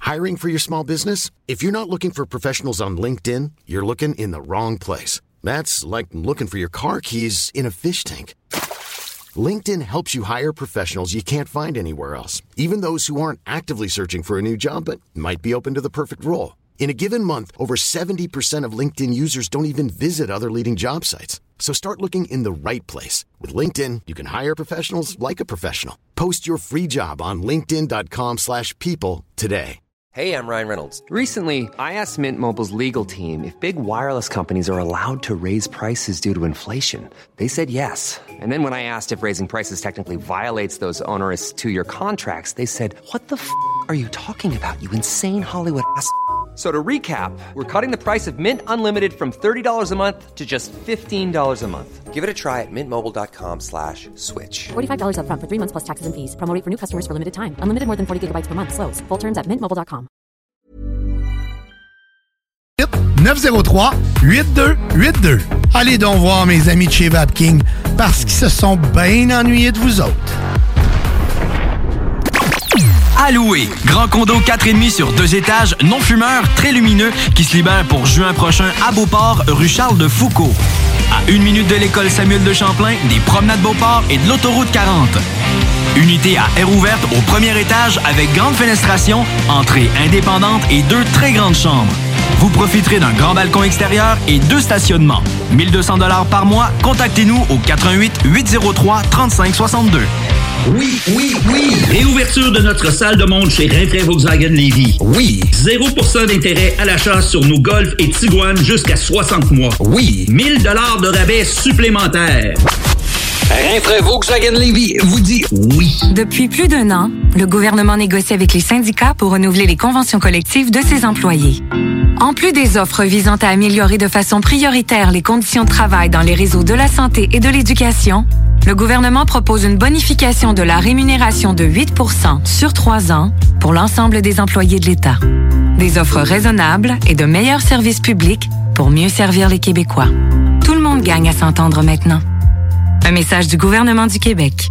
Hiring for your small business? If you're not looking for professionals on LinkedIn, you're looking in the wrong place. That's like looking for your car keys in a fish tank. LinkedIn helps you hire professionals you can't find anywhere else, even those who aren't actively searching for a new job but might be open to the perfect role. In a given month, over 70% of LinkedIn users don't even visit other leading job sites. So start looking in the right place. With LinkedIn, you can hire professionals like a professional. Post your free job on linkedin.com/people today. Hey, I'm Ryan Reynolds. Recently, I asked Mint Mobile's legal team if big wireless companies are allowed to raise prices due to inflation. They said yes. And then when I asked if raising prices technically violates those onerous two-year contracts, they said, "What the f*** are you talking about, you insane Hollywood ass?" So to recap, we're cutting the price of Mint Unlimited from $30 a month to just $15 a month. Give it a try at mintmobile.com/switch. $45 up front for 3 months plus taxes and fees. Promo rate for new customers for limited time. Unlimited more than 40 gigabytes per month. Slows full terms at mintmobile.com. 903-8282. Allez donc voir mes amis de chez Vapking parce qu'ils se sont bien ennuyés de vous autres. À louer, grand condo 4,5 sur 2 étages, non fumeur, très lumineux, qui se libère pour juin prochain à Beauport, rue Charles de Foucault. À 1 minute de l'école Samuel de Champlain, des promenades Beauport et de l'autoroute 40. Unité à air ouverte au premier étage avec grande fenestration, entrée indépendante et 2 très grandes chambres. Vous profiterez d'un grand balcon extérieur et 2 stationnements. 1 200$ par mois. Contactez-nous au 88 803 35 62. Oui! Réouverture de notre salle de monde chez Rinfraie Volkswagen Lévis. Oui! 0% d'intérêt à l'achat sur nos Golf et Tiguan jusqu'à 60 mois. Oui! 1000$ de rabais supplémentaires. Rinfraie Volkswagen Lévis vous dit oui. Depuis plus d'1 an, le gouvernement négocie avec les syndicats pour renouveler les conventions collectives de ses employés. En plus des offres visant à améliorer de façon prioritaire les conditions de travail dans les réseaux de la santé et de l'éducation, le gouvernement propose une bonification de la rémunération de 8% sur 3 ans pour l'ensemble des employés de l'État. Des offres raisonnables et de meilleurs services publics pour mieux servir les Québécois. Tout le monde gagne à s'entendre maintenant. Un message du gouvernement du Québec.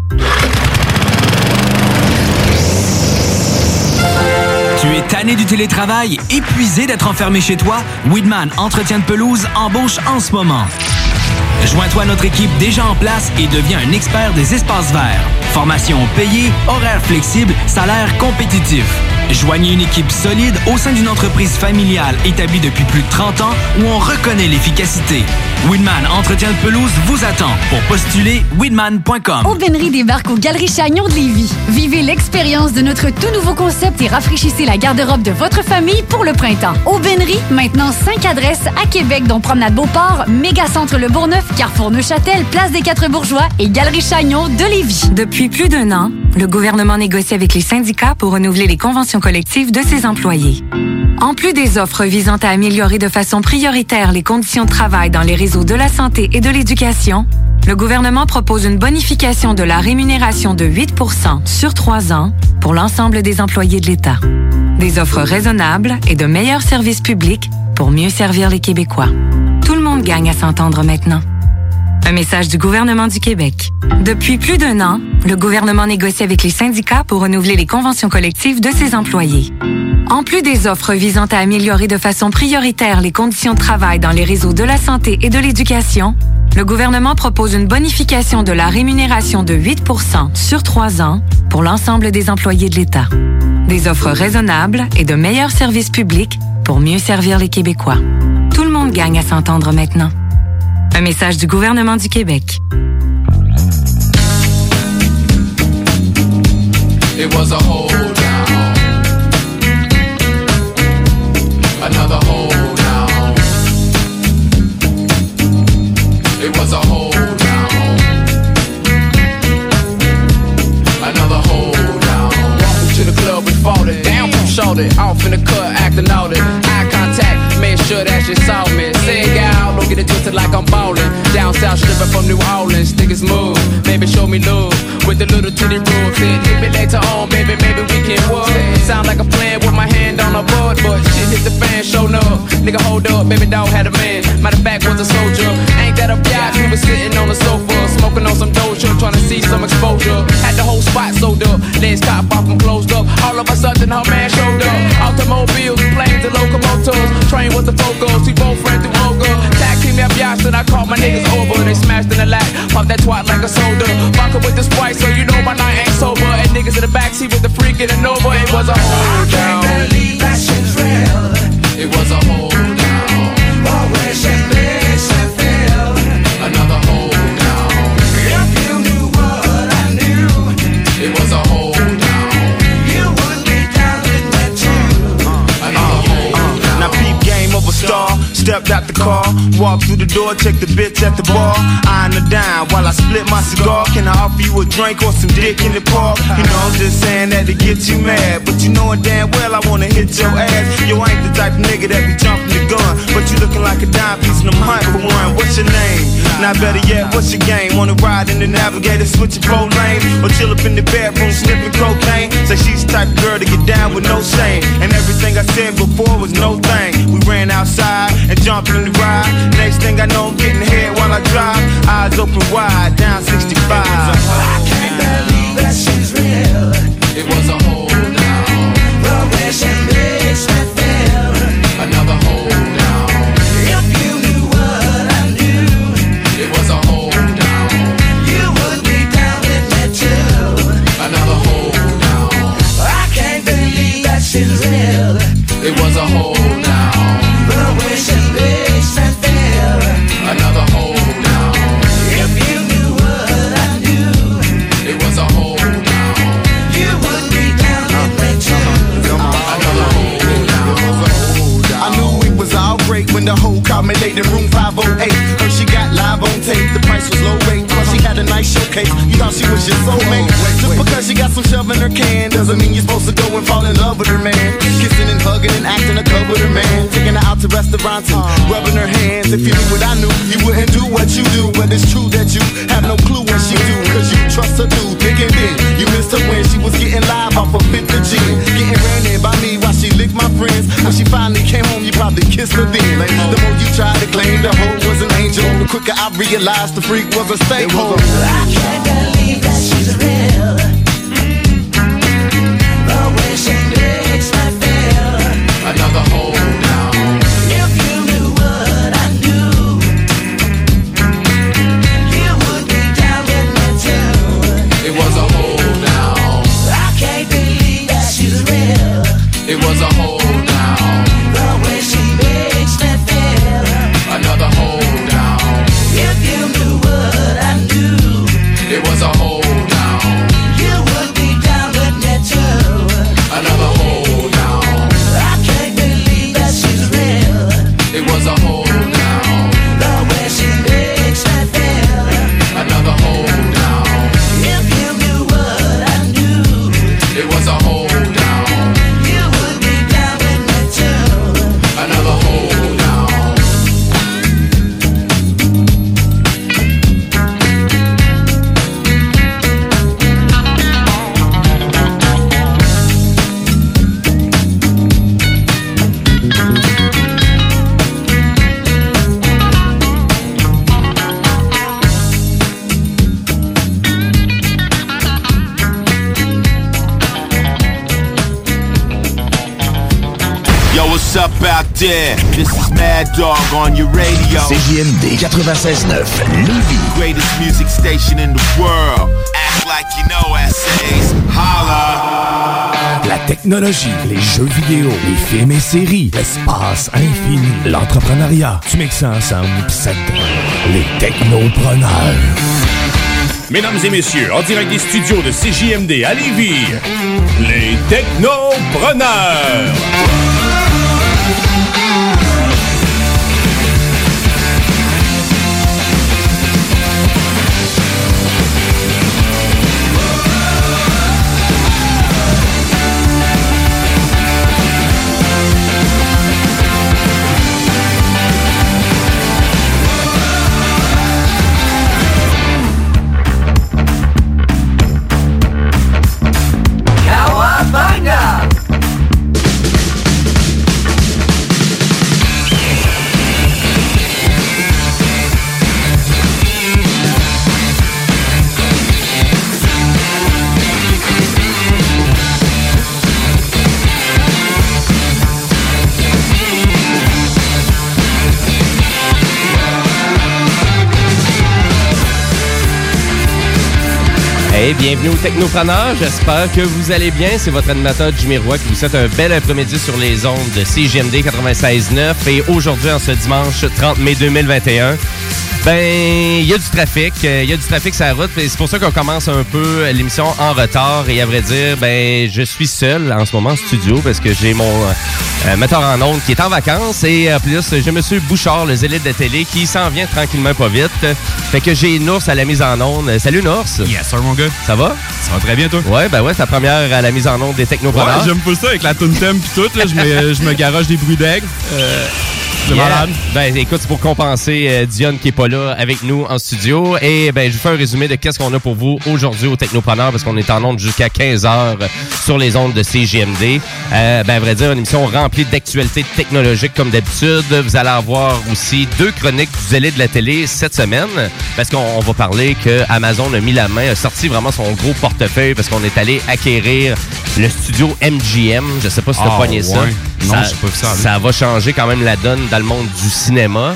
Tu es tanné du télétravail, épuisé d'être enfermé chez toi? Weedman Entretien de pelouse embauche en ce moment. Joins-toi à notre équipe déjà en place et deviens un expert des espaces verts. Formation payée, horaires flexibles, salaire compétitif. Joignez une équipe solide au sein d'une entreprise familiale établie depuis plus de 30 ans où on reconnaît l'efficacité. Weedman Entretien de pelouse vous attend. Pour postuler, weedman.com. Aubainerie débarque aux Galeries Chagnon de Lévis. Vivez l'expérience de notre tout nouveau concept et rafraîchissez la garde-robe de votre famille pour le printemps. Aubainerie, maintenant 5 adresses à Québec, dont Promenade Beauport, Mégacentre Le Bourgneuf, Carrefour Neuchâtel, Place des 4 Bourgeois et Galerie Chagnon de Lévis. Depuis plus d'1 an, le gouvernement négocie avec les syndicats pour renouveler les conventions collectives de ses employés. En plus des offres visant à améliorer de façon prioritaire les conditions de travail dans les réseaux de la santé et de l'éducation, le gouvernement propose une bonification de la rémunération de 8% sur 3 ans pour l'ensemble des employés de l'État. Des offres raisonnables et de meilleurs services publics pour mieux servir les Québécois. Tout le monde gagne à s'entendre maintenant. Un message du gouvernement du Québec. Depuis plus d'1 an, le gouvernement négocie avec les syndicats pour renouveler les conventions collectives de ses employés. En plus des offres visant à améliorer de façon prioritaire les conditions de travail dans les réseaux de la santé et de l'éducation, le gouvernement propose une bonification de la rémunération de 8% sur 3 ans pour l'ensemble des employés de l'État. Des offres raisonnables et de meilleurs services publics pour mieux servir les Québécois. Tout le monde gagne à s'entendre maintenant. Un message du gouvernement du Québec. It was a hold down, another hold down. It was a hold down, another hold down. Walking to the club and falling down from shoulder, off in the cut, acting out it. Eye contact, make sure that you saw me. Say out, don't get it twisted like I'm ballin'. Down south, stripping from New Orleans, niggas move, baby show me love. With the little titty rules, said hit me later on, baby, maybe we can work. Sound like I'm playing with my hand on a board, but shit hit the fan, show up. Nigga hold up, baby dog had a man. Matter of fact was a soldier. Ain't that a biatch? We was sitting on the sofa, smoking on some doja, trying to see some exposure. Had the whole spot sold up, legs top off and closed up. All of a sudden her man showed up. Out the stepped out the car, walked through the door, checked the bitch at the bar, eyeing her down while I split my cigar. Can I offer you a drink or some dick in the park? You know I'm just saying that to get you mad, but you know it damn well I wanna hit your ass. Yo, I ain't the type of nigga that be jumping the gun, but you looking like a dime piece and I'm hunt for one. What's your name? Now better yet, what's your game? Wanna ride in the Navigator, switch your 4 lanes, or chill up in the bedroom sniffing cocaine? Say she's the type of girl to get down with no shame, and everything I said before was no thing. We ran outside and jumped in the ride. Next thing I know I'm getting head while I drive, eyes open wide, down 65. I can't believe that she's real. It was a hold down. The way she makes me feel. Another hold down. If you knew what I knew, it was a hold down. You would be down with me too. Another hold down. I can't believe that she's real. It was a hold down. The way she makes me feel. Another hold down. If you knew what I knew, it was a hold down. You would be down with me too. Another hold down. I knew it was all great when the hoe called me late in room 508. Heard she got live on tape, the price was low rate. Plus she had a nice showcase, you thought she was your soulmate. Just because she got some shove in her can doesn't mean you're supposed to go and fall in love with her, man. Kissing and hugging and acting a club with her, man. Taking her out to restaurants and rubbing her hands. If you knew what I knew, you wouldn't do what you do. But it's true that you have no clue what she do, cause you trust her too thick and thin. You missed her when she was getting live off of 5th of Gin, getting ran in by me while she licked my friends. When she finally came home, you probably kissed her then. The more you tried to claim the hoe was an angel, the quicker I realized the freak was a stank hole. I can't believe that she's real. The way she makes me feel. Another hold down. If you knew what I knew, you would be down with me too. It was a hold down. I can't believe that she's real. It was a hold down. The way she makes me feel. Another hold down. If you knew what I knew, it was a hold down. You would be down with me too. Another hold down. I can't believe that she's real. It was a hold down. The way she makes me feel. Another hold down. If you knew what I knew, it was a hold down. You would be down with me too. Another hold down. What's up out there? This is Mad Dog on your radio. CJMD 96.9 Lévis. Greatest music station in the world. Act like you know essays. Holla. La technologie, les jeux vidéo, les films et séries, l'espace infini, l'entrepreneuriat. Tu mixes ça ensemble pis ça te donne les technopreneurs. Mesdames et messieurs, en direct des studios de CJMD à Lévis, les technopreneurs. Hey, bienvenue aux Technopreneurs, j'espère que vous allez bien. C'est votre animateur Jimmy Roy qui vous souhaite un bel après-midi sur les ondes de CJMD 96.9. Et aujourd'hui, en ce dimanche 30 mai 2021, ben, il y a du trafic. Il y a du trafic sur la route. Et c'est pour ça qu'on commence un peu l'émission en retard. Et à vrai dire, ben, je suis seul en ce moment en studio parce que j'ai metteur en ondes qui est en vacances. Et en plus, j'ai M. Bouchard, le zélite de télé, qui s'en vient tranquillement pas vite. Fait que j'ai Nours à la mise en ondes. Salut Nours. Yes, sir, mon gars. Ça va? Ça va très bien, toi? Ouais, ben ouais, c'est ta première à la mise en ondes des Technopreneurs. Ouais, j'aime pas ça avec la tune thème pis tout. Là, je me garoche des bruits d'aigle. C'est malade. Ben écoute, c'est pour compenser Dionne qui est pas là avec nous en studio. Et ben je vous fais un résumé de qu'est-ce qu'on a pour vous aujourd'hui au Technopreneur parce qu'on est en ondes jusqu'à 15h sur les ondes de CJMD. Ben à vrai dire, une émission remplie d'actualités technologiques comme d'habitude. Vous allez avoir aussi 2 chroniques du zélé de la télé cette semaine parce qu'on va parler que Amazon a mis la main, a sorti vraiment son gros portefeuille parce qu'on est allé acquérir le studio MGM. Je sais pas si t'as pogné ça. Non, je sais pas ça. Ça va changer quand même la donne dans le monde du cinéma.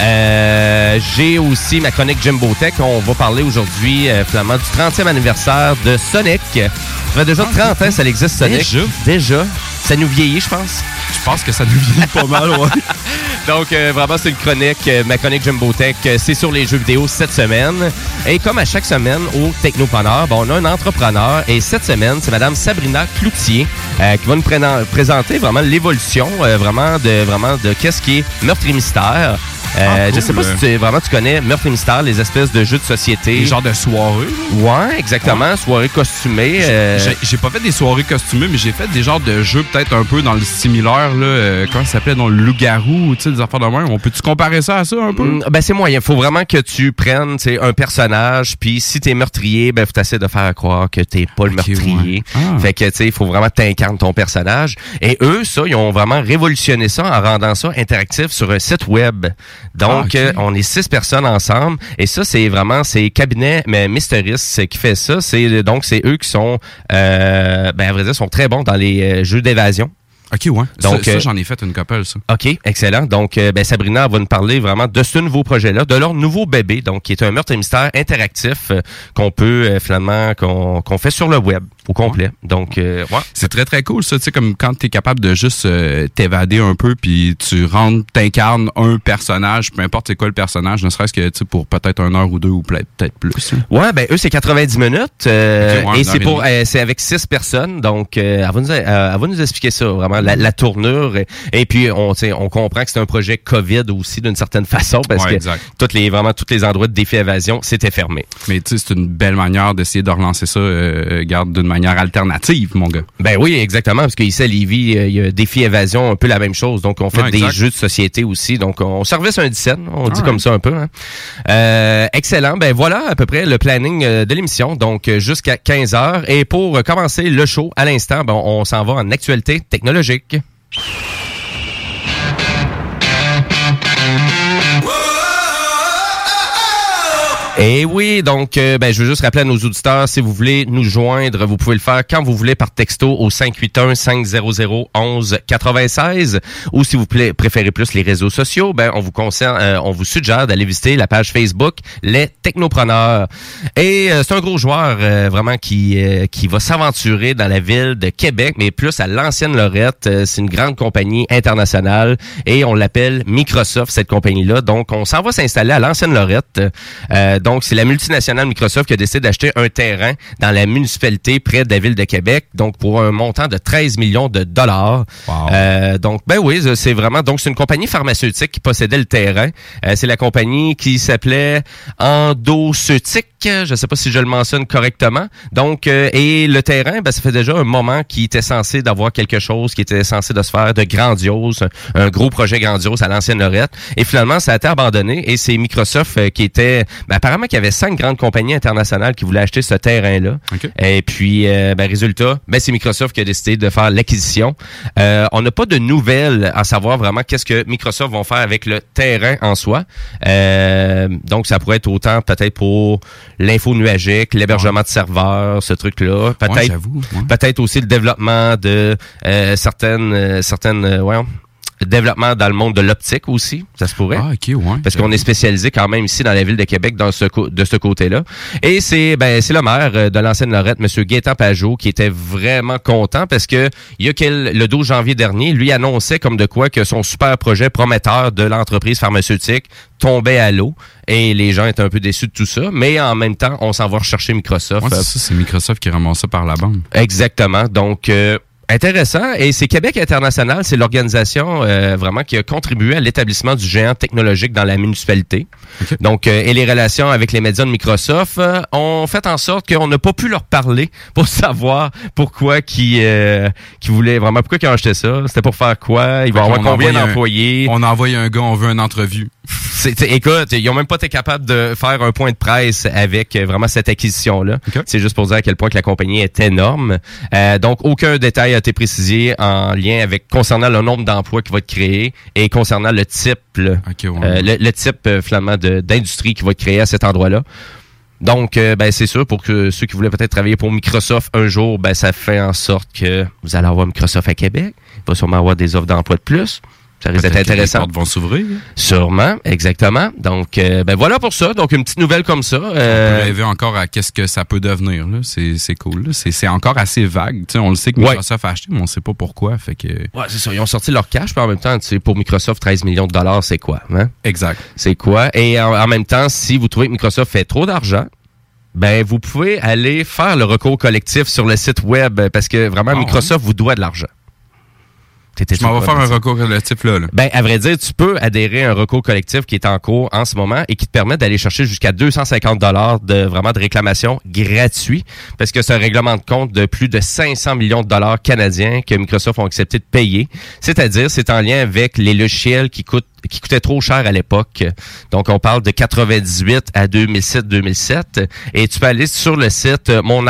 J'ai aussi ma chronique Jimbo Tech. On va parler aujourd'hui, finalement, du 30e anniversaire de Sonic. Ça fait déjà 30 ans que ça existe, Sonic. Déjà. Ça nous vieillit, je pense. Je pense que ça nous vieillit pas mal, ouais. Donc, vraiment, c'est une chronique. Ma chronique Jimbo Tech, c'est sur les jeux vidéo cette semaine. Et comme à chaque semaine au Technopreneur, on a un entrepreneur. Et cette semaine, c'est Mme Sabrina Cloutier qui va nous présenter vraiment l'évolution vraiment de qu'est-ce qui est Meurtre et Mystère. Cool. Je sais pas si tu connais Meurtre et Mystère, les espèces de jeux de société. Des genres de soirées. Ouais, exactement. Ouais. Soirées costumées. J'ai pas fait des soirées costumées, mais j'ai fait des genres de jeux peut-être un peu dans le similaire. Là, comment ça s'appelait? Dans le loup-garou, tu sais, des affaires de même. On peut-tu comparer ça à ça un peu? Ben c'est moyen. Faut vraiment que tu prennes un personnage, puis si t'es meurtrier, ben faut t'essayer de faire croire que t'es pas le meurtrier. Ouais. Fait que, tu sais, il faut vraiment t'incarner ton personnage. Et eux, ça, ils ont vraiment révolutionné ça en rendant ça interactif sur un site web. Donc, on est 6 personnes ensemble. Et ça, c'est vraiment, c'est Cabinet Mysteris qui fait ça. Donc, c'est eux qui sont, à vrai dire, sont très bons dans les jeux d'évasion. OK, ouais. Donc, ça j'en ai fait une couple, ça. OK, excellent. Donc, Sabrina va nous parler vraiment de ce nouveau projet-là, de leur nouveau bébé, donc qui est un meurtre et mystère interactif qu'on peut, finalement, qu'on fait sur le web au complet. Donc, ouais. C'est très, très cool, ça. Tu sais, comme quand t'es capable de juste t'évader un peu, puis tu t'incarnes un personnage, peu importe c'est quoi le personnage, ne serait-ce que, tu sais, pour peut-être 1 heure ou 2 ou peut-être plus. Ouais, ben eux, c'est 90 minutes. Et c'est avec 6 personnes. Donc, elle va nous expliquer ça, vraiment. La tournure et puis on comprend que c'est un projet COVID aussi d'une certaine façon parce que tous les endroits de défi évasion c'était fermé. Mais tu sais c'est une belle manière d'essayer de relancer ça d'une manière alternative mon gars. Ben oui exactement parce qu'ici à Lévis il y a défi évasion un peu la même chose donc on fait des jeux de société aussi donc on service un 17 on dit comme ça un peu hein. Excellent ben voilà à peu près le planning de l'émission donc jusqu'à 15h et pour commencer le show à l'instant on s'en va en actualité technologique. Et oui, donc, je veux juste rappeler à nos auditeurs, si vous voulez nous joindre, vous pouvez le faire quand vous voulez par texto au 581-500-1196 ou si vous préférez plus les réseaux sociaux, on vous suggère d'aller visiter la page Facebook Les Technopreneurs. Et c'est un gros joueur vraiment qui va s'aventurer dans la ville de Québec, mais plus à l'ancienne Lorette. C'est une grande compagnie internationale et on l'appelle Microsoft, cette compagnie-là. Donc, on s'en va s'installer à l'ancienne Lorette. Donc, c'est la multinationale Microsoft qui a décidé d'acheter un terrain dans la municipalité près de la ville de Québec, donc pour un montant de 13 millions de dollars. Wow. Donc, c'est vraiment... Donc, c'est une compagnie pharmaceutique qui possédait le terrain. C'est la compagnie qui s'appelait Endoceutique. Je ne sais pas si je le mentionne correctement. Donc, et le terrain, ça fait déjà un moment qu'il était censé d'avoir quelque chose qui était censé de se faire de grandiose, un gros projet grandiose à l'ancienne Lorette. Et finalement, ça a été abandonné et c'est Microsoft qui était... apparemment qu'il y avait 5 grandes compagnies internationales qui voulaient acheter ce terrain-là. Okay. Et puis, résultat, c'est Microsoft qui a décidé de faire l'acquisition. On n'a pas de nouvelles à savoir vraiment qu'est-ce que Microsoft vont faire avec le terrain en soi. Donc, ça pourrait être autant peut-être pour l'info nuagique, l'hébergement de serveurs, ce truc-là. Peut-être, peut-être aussi le développement de certaines développement dans le monde de l'optique aussi, ça se pourrait. Ah, OK, ouais. Parce qu'on est spécialisé quand même ici dans la ville de Québec de ce côté-là. Et c'est le maire de l'ancienne Lorette, M. Gaétan Pajot, qui était vraiment content parce que le 12 janvier dernier, lui annonçait comme de quoi que son super projet prometteur de l'entreprise pharmaceutique tombait à l'eau. Et les gens étaient un peu déçus de tout ça. Mais en même temps, on s'en va rechercher Microsoft. Ouais, c'est Microsoft qui ramasse ça par la bande. Exactement. Donc... Intéressant. Et c'est Québec International, c'est l'organisation vraiment qui a contribué à l'établissement du géant technologique dans la municipalité. Okay. Donc, et les relations avec les médias de Microsoft ont fait en sorte qu'on n'a pas pu leur parler pour savoir pourquoi qui voulaient vraiment, pourquoi ils ont acheté ça. C'était pour faire quoi? Ils vont avoir combien d'employés? On a envoyé un gars, on veut une entrevue. Écoute, ils ont même pas été capables de faire un point de presse avec vraiment cette acquisition-là. Okay. C'est juste pour dire à quel point que la compagnie est énorme. Donc, aucun détail a été précisé en lien avec concernant le nombre d'emplois qui va être créé et concernant le type, le type finalement d'industrie qui va être créée à cet endroit-là. Donc, c'est sûr, pour que ceux qui voulaient peut-être travailler pour Microsoft un jour, ça fait en sorte que vous allez avoir Microsoft à Québec. Il va sûrement avoir des offres d'emploi de plus. Ça risque d'être intéressant. Les portes vont s'ouvrir. Sûrement, exactement. Donc, voilà pour ça. Donc, une petite nouvelle comme ça. On peut rêver encore à qu'est-ce que ça peut devenir. Là. C'est cool. Là. C'est encore assez vague. T'sais, on le sait que Microsoft a acheté, mais on ne sait pas pourquoi. Fait que... Ouais, c'est ça. Ils ont sorti leur cash, puis en même temps, pour Microsoft, 13 millions de dollars, c'est quoi? Hein? Exact. C'est quoi? Et en même temps, si vous trouvez que Microsoft fait trop d'argent, vous pouvez aller faire le recours collectif sur le site web parce que vraiment, Microsoft vous doit de l'argent. Je m'en vais faire un recours collectif là. À vrai dire, tu peux adhérer à un recours collectif qui est en cours en ce moment et qui te permet d'aller chercher jusqu'à 250 $ de réclamation gratuit parce que c'est un règlement de compte de plus de 500 millions de dollars canadiens que Microsoft ont accepté de payer. C'est-à-dire, c'est en lien avec les logiciels qui coûtaient trop cher à l'époque. Donc, on parle de 98 à 2007. Et tu peux aller sur le site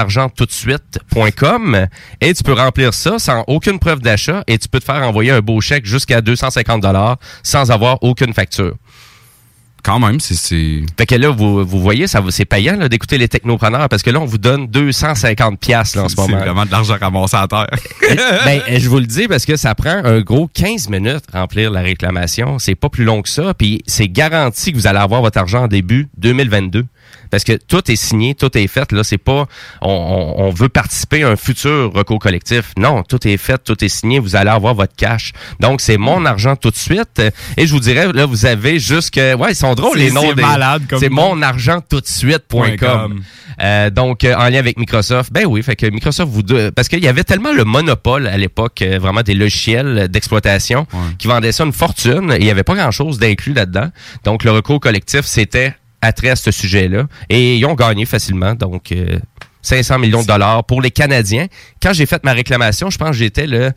monargenttoutdesuite.com et tu peux remplir ça sans aucune preuve d'achat et tu peux te faire envoyer un beau chèque jusqu'à 250 $ sans avoir aucune facture. Quand même, c'est... Fait que là, vous voyez, c'est payant là, d'écouter les technopreneurs parce que là, on vous donne 250 $ en ce moment. C'est vraiment de l'argent ramassé à terre. Je vous le dis parce que ça prend un gros 15 minutes remplir la réclamation. C'est pas plus long que ça. Puis c'est garanti que vous allez avoir votre argent en début 2022. Parce que tout est signé, tout est fait. Là, c'est pas on veut participer à un futur recours collectif. Non, tout est fait, tout est signé. Vous allez avoir votre cash. Donc, c'est mon argent tout de suite. Et je vous dirais, là, vous avez jusque... Ouais, ils sont drôles, les noms. C'est monargenttoutdesuite.com. Donc, en lien avec Microsoft, oui, fait que Microsoft parce qu'il y avait tellement le monopole à l'époque, vraiment des logiciels d'exploitation qui vendaient ça une fortune. Et il n'y avait pas grand-chose d'inclus là-dedans. Donc, le recours collectif, c'était attrait à ce sujet-là. Et ils ont gagné facilement. Donc, 500 millions de dollars pour les Canadiens. Quand j'ai fait ma réclamation, je pense que j'étais le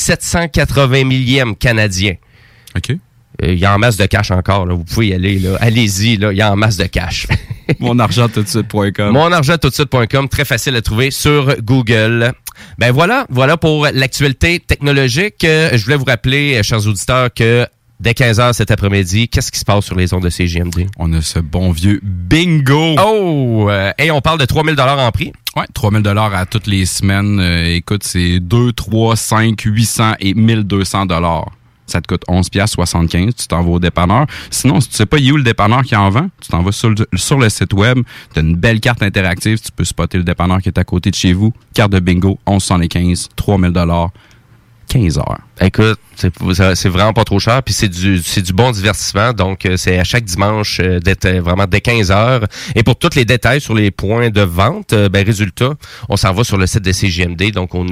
780 millième Canadien. OK. Il y a en masse de cash encore. Là. Vous pouvez y aller. Là. Allez-y. Là. Il y a en masse de cash. Monargenttoutdesuite.com. Monargenttoutdesuite.com. Très facile à trouver sur Google. Voilà pour l'actualité technologique. Je voulais vous rappeler, chers auditeurs, que dès 15h cet après-midi, qu'est-ce qui se passe sur les ondes de CJMD? On a ce bon vieux bingo! Oh! Et on parle de 3 000 $ en prix. Ouais, 3 000 $ à toutes les semaines. Écoute, c'est 2, 3, 5, 800 et 1200 $. Ça te coûte 11,75 $. Tu t'en vas au dépanneur. Sinon, si tu sais pas où le dépanneur qui en vend, tu t'en vas sur le site web. Tu as une belle carte interactive. Tu peux spotter le dépanneur qui est à côté de chez vous. Carte de bingo, 11,75 $, 3 000 $, 15 heures. Écoute, c'est vraiment pas trop cher, puis c'est du bon divertissement, donc c'est à chaque dimanche d'être vraiment dès 15h. Et pour tous les détails sur les points de vente, résultat, on s'en va sur le site de CJMD, donc au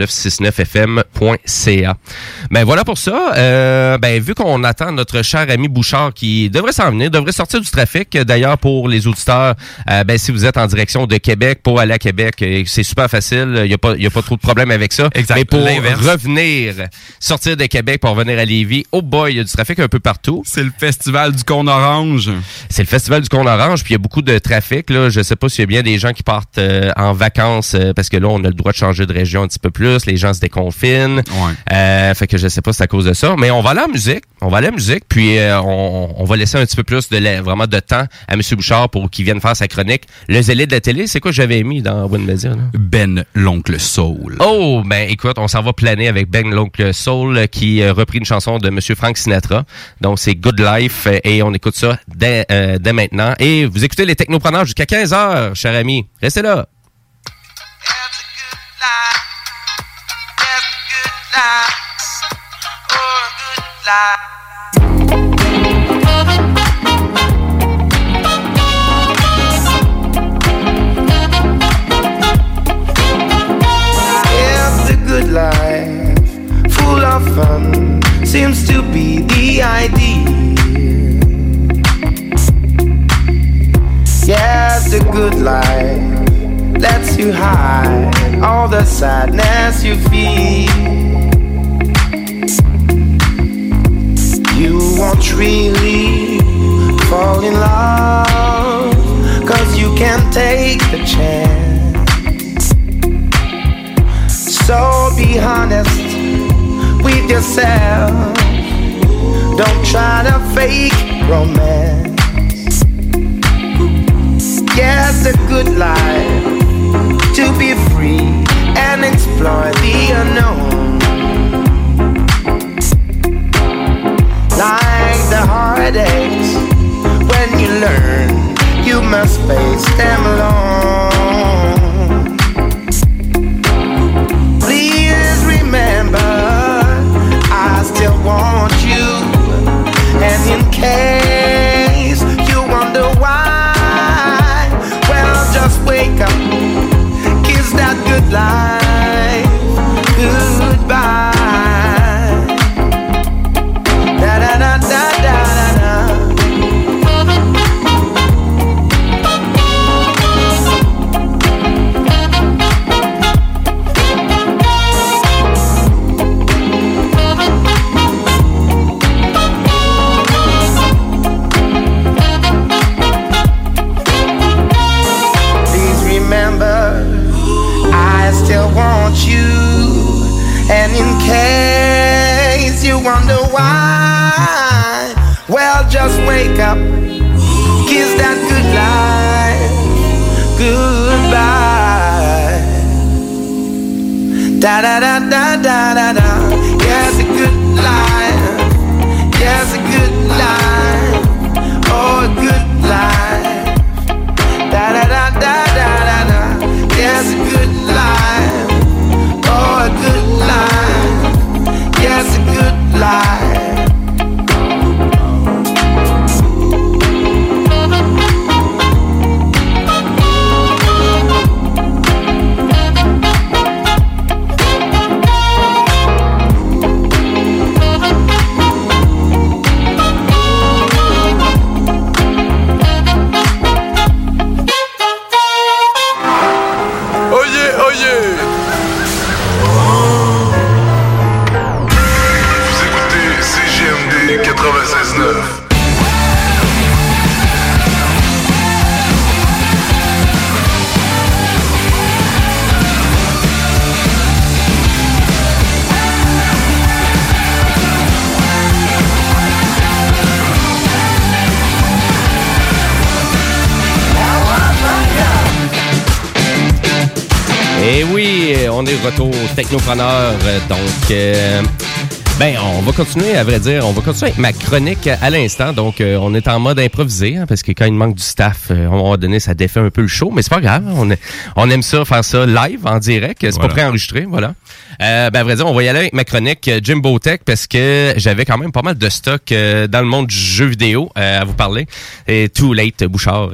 969fm.ca. Voilà pour ça. Vu qu'on attend notre cher ami Bouchard qui devrait s'en venir, devrait sortir du trafic. D'ailleurs, pour les auditeurs, si vous êtes en direction de Québec, pour aller à Québec, c'est super facile. Il y a pas trop de problème avec ça. Exact. Mais pour revenir, sortir de Québec pour venir à Lévis, oh boy, il y a du trafic un peu partout. C'est le festival du Cône Orange. C'est le festival du Cône Orange, puis il y a beaucoup de trafic. Là. Je sais pas s'il y a bien des gens qui partent en vacances, parce que là, on a le droit de changer de région un petit peu plus. Les gens se déconfinent. Ouais. Fait que je sais pas si c'est à cause de ça. Mais on va aller en musique. Puis on va laisser un petit peu plus vraiment de temps à M. Bouchard pour qu'il vienne faire sa chronique. Le zélé de la télé, c'est quoi que j'avais mis dans One Media? Là? Ben l'Oncle Soul. Oh, écoute, on s'en va planer avec Ben l'Oncle Soul qui a repris une chanson de M. Frank Sinatra. Donc, c'est Good Life et on écoute ça dès maintenant. Et vous écoutez les Technopreneurs jusqu'à 15h, chers amis. Restez là. It's a good life. be the idea. Yes, the good life lets you hide all the sadness you feel. You won't really fall in love, 'cause you can't take the chance. So be honest with yourself. Don't try to fake romance. Yes, the good life, to be free and explore the unknown. Like the heartaches, when you learn, you must face them alone. Please remember, I still want you. And in case you wonder why, well, just wake up, kiss that good life goodbye. Da da da da da da. Still want you, and in case you wonder why, well, just wake up, kiss that good life goodbye. Da da da da da da da. Yes, a good life. Yes, a good life. Oh, a good life. Da da da da da da da. Yes, a good life. Oh, a good life. Yes, a good life. Et oui, on est de retour technopreneur, donc on va continuer, à vrai dire, on va continuer avec ma chronique à l'instant, donc on est en mode improvisé, hein, parce que quand il manque du staff, à un moment donné, ça défait un peu le show, mais c'est pas grave, on aime ça, faire ça live, en direct, c'est pas préenregistré, voilà. À vrai dire, on va y aller avec ma chronique Jimbo Tech, parce que j'avais quand même pas mal de stock dans le monde du jeu vidéo à vous parler. Et too late, Bouchard.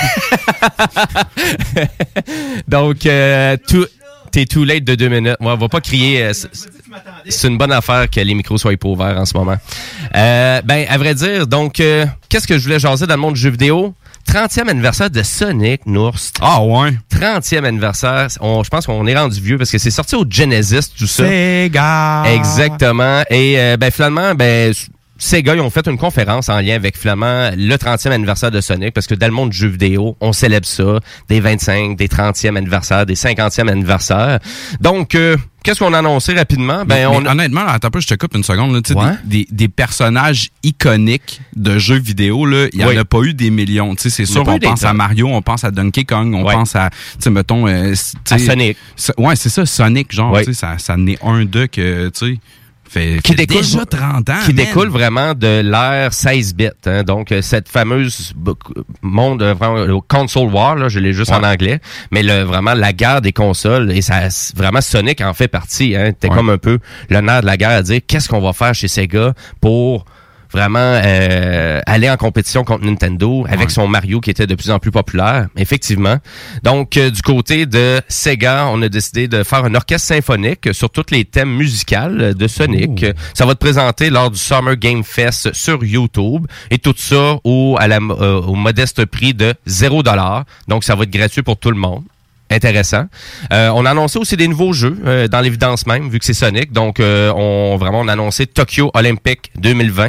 Donc, t'es too late de 2 minutes. Ouais, on va pas crier. C'est une bonne affaire que les micros soient pas ouverts en ce moment. À vrai dire, donc, qu'est-ce que je voulais jaser dans le monde du jeu vidéo? 30e anniversaire de Sonic, Nours. Ah ouais? 30e anniversaire. Je pense qu'on est rendu vieux parce que c'est sorti au Genesis, tout ça. Sega! Exactement. Et finalement, Sega, ils ont fait une conférence en lien avec, finalement, le 30e anniversaire de Sonic, parce que dans le monde du jeu vidéo, on célèbre ça, des 25, des 30e anniversaires, des 50e anniversaires. Donc, qu'est-ce qu'on a annoncé rapidement? Honnêtement, attends un peu, je te coupe une seconde. Là, ouais? des personnages iconiques de jeux vidéo, il n'y en a pas eu des millions. C'est sûr, on pense à Mario, on pense à Donkey Kong, on pense à, mettons... à Sonic. Ouais, c'est ça, Sonic, genre, ça n'est un d'eux que, tu sais... Qui découle déjà 30 ans. Qui découle vraiment de l'ère 16 bits. Hein, donc, cette fameuse monde, vraiment, le console war, là, je l'ai juste en anglais, mais vraiment la guerre des consoles, et ça, vraiment Sonic en fait partie. Hein, t'es comme un peu le nerf de la guerre à dire qu'est-ce qu'on va faire chez Sega pour vraiment aller en compétition contre Nintendo avec son Mario qui était de plus en plus populaire, effectivement. Donc, du côté de Sega, on a décidé de faire un orchestre symphonique sur tous les thèmes musicaux de Sonic. Ça va être présenté lors du Summer Game Fest sur YouTube et tout ça au modeste prix de $0. Donc, ça va être gratuit pour tout le monde. Intéressant. On a annoncé aussi des nouveaux jeux dans l'évidence même, vu que c'est Sonic. Donc, on a annoncé Tokyo Olympic 2020.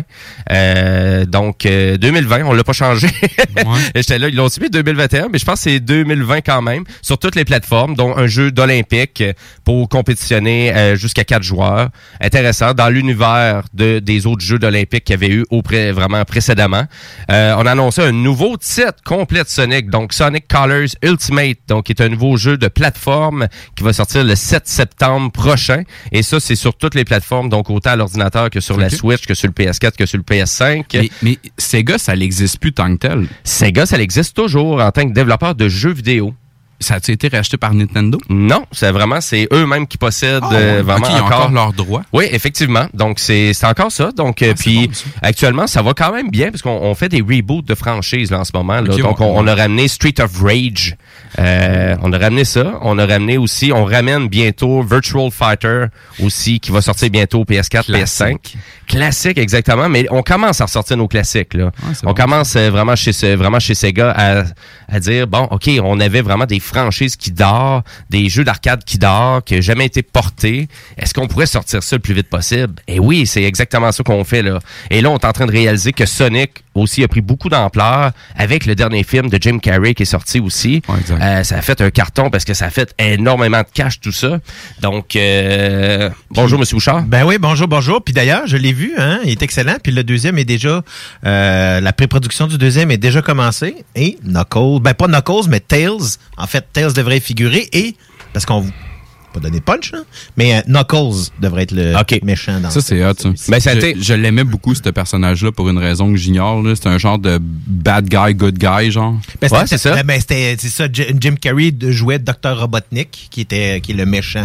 Donc, 2020, on l'a pas changé. J'étais là, ils l'ont mis 2021, mais je pense que c'est 2020 quand même, sur toutes les plateformes, dont un jeu d'Olympique pour compétitionner jusqu'à 4 joueurs. Intéressant. Dans l'univers des autres jeux d'Olympique qu'il y avait eu vraiment précédemment. On a annoncé un nouveau titre complet de Sonic, donc Sonic Colors Ultimate, donc qui est un nouveau jeu de plateforme qui va sortir le 7 septembre prochain. Et ça, c'est sur toutes les plateformes, donc autant à l'ordinateur que sur la Switch, que sur le PS4, que sur le PS5. Mais Sega, ça n'existe plus tant que tel. Sega, ça existe toujours en tant que développeur de jeux vidéo. Ça a-t-il été racheté par Nintendo? Non, c'est eux-mêmes qui possèdent vraiment ils ont encore leurs droits. Oui, effectivement. Donc, c'est encore ça. Donc, puis bon, actuellement, ça va quand même bien parce qu'on fait des reboots de franchises là, en ce moment. Là. Donc, on a ramené Street of Rage. On a ramené ça. On ramène bientôt Virtual Fighter aussi, qui va sortir bientôt PS4, PS5. Classique, exactement. Mais on commence à ressortir nos classiques. Là. On commence vraiment chez Sega à dire, bon, OK, on avait vraiment des franchises qui dorment, des jeux d'arcade qui dorment, qui n'ont jamais été portés. Est-ce qu'on pourrait sortir ça le plus vite possible? Et oui, c'est exactement ça qu'on fait là. Et là, on est en train de réaliser que Sonic aussi a pris beaucoup d'ampleur avec le dernier film de Jim Carrey qui est sorti aussi. Ça a fait un carton parce que ça a fait énormément de cash, tout ça. Donc, bonjour, M. Bouchard. Ben oui, bonjour. Puis d'ailleurs, je l'ai vu, hein, il est excellent. Puis le deuxième est déjà, la pré-production du deuxième est déjà commencée. Et Knuckles, pas Knuckles, mais Tails. En fait, Tails devrait figurer et, parce qu'on pas donné punch, là, mais Knuckles devrait être le méchant dans ça. C'est hot, ça. Je l'aimais beaucoup, ce personnage-là, pour une raison que j'ignore. C'est un genre de bad guy, good guy, genre. C'est ça. C'est ça. Jim Carrey jouait Dr. Robotnik, qui est le méchant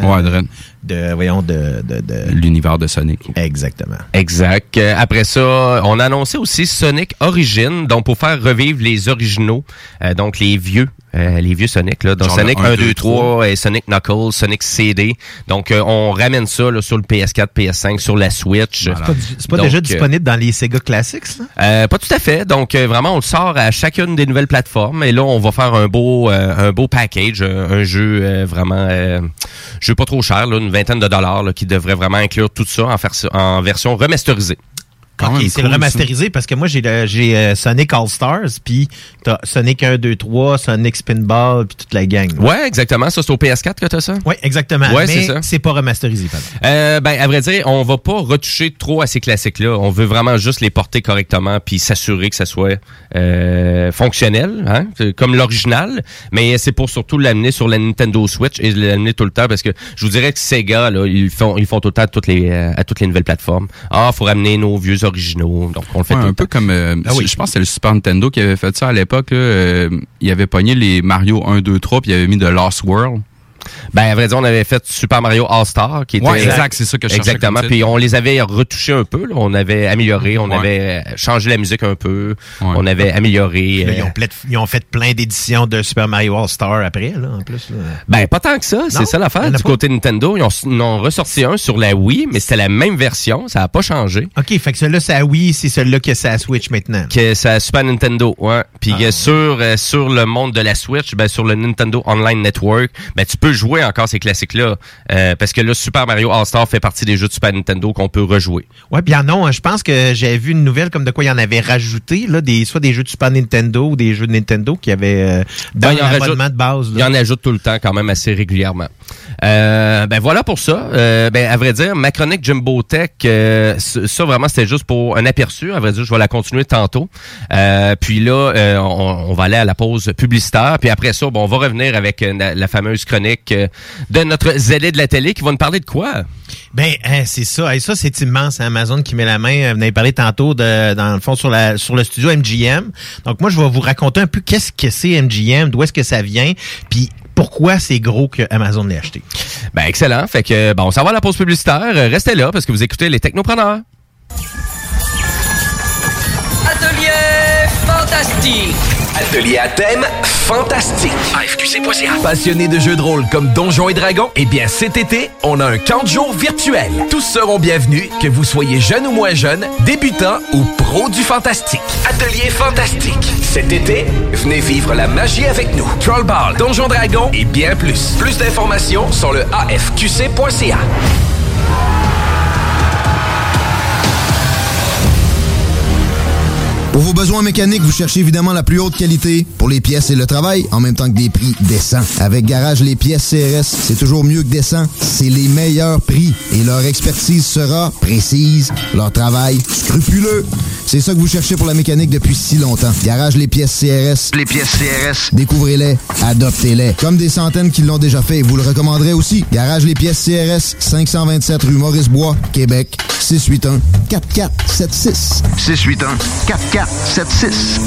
de l'univers de Sonic. Exactement. Exact. Après ça, on a annoncé aussi Sonic Origins, donc pour faire revivre les originaux, donc les vieux Sonic, là, donc Sonic 1, 2, 3 et Sonic Knuckles, Sonic CD. Donc, on ramène ça là, sur le PS4, PS5, sur la Switch. Voilà. C'est pas déjà disponible dans les Sega Classics, là? Pas tout à fait. Donc, vraiment, on le sort à chacune des nouvelles plateformes. Et là, on va faire un beau package, un jeu vraiment... jeu pas trop cher, là, une vingtaine de dollars, là, qui devrait vraiment inclure tout ça en version remasterisée. OK, c'est le remasterisé parce que moi, j'ai Sonic All-Stars, puis t'as Sonic 1, 2, 3, Sonic Spinball, puis toute la gang. Là. Ouais, exactement. Ça, c'est au PS4 que t'as ça? Oui, exactement. Ouais, mais c'est pas remasterisé, à vrai dire, on va pas retoucher trop à ces classiques-là. On veut vraiment juste les porter correctement puis s'assurer que ça soit fonctionnel, hein, comme l'original. Mais c'est pour surtout l'amener sur la Nintendo Switch et l'amener tout le temps parce que je vous dirais que Sega, là, ils font tout le temps à toutes les nouvelles plateformes. Faut ramener nos vieux originaux. Donc, on le fait tout un peu comme... je pense que c'est le Super Nintendo qui avait fait ça à l'époque. Il avait pogné les Mario 1, 2, 3 puis il avait mis de Lost World. À vrai dire, on avait fait Super Mario All-Star qui était... exact, c'est ça que je cherchais. Exactement, puis on les avait retouchés un peu, là. On avait amélioré, on avait changé la musique un peu, on avait amélioré... Là, ils ont fait plein d'éditions de Super Mario All-Star après, là, en plus. Là. Pas tant que ça, c'est ça l'affaire. Du côté Nintendo, ils ont ressorti un sur la Wii, mais c'était la même version, ça n'a pas changé. OK, fait que celui-là, c'est la Wii, c'est celui-là que c'est la Switch maintenant. Que c'est la Super Nintendo, ouais. Puis sur le monde de la Switch, sur le Nintendo Online Network, tu peux jouer encore ces classiques-là. Parce que là, Super Mario All-Star fait partie des jeux de Super Nintendo qu'on peut rejouer. Ouais, bien non, je pense que j'avais vu une nouvelle comme de quoi il y en avait rajouté, là, soit des jeux de Super Nintendo ou des jeux de Nintendo qui avaient dans l'abonnement de base. Il y en ajoute tout le temps quand même assez régulièrement. Voilà pour ça. À vrai dire, ma chronique Jumbo Tech, ça vraiment c'était juste pour un aperçu. À vrai dire, je vais la continuer tantôt. Puis là, on va aller à la pause publicitaire. Puis après ça, on va revenir avec la fameuse chronique de notre zélé de la télé qui va nous parler de quoi? C'est ça. Et ça, c'est immense. Amazon qui met la main. Vous en avez parlé tantôt dans le fond sur le studio MGM. Donc moi, je vais vous raconter un peu qu'est-ce que c'est MGM, d'où est-ce que ça vient, puis pourquoi c'est gros que Amazon l'ait acheté. Excellent. Fait que on s'en va à la pause publicitaire. Restez là parce que vous écoutez les Technopreneurs. Atelier fantastique. Atelier à thème fantastique. AFQC.ca. Passionné de jeux de rôle comme Donjons et Dragons? Eh bien, cet été, on a un camp de jour virtuel. Tous seront bienvenus, que vous soyez jeune ou moins jeune, débutant ou pro du fantastique. Atelier fantastique. Cet été, venez vivre la magie avec nous. Trollball, Donjons Dragons et bien plus. Plus d'informations sur le AFQC.ca. Pour vos besoins mécaniques, vous cherchez évidemment la plus haute qualité pour les pièces et le travail, en même temps que des prix décents. Avec Garage Les Pièces CRS, c'est toujours mieux que décent. C'est les meilleurs prix et leur expertise sera précise, leur travail scrupuleux. C'est ça que vous cherchez pour la mécanique depuis si longtemps. Garage Les Pièces CRS. Les pièces CRS. Découvrez-les, adoptez-les. Comme des centaines qui l'ont déjà fait, vous le recommanderez aussi. Garage Les Pièces CRS, 527 rue Maurice-Bois, Québec, 681-4476. 681-4476.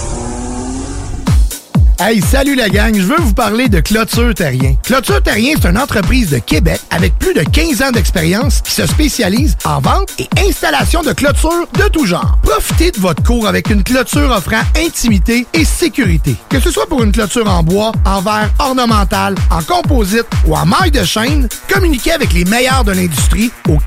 Hey, salut la gang, je veux vous parler de Clôture Terrien. Clôture Terrien, c'est une entreprise de Québec avec plus de 15 ans d'expérience qui se spécialise en vente et installation de clôtures de tout genre. Profitez de votre cour avec une clôture offrant intimité et sécurité. Que ce soit pour une clôture en bois, en verre ornemental, en composite ou en maille de chaîne, communiquez avec les meilleurs de l'industrie au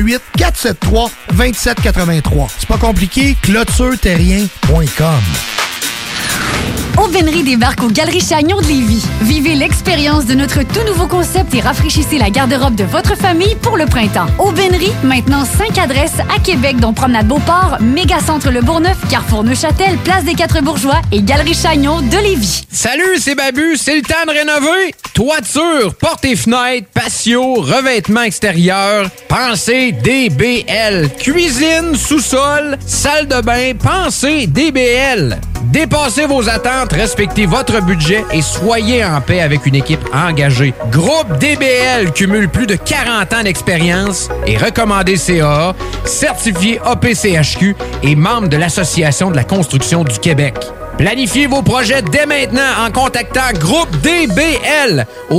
418-473-2783. C'est pas compliqué, clôtureterrien.com. Aubainerie débarque aux Galeries Chagnon de Lévis. Vivez l'expérience de notre tout nouveau concept et rafraîchissez la garde-robe de votre famille pour le printemps. Aubainerie, maintenant 5 adresses à Québec, dont Promenade Beauport, Mégacentre Le Bourgneuf, Carrefour Neuchâtel, Place des Quatre Bourgeois et Galerie Chagnon de Lévis. Salut, c'est Babu, c'est le temps de rénover. Toiture, portes et fenêtres, patio, revêtement extérieur, pensez DBL. Cuisine, sous-sol, salle de bain, pensez DBL. Dépassez vos attentes, respectez votre budget et soyez en paix avec une équipe engagée. Groupe DBL cumule plus de 40 ans d'expérience et recommandé CAA, certifié APCHQ et membre de l'Association de la construction du Québec. Planifiez vos projets dès maintenant en contactant Groupe DBL au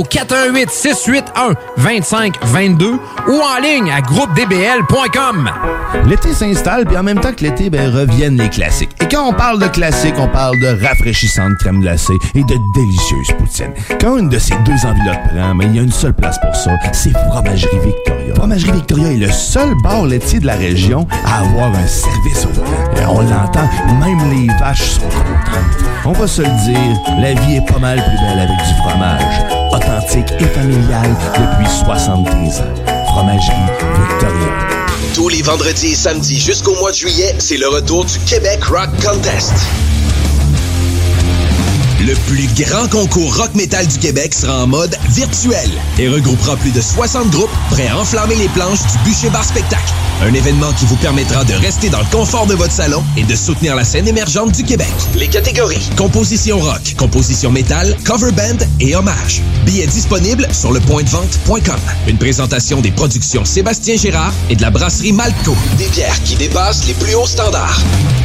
418-681-2522 ou en ligne à groupedbl.com. L'été s'installe, puis en même temps que l'été, reviennent les classiques. Et quand on parle de classiques, on parle de rafraîchissantes crèmes glacées et de délicieuses poutines. Quand une de ces deux enveloppes prend, il y a une seule place pour ça, c'est Fromagerie Victoria. Fromagerie Victoria est le seul bar laitier de la région à avoir un service au volant. On l'entend, même les vaches sont contentes. On va se le dire, la vie est pas mal plus belle avec du fromage. Authentique et familial depuis 73 ans. Fromagerie Victoria. Tous les vendredis et samedis jusqu'au mois de juillet, c'est le retour du Québec Rock Contest. Le plus grand concours rock metal du Québec sera en mode virtuel et regroupera plus de 60 groupes prêts à enflammer les planches du Bûcher Bar Spectacle. Un événement qui vous permettra de rester dans le confort de votre salon et de soutenir la scène émergente du Québec. Les catégories: composition rock, composition métal, cover band et hommage. Billets disponibles sur lepointdevente.com. Une présentation des productions Sébastien Gérard et de la brasserie Maltco. Des bières qui dépassent les plus hauts standards.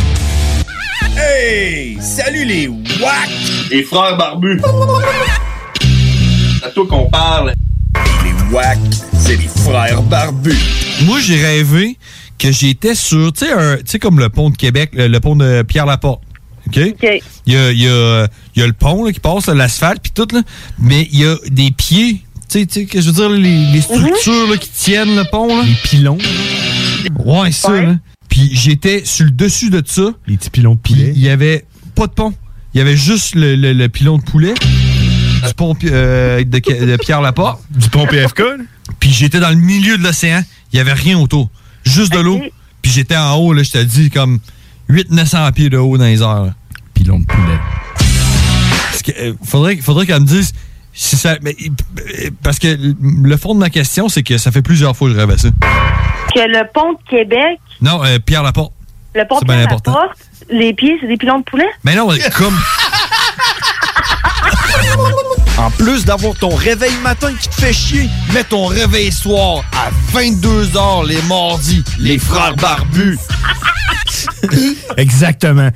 Hey! Salut les WAC! Les frères barbus! C'est à toi qu'on parle. Les WAC, c'est les frères barbus. Moi, j'ai rêvé que j'étais sur, tu sais, comme le pont de Québec, le pont de Pierre-Laporte. OK? Il y a le pont là, qui passe, là, l'asphalte, puis tout, là, mais il y a des pieds, tu sais, que je veux dire, les structures là, qui tiennent le pont. Là. Les pilons. Ouais, ça, là. Puis j'étais sur le dessus de ça. Les petits pilons de poulet. Il y avait pas de pont. Il y avait juste le pilon de poulet. Du pont de Pierre-Laporte. Du pont PFK. Puis j'étais dans le milieu de l'océan. Il y avait rien autour. Juste de l'eau. Puis j'étais en haut, là, je te dis, comme 800-900 pieds de haut dans les airs. Là. Pilon de poulet. Parce que, faudrait qu'elle me dise si ça... Mais, parce que le fond de ma question, c'est que ça fait plusieurs fois que je rêve à ça. Que le pont de Québec... Non, Pierre-Laporte. Le pont de Pierre-Laporte, les pieds, c'est des pilons de poulet? Mais non, comme... En plus d'avoir ton réveil matin qui te fait chier, mets ton réveil soir à 22h les mardis. Les frères barbus. Exactement.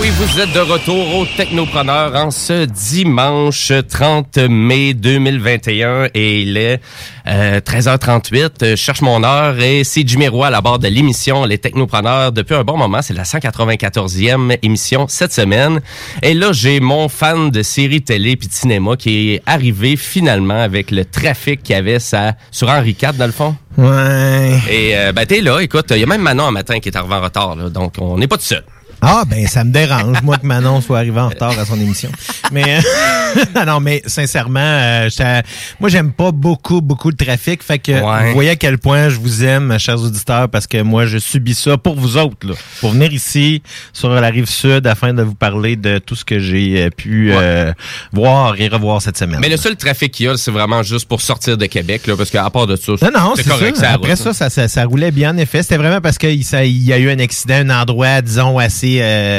oui, vous êtes de retour au Technopreneur en ce dimanche 30 mai 2021 et il est 13h38. Je cherche mon heure et c'est Jimmy Roy à la barre de l'émission Les Technopreneurs depuis un bon moment. C'est la 194e émission cette semaine. Et là, j'ai mon fan de séries télé puis de cinéma qui est arrivé finalement avec le trafic qu'il y avait sur Henri IV dans le fond. Ouais. Et t'es là, écoute, il y a même Manon un matin qui est arrivé en retard, là, donc on n'est pas tout seul. Ah, ben, ça me dérange, moi, que Manon soit arrivé en retard à son émission. Mais, non, mais sincèrement, moi, j'aime pas beaucoup le trafic. Fait que, Vous voyez à quel point je vous aime, chers auditeurs, parce que moi, je subis ça pour vous autres, là. Pour venir ici, sur la Rive-Sud, afin de vous parler de tout ce que j'ai pu voir et revoir cette semaine. Mais le seul trafic qu'il y a, c'est vraiment juste pour sortir de Québec, là, parce qu'à part de ça, c'est correct. Ça. Après ça roulait bien, en effet. C'était vraiment parce qu'il y a eu un accident, un endroit, disons, assez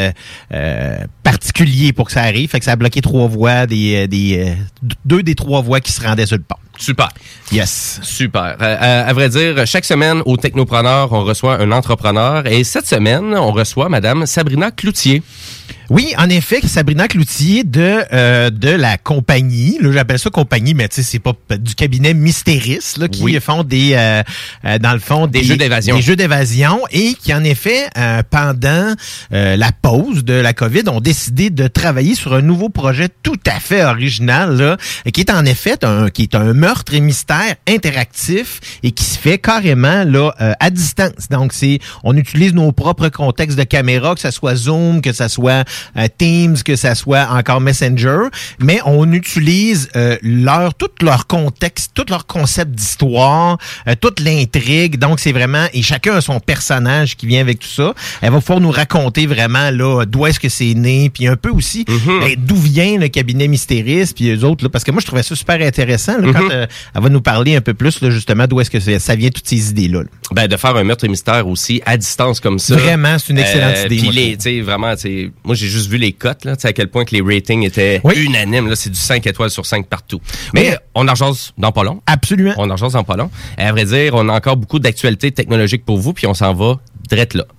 particulier pour que ça arrive. Fait que ça a bloqué 3 voies, deux des 3 voies qui se rendaient sur le pont. Super. Yes. Super. À vrai dire, chaque semaine, au Technopreneur, on reçoit un entrepreneur. Et cette semaine, on reçoit Madame Sabrina Cloutier. Oui, en effet, Sabrina Cloutier de la compagnie, là, j'appelle ça compagnie, mais tu sais, c'est pas du cabinet Mystéris, là, qui font dans le fond, des jeux d'évasion. Des jeux d'évasion et qui, en effet, pendant la pause de la COVID, ont décidé de travailler sur un nouveau projet tout à fait original, là, qui est en effet un meurtre et mystère interactif et qui se fait carrément, là, à distance. Donc, on utilise nos propres contextes de caméra, que ça soit Zoom, que ça soit Teams, que ça soit encore Messenger, mais on utilise tout leur contexte, tout leur concept d'histoire, toute l'intrigue. Donc, c'est vraiment... Et chacun a son personnage qui vient avec tout ça. Elle va pouvoir nous raconter vraiment là d'où est-ce que c'est né, puis un peu aussi d'où vient le cabinet Mystéris, puis eux autres, là, parce que moi, je trouvais ça super intéressant là, quand elle va nous parler un peu plus, là, justement, d'où est-ce que ça vient, toutes ces idées-là. Ben, de faire un meurtre et mystère aussi à distance comme ça. Vraiment, c'est une excellente idée. Puis moi, j'ai juste vu les cotes, là, à quel point que les ratings étaient unanimes. Là, c'est du 5 étoiles sur 5 partout. Mais on en jase dans pas long. Absolument. On en jase dans pas long. Et à vrai dire, on a encore beaucoup d'actualités technologiques pour vous, puis on s'en va direct là.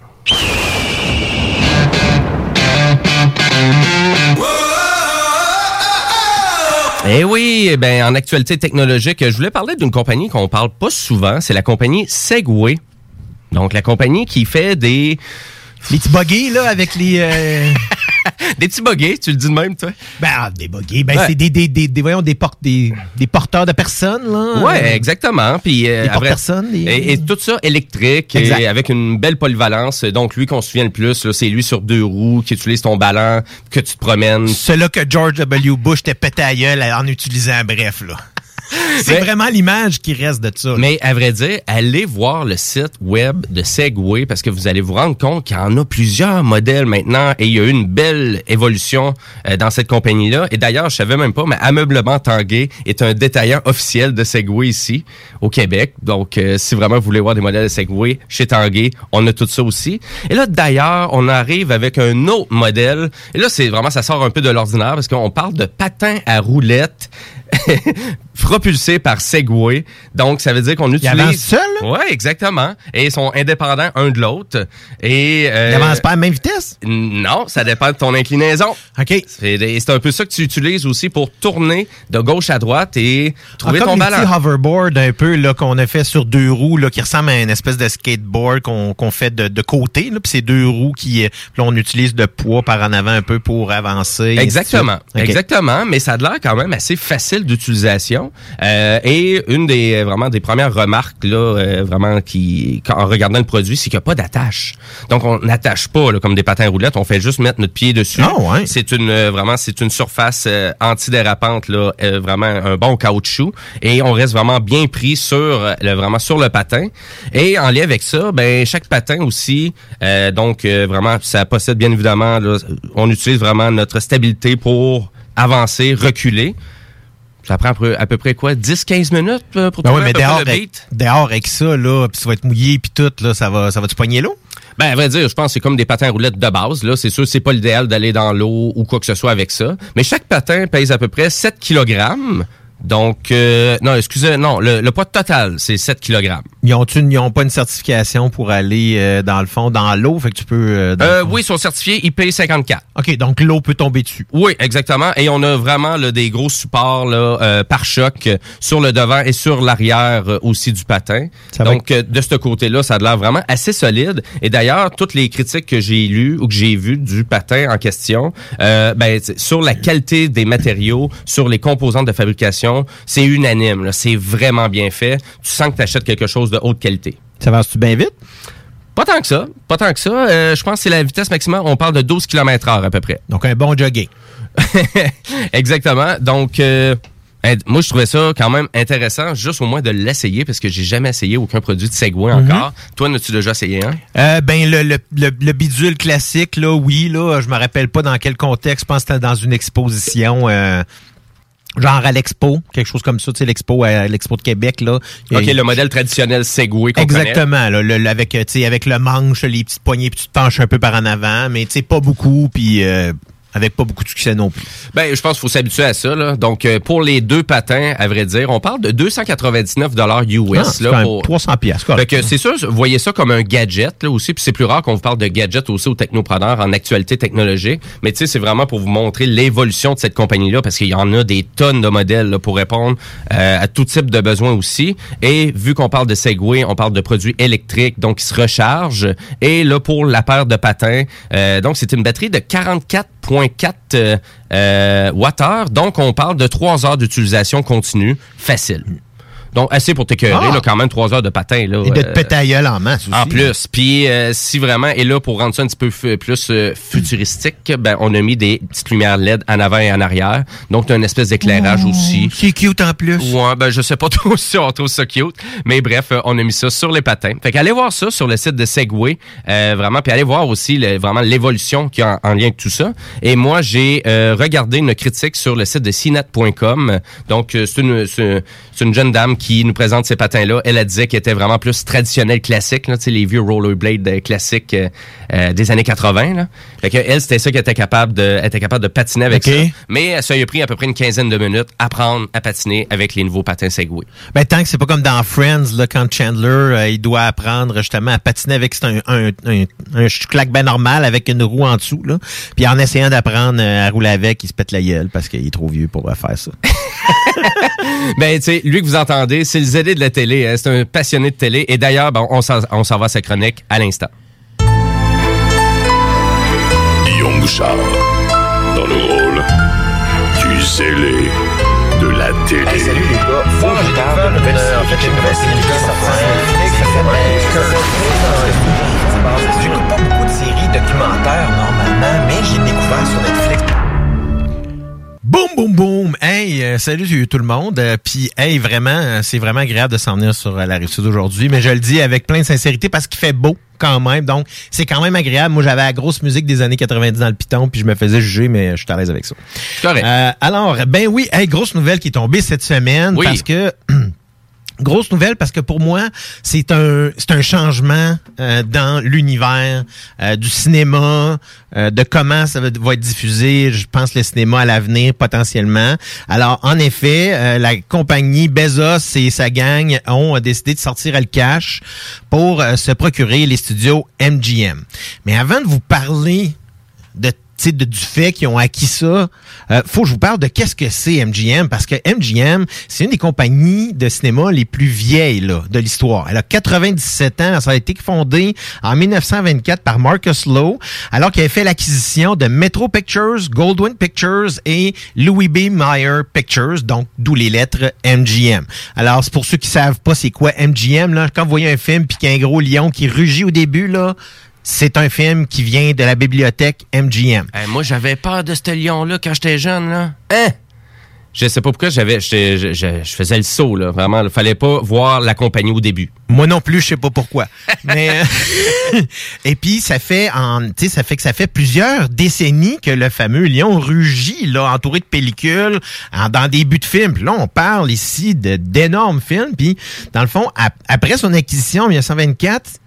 Eh oui, en actualité technologique, je voulais parler d'une compagnie qu'on parle pas souvent, c'est la compagnie Segway. Donc, la compagnie qui fait des petits buggies, là, avec les... Des petits buggies, tu le dis de même, toi? Des buggies. C'est des porteurs de personnes, là. Ouais, exactement. Puis, des porte-personnes. Et tout ça électrique, et avec une belle polyvalence. Donc, lui qu'on se souvient le plus, là, c'est lui sur 2 roues, qui utilise ton ballon, que tu te promènes. Celui que George W. Bush t'est pété à gueule en utilisant un bref, là. C'est vraiment l'image qui reste de ça. Mais à vrai dire, allez voir le site web de Segway parce que vous allez vous rendre compte qu'il y en a plusieurs modèles maintenant et il y a eu une belle évolution dans cette compagnie-là. Et d'ailleurs, je savais même pas, mais Ameublement Tanguay est un détaillant officiel de Segway ici au Québec. Donc, si vraiment vous voulez voir des modèles de Segway chez Tanguay, on a tout ça aussi. Et là, d'ailleurs, on arrive avec un autre modèle. Et là, c'est vraiment, ça sort un peu de l'ordinaire parce qu'on parle de patins à roulettes propulsés par Segway. Donc, ça veut dire qu'on utilise... Ils avancent seuls? Oui, exactement. Et ils sont indépendants un de l'autre. Et, ils avancent pas à la même vitesse? Non, ça dépend de ton inclinaison. OK. C'est un peu ça que tu utilises aussi pour tourner de gauche à droite et trouver ton ballon. Comme les petits hoverboard un peu là qu'on a fait sur 2 roues là, qui ressemble à une espèce de skateboard qu'on fait de côté. Puis c'est 2 roues qui... Là, on utilise de poids par en avant un peu pour avancer. Exactement. Okay. Exactement. Mais ça a l'air quand même assez facile d'utilisation. Et une des premières remarques là, vraiment en regardant le produit, c'est qu'il n'y a pas d'attache. Donc on n'attache pas là, comme des patins à roulettes, on fait juste mettre notre pied dessus. Oh, ouais. C'est une surface antidérapante là, vraiment un bon caoutchouc et on reste vraiment bien pris sur le patin. Et en lien avec ça, chaque patin aussi vraiment ça possède bien évidemment là, on utilise vraiment notre stabilité pour avancer, reculer. Ça prend à peu près quoi? 10-15 minutes pour trouver un peu le beat? Dehors avec ça, là, puis ça va être mouillé, puis tout, là, ça va-tu pogner l'eau? À vrai dire, je pense que c'est comme des patins à roulettes de base. Là, c'est sûr, c'est pas l'idéal d'aller dans l'eau ou quoi que ce soit avec ça. Mais chaque patin pèse à peu près 7 kg. Donc, le poids total, c'est 7 kg. Ils n'ont pas une certification pour aller, dans le fond, dans l'eau, fait que tu peux... Oui, ils sont certifiés IP54. OK, donc l'eau peut tomber dessus. Oui, exactement. Et on a vraiment là, des gros supports là, pare-choc sur le devant et sur l'arrière aussi du patin. Donc, de ce côté-là, ça a l'air vraiment assez solide. Et d'ailleurs, toutes les critiques que j'ai lues ou que j'ai vues du patin en question, sur la qualité des matériaux, sur les composantes de fabrication, c'est unanime. Là. C'est vraiment bien fait. Tu sens que tu achètes quelque chose de haute qualité. Ça avance-tu bien vite? Pas tant que ça. Je pense que c'est la vitesse maximum. On parle de 12 km/h à peu près. Donc, un bon jogging. Exactement. Donc, moi, je trouvais ça quand même intéressant, juste au moins de l'essayer, parce que j'ai jamais essayé aucun produit de Segway encore. Toi, n'as-tu déjà essayé un? Le bidule classique, là, oui, là, je me rappelle pas dans quel contexte. Je pense que c'était dans une exposition... genre à l'Expo, quelque chose comme ça, tu sais, l'Expo de Québec, là. OK, le modèle traditionnel Segway qu'on exactement, là, avec le manche, les petites poignées, puis tu te penches un peu par en avant, mais tu sais, pas beaucoup, puis... avec pas beaucoup de succès non plus. Je pense qu'il faut s'habituer à ça, là. Donc, pour les deux patins, à vrai dire, on parle de 299 $ US. Là, pour 300 pièces. Fait que c'est sûr, vous voyez ça comme un gadget, là, aussi. Puis c'est plus rare qu'on vous parle de gadget aussi aux technopreneurs en actualité technologique. Mais tu sais, c'est vraiment pour vous montrer l'évolution de cette compagnie-là, parce qu'il y en a des tonnes de modèles, là, pour répondre à tout type de besoins aussi. Et vu qu'on parle de Segway, on parle de produits électriques, donc qui se rechargent. Et là, pour la paire de patins, donc c'est une batterie de 44,4 watts-heure. Donc, on parle de 3 heures d'utilisation continue facile. Donc, assez pour t'écœurer, là, quand même, 3 heures de patin. Là, et de te péter à gueule en masse aussi. En plus. Puis, si vraiment, et là, pour rendre ça un petit peu plus futuristique, on a mis des petites lumières LED en avant et en arrière. Donc, t'as une espèce d'éclairage aussi. C'est cute en plus. Ouais, je sais pas trop si on trouve ça cute. Mais bref, on a mis ça sur les patins. Fait qu'allez voir ça sur le site de Segway. Vraiment. Puis, allez voir aussi vraiment l'évolution qu'il y a en lien avec tout ça. Et moi, j'ai regardé une critique sur le site de CNET.com. Donc, c'est une jeune dame qui nous présente ces patins-là. Elle a dit qu'elle était vraiment plus traditionnelle, classique, là, tu sais, les vieux rollerblades classiques des années 80. Là. Fait que elle, c'était ça qu'elle était capable de patiner avec ça. Mais ça lui a pris à peu près une quinzaine de minutes apprendre à patiner avec les nouveaux patins Segway. Tant que c'est pas comme dans Friends, là, quand Chandler, il doit apprendre justement à patiner avec un claque ben normal avec une roue en dessous, là. Puis en essayant d'apprendre à rouler avec, il se pète la gueule parce qu'il est trop vieux pour faire ça. Tu sais, lui que vous entendez, c'est le zélé de la télé. Hein? C'est un passionné de télé. Et d'ailleurs, on s'en va à sa chronique à l'instant. Guillaume Bouchard, dans le rôle du zélé de la télé. Hey, salut les gars. J'ai une nouvelle série qui sort sur Netflix. J'écoute pas beaucoup de séries documentaires normalement, mais j'ai découvert sur Netflix. Boum, boum, boum! Hey, salut tout le monde. Puis, hey, vraiment, c'est vraiment agréable de s'en venir sur la Rive-Sud aujourd'hui. Mais je le dis avec plein de sincérité parce qu'il fait beau quand même. Donc, c'est quand même agréable. Moi, j'avais la grosse musique des années 90 dans le piton, puis je me faisais juger, mais je suis à l'aise avec ça. Correct. Alors, oui, hey, grosse nouvelle qui est tombée cette semaine parce que... Grosse nouvelle parce que pour moi, c'est un changement dans l'univers du cinéma, de comment ça va être diffusé, je pense, le cinéma à l'avenir potentiellement. Alors, en effet, la compagnie Bezos et sa gang ont décidé de sortir le cash pour se procurer les studios MGM. Mais avant de vous parler du fait qu'ils ont acquis ça, faut que je vous parle de qu'est-ce que c'est MGM, parce que MGM, c'est une des compagnies de cinéma les plus vieilles là, de l'histoire. Elle a 97 ans, ça a été fondé en 1924 par Marcus Lowe, alors qu'il avait fait l'acquisition de Metro Pictures, Goldwyn Pictures et Louis B. Mayer Pictures, donc d'où les lettres MGM. Alors, c'est pour ceux qui savent pas c'est quoi MGM, là, quand vous voyez un film puis qu'il y a un gros lion qui rugit au début, là, c'est un film qui vient de la bibliothèque MGM. Moi, j'avais peur de ce lion-là quand j'étais jeune, là. Hein? Je sais pas pourquoi je faisais le saut, là. Vraiment, il fallait pas voir la compagnie au début. Moi non plus, je sais pas pourquoi. Mais et puis ça fait plusieurs décennies que le fameux lion rugit, là, entouré de pellicules, dans des buts de films. Puis là, on parle ici d'énormes films. Puis dans le fond, après son acquisition en 1924,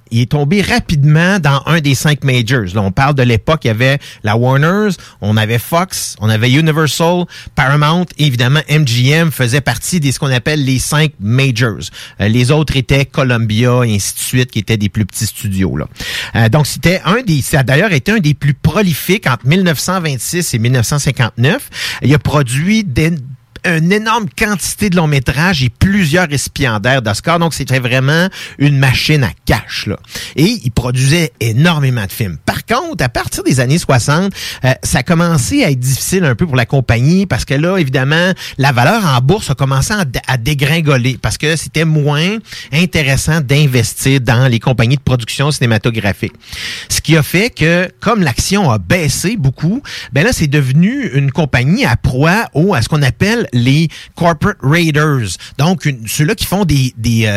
il est tombé rapidement dans un des 5 majors. Là, on parle de l'époque, il y avait la Warner, on avait Fox, on avait Universal, Paramount, et évidemment MGM faisait partie de ce qu'on appelle les 5 majors. Les autres étaient Columbia et ainsi de suite, qui étaient des plus petits studios. Là. Donc, ça a d'ailleurs été un des plus prolifiques entre 1926 et 1959. Il a produit une énorme quantité de longs métrages et plusieurs récipiendaires d'Oscar. Donc, c'était vraiment une machine à cash, là. Et il produisait énormément de films. Par contre, à partir des années 60, ça a commencé à être difficile un peu pour la compagnie parce que là, évidemment, la valeur en bourse a commencé à dégringoler parce que c'était moins intéressant d'investir dans les compagnies de production cinématographique. Ce qui a fait que, comme l'action a baissé beaucoup, ben là, c'est devenu une compagnie à proie à ce qu'on appelle les corporate raiders. Donc, ceux-là qui font qui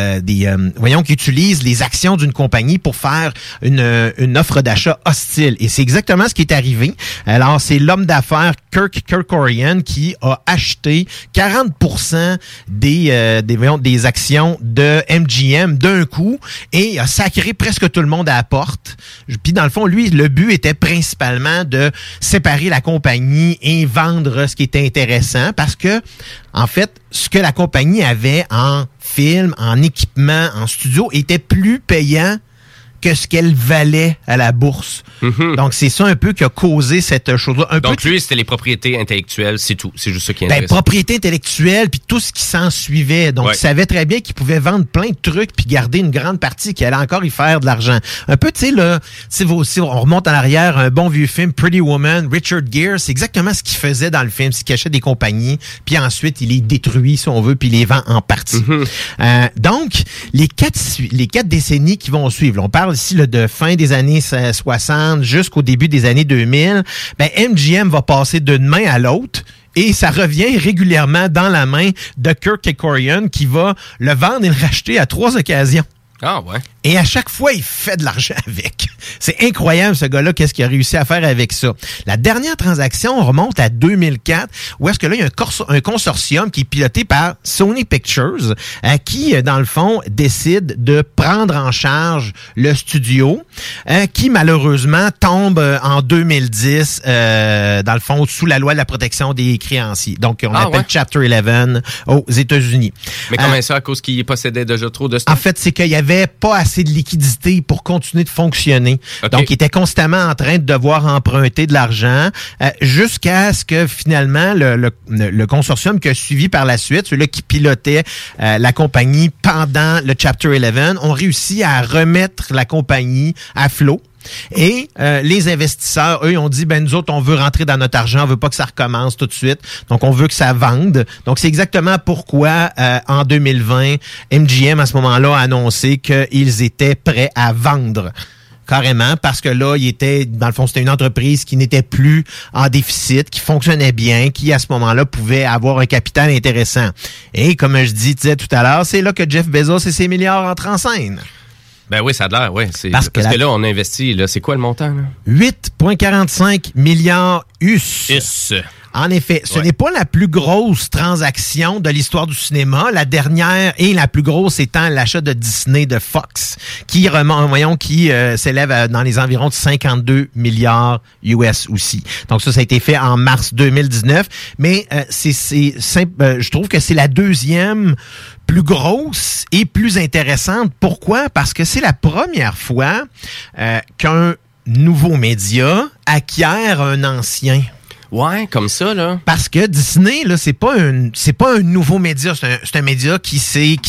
utilisent les actions d'une compagnie pour faire une offre d'achat hostile. Et c'est exactement ce qui est arrivé. Alors, c'est l'homme d'affaires Kirk Kerkorian qui a acheté 40% des actions de MGM d'un coup et a sacré presque tout le monde à la porte. Puis, dans le fond, lui, le but était principalement de séparer la compagnie et vendre ce qui était intéressant parce que en fait, ce que la compagnie avait en film, en équipement, en studio était plus payant que ce qu'elle valait à la bourse. Mm-hmm. Donc, c'est ça un peu qui a causé cette chose-là. Donc, lui, c'était les propriétés intellectuelles, c'est tout. C'est juste ça qui est intéressant. Propriété intellectuelle, puis tout ce qui s'en suivait. Donc, il savait très bien qu'il pouvait vendre plein de trucs puis garder une grande partie qui allait encore y faire de l'argent. Un peu, tu sais, là, si on remonte en arrière, un bon vieux film, Pretty Woman, Richard Gere, c'est exactement ce qu'il faisait dans le film. C'est qu'il cachait des compagnies, puis ensuite, il les détruit, si on veut, puis il les vend en partie. Mm-hmm. Donc, les 4 décennies qui vont suivre, là, on parle ici là, de fin des années 60 jusqu'au début des années 2000, ben MGM va passer d'une main à l'autre et ça revient régulièrement dans la main de Kirk Kerkorian qui va le vendre et le racheter à 3 occasions. Ah ouais. Et à chaque fois, il fait de l'argent avec. C'est incroyable, ce gars-là, qu'est-ce qu'il a réussi à faire avec ça. La dernière transaction remonte à 2004, où est-ce que là, il y a un consortium qui est piloté par Sony Pictures, qui, dans le fond, décide de prendre en charge le studio, qui, malheureusement, tombe en 2010, dans le fond, sous la loi de la protection des créanciers. Donc, on appelle Chapter 11 aux États-Unis. Mais comment ça, à cause qu'il possédait déjà trop de stock? En fait, c'est qu'il y avait pas assez de liquidité pour continuer de fonctionner. Okay. Donc, il était constamment en train de devoir emprunter de l'argent jusqu'à ce que finalement le consortium qui a suivi par la suite, ceux-là qui pilotaient la compagnie pendant le Chapter 11, ont réussi à remettre la compagnie à flot. Et les investisseurs, eux, ont dit, nous autres, on veut rentrer dans notre argent, on veut pas que ça recommence tout de suite, donc on veut que ça vende. Donc, c'est exactement pourquoi, en 2020, MGM, à ce moment-là, a annoncé qu'ils étaient prêts à vendre. Carrément, parce que là, dans le fond, c'était une entreprise qui n'était plus en déficit, qui fonctionnait bien, qui, à ce moment-là, pouvait avoir un capital intéressant. Et, comme je disais tout à l'heure, c'est là que Jeff Bezos et ses milliards entrent en scène. Ben oui, ça a l'air, oui. Parce que là, on investit, là, c'est quoi le montant, là? 8,45 milliards US. En effet, ce n'est pas la plus grosse transaction de l'histoire du cinéma. La dernière et la plus grosse étant l'achat de Disney de Fox, qui s'élève dans les environs de 52 milliards US aussi. Donc ça a été fait en mars 2019. Mais je trouve que c'est la deuxième plus grosse et plus intéressante. Pourquoi? Parce que c'est la première fois qu'un nouveau média acquiert un ancien. Ouais, comme ça, là. Parce que Disney, là, c'est pas un nouveau média, c'est un média qui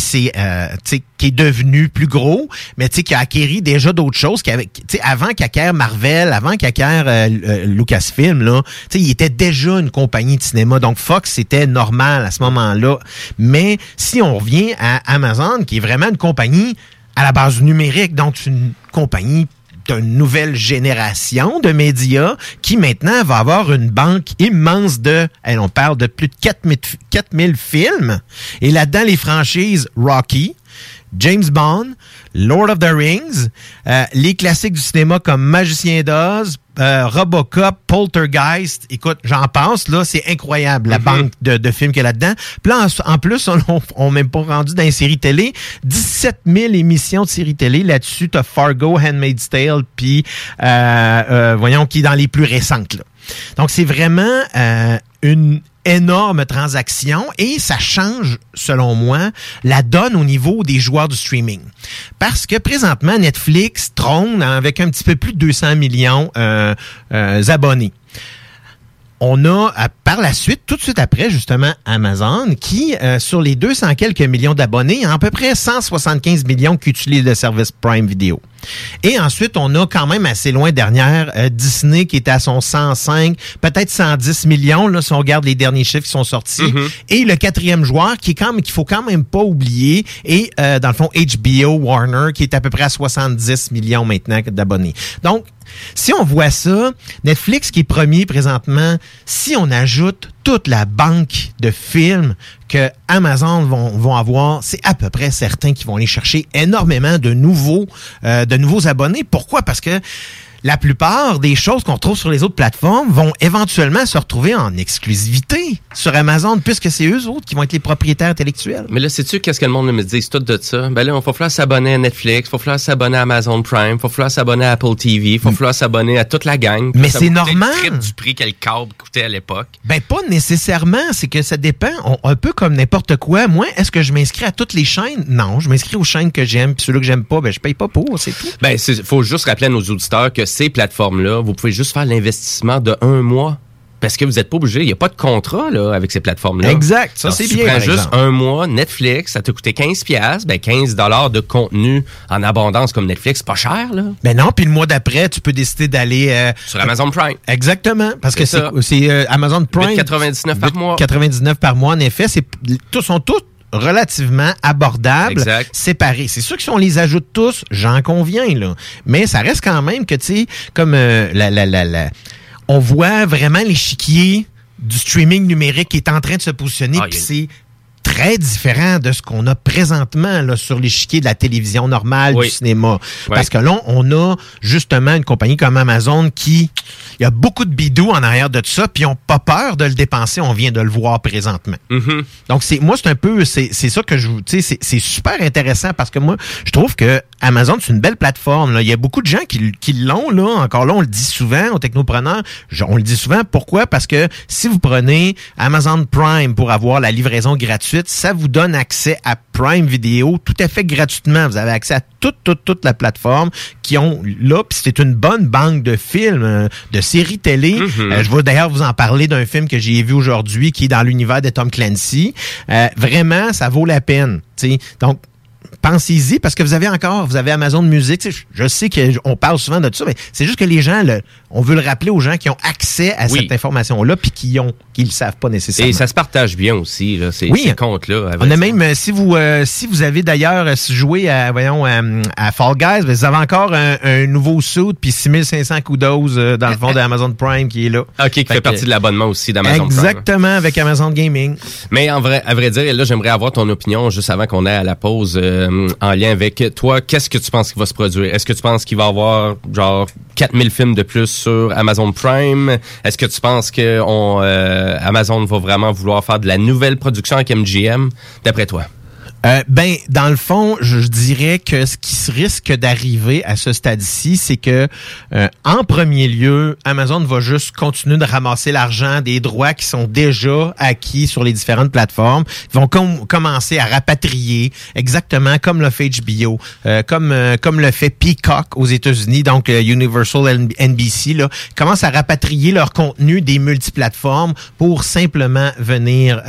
est devenu plus gros, mais qui a acquéri déjà d'autres choses, avant qu'il acquiert Marvel, avant qu'il acquiert Lucasfilm, là, il était déjà une compagnie de cinéma. Donc Fox, c'était normal à ce moment-là. Mais si on revient à Amazon, qui est vraiment une compagnie à la base numérique, donc c'est une compagnie d'une nouvelle génération de médias qui maintenant va avoir une banque immense on parle de plus de 4000 films. Et là-dedans, les franchises Rocky, James Bond, Lord of the Rings, les classiques du cinéma comme Magicien d'Oz, Robocop, Poltergeist. Écoute, j'en passe, là, c'est incroyable, la banque de films qu'il y a là-dedans. Puis là, en plus, on n'est même pas rendu dans les séries télé. 17 000 émissions de séries télé. Là-dessus, t'as Fargo, Handmaid's Tale, puis voyons, qui est dans les plus récentes, là. Donc, c'est vraiment une énorme transaction et ça change, selon moi, la donne au niveau des joueurs du streaming. Parce que présentement, Netflix trône avec un petit peu plus de 200 millions d'abonnés. On a, par la suite, tout de suite après, justement, Amazon, qui, sur les 200 quelques millions d'abonnés, a à peu près 175 millions qui utilisent le service Prime Video. Et ensuite, on a quand même assez loin dernière Disney qui était à son 105, peut-être 110 millions, là, si on regarde les derniers chiffres qui sont sortis. Et le quatrième joueur, qu'il faut quand même pas oublier, et dans le fond, HBO Warner, qui est à peu près à 70 millions maintenant d'abonnés. Donc, si on voit ça, Netflix qui est premier présentement, si on ajoute toute la banque de films que Amazon vont avoir, c'est à peu près certain qu'ils vont aller chercher énormément de nouveaux abonnés. Pourquoi? Parce que la plupart des choses qu'on trouve sur les autres plateformes vont éventuellement se retrouver en exclusivité sur Amazon, puisque c'est eux autres qui vont être les propriétaires intellectuels. Mais là, sais-tu qu'est-ce que le monde me dit tout de ça? Ben là, il va falloir s'abonner à Netflix, il va falloir s'abonner à Amazon Prime, il va falloir s'abonner à Apple TV, il va falloir s'abonner à toute la gang. Mais c'est normal. Le triple du prix que le câble coûtait à l'époque. Ben pas nécessairement, c'est que ça dépend, un peu comme n'importe quoi. Moi, est-ce que je m'inscris à toutes les chaînes? Non, je m'inscris aux chaînes que j'aime, puis ceux-là que j'aime pas, ben je paye pas pour, c'est tout. Ben, faut juste rappeler à nos auditeurs que ces plateformes-là, vous pouvez juste faire l'investissement de 1 mois. Parce que vous n'êtes pas obligé, il n'y a pas de contrat là, avec ces plateformes-là. Exact, ça. Donc, c'est bien. Tu prends juste 1 mois, Netflix, ça t'a coûté 15$, ben 15$ de contenu en abondance comme Netflix, c'est pas cher, là. Ben non, puis le mois d'après, tu peux décider d'aller... sur Amazon Prime. Exactement, parce que c'est Amazon Prime. 8,99 par mois. 8,99 par mois, en effet. Sont tous relativement abordables, séparés. C'est sûr que si on les ajoute tous, j'en conviens, là. Mais ça reste quand même que, tu sais, comme on voit vraiment l'échiquier du streaming numérique qui est en train de se positionner, puis c'est très différent de ce qu'on a présentement là, sur l'échiquier de la télévision normale, du cinéma. Parce que là, on a justement une compagnie comme Amazon qui... Il y a beaucoup de bidous en arrière de tout ça, puis ils n'ont pas peur de le dépenser. On vient de le voir présentement. Donc, moi, c'est un peu... C'est ça que je... Tu sais, c'est super intéressant parce que moi, je trouve que Amazon, c'est une belle plateforme. Là. Il y a beaucoup de gens qui l'ont, là. Encore là, on le dit souvent aux technopreneurs. On le dit souvent. Pourquoi? Parce que si vous prenez Amazon Prime pour avoir la livraison gratuite, ça vous donne accès à Prime Video tout à fait gratuitement. Vous avez accès à toute la plateforme qui ont là, puis c'est une bonne banque de films, de séries télé. Je vais d'ailleurs vous en parler d'un film que j'ai vu aujourd'hui qui est dans l'univers de Tom Clancy. Vraiment, ça vaut la peine. T'sais. Donc, pensez-y parce que vous avez Amazon Music. Je sais qu'on parle souvent de ça, mais c'est juste que les gens, on veut le rappeler aux gens qui ont accès à cette information-là puis qui le savent pas nécessairement. Et ça se partage bien aussi, là, ces comptes-là. On a même, si vous avez d'ailleurs joué à Fall Guys, vous avez encore un nouveau suit puis 6500 kudos dans le fond d'Amazon Prime qui est là. OK, qui fait partie de l'abonnement aussi d'Amazon Prime. Exactement, avec Amazon Gaming. Mais à vrai dire, là, j'aimerais avoir ton opinion juste avant qu'on aille à la pause en lien avec toi. Qu'est-ce que tu penses qu'il va se produire? Est-ce que tu penses qu'il va y avoir genre 4000 films de plus sur Amazon Prime? Est-ce que tu penses que Amazon va vraiment vouloir faire de la nouvelle production avec MGM? D'après toi? Dans le fond, je dirais que ce qui risque d'arriver à ce stade-ci, c'est que, en premier lieu, Amazon va juste continuer de ramasser l'argent des droits qui sont déjà acquis sur les différentes plateformes. Ils vont commencer à rapatrier, exactement comme le fait HBO, comme le fait Peacock aux États-Unis, donc Universal NBC, là, commencent à rapatrier leur contenu des multiplateformes pour simplement venir,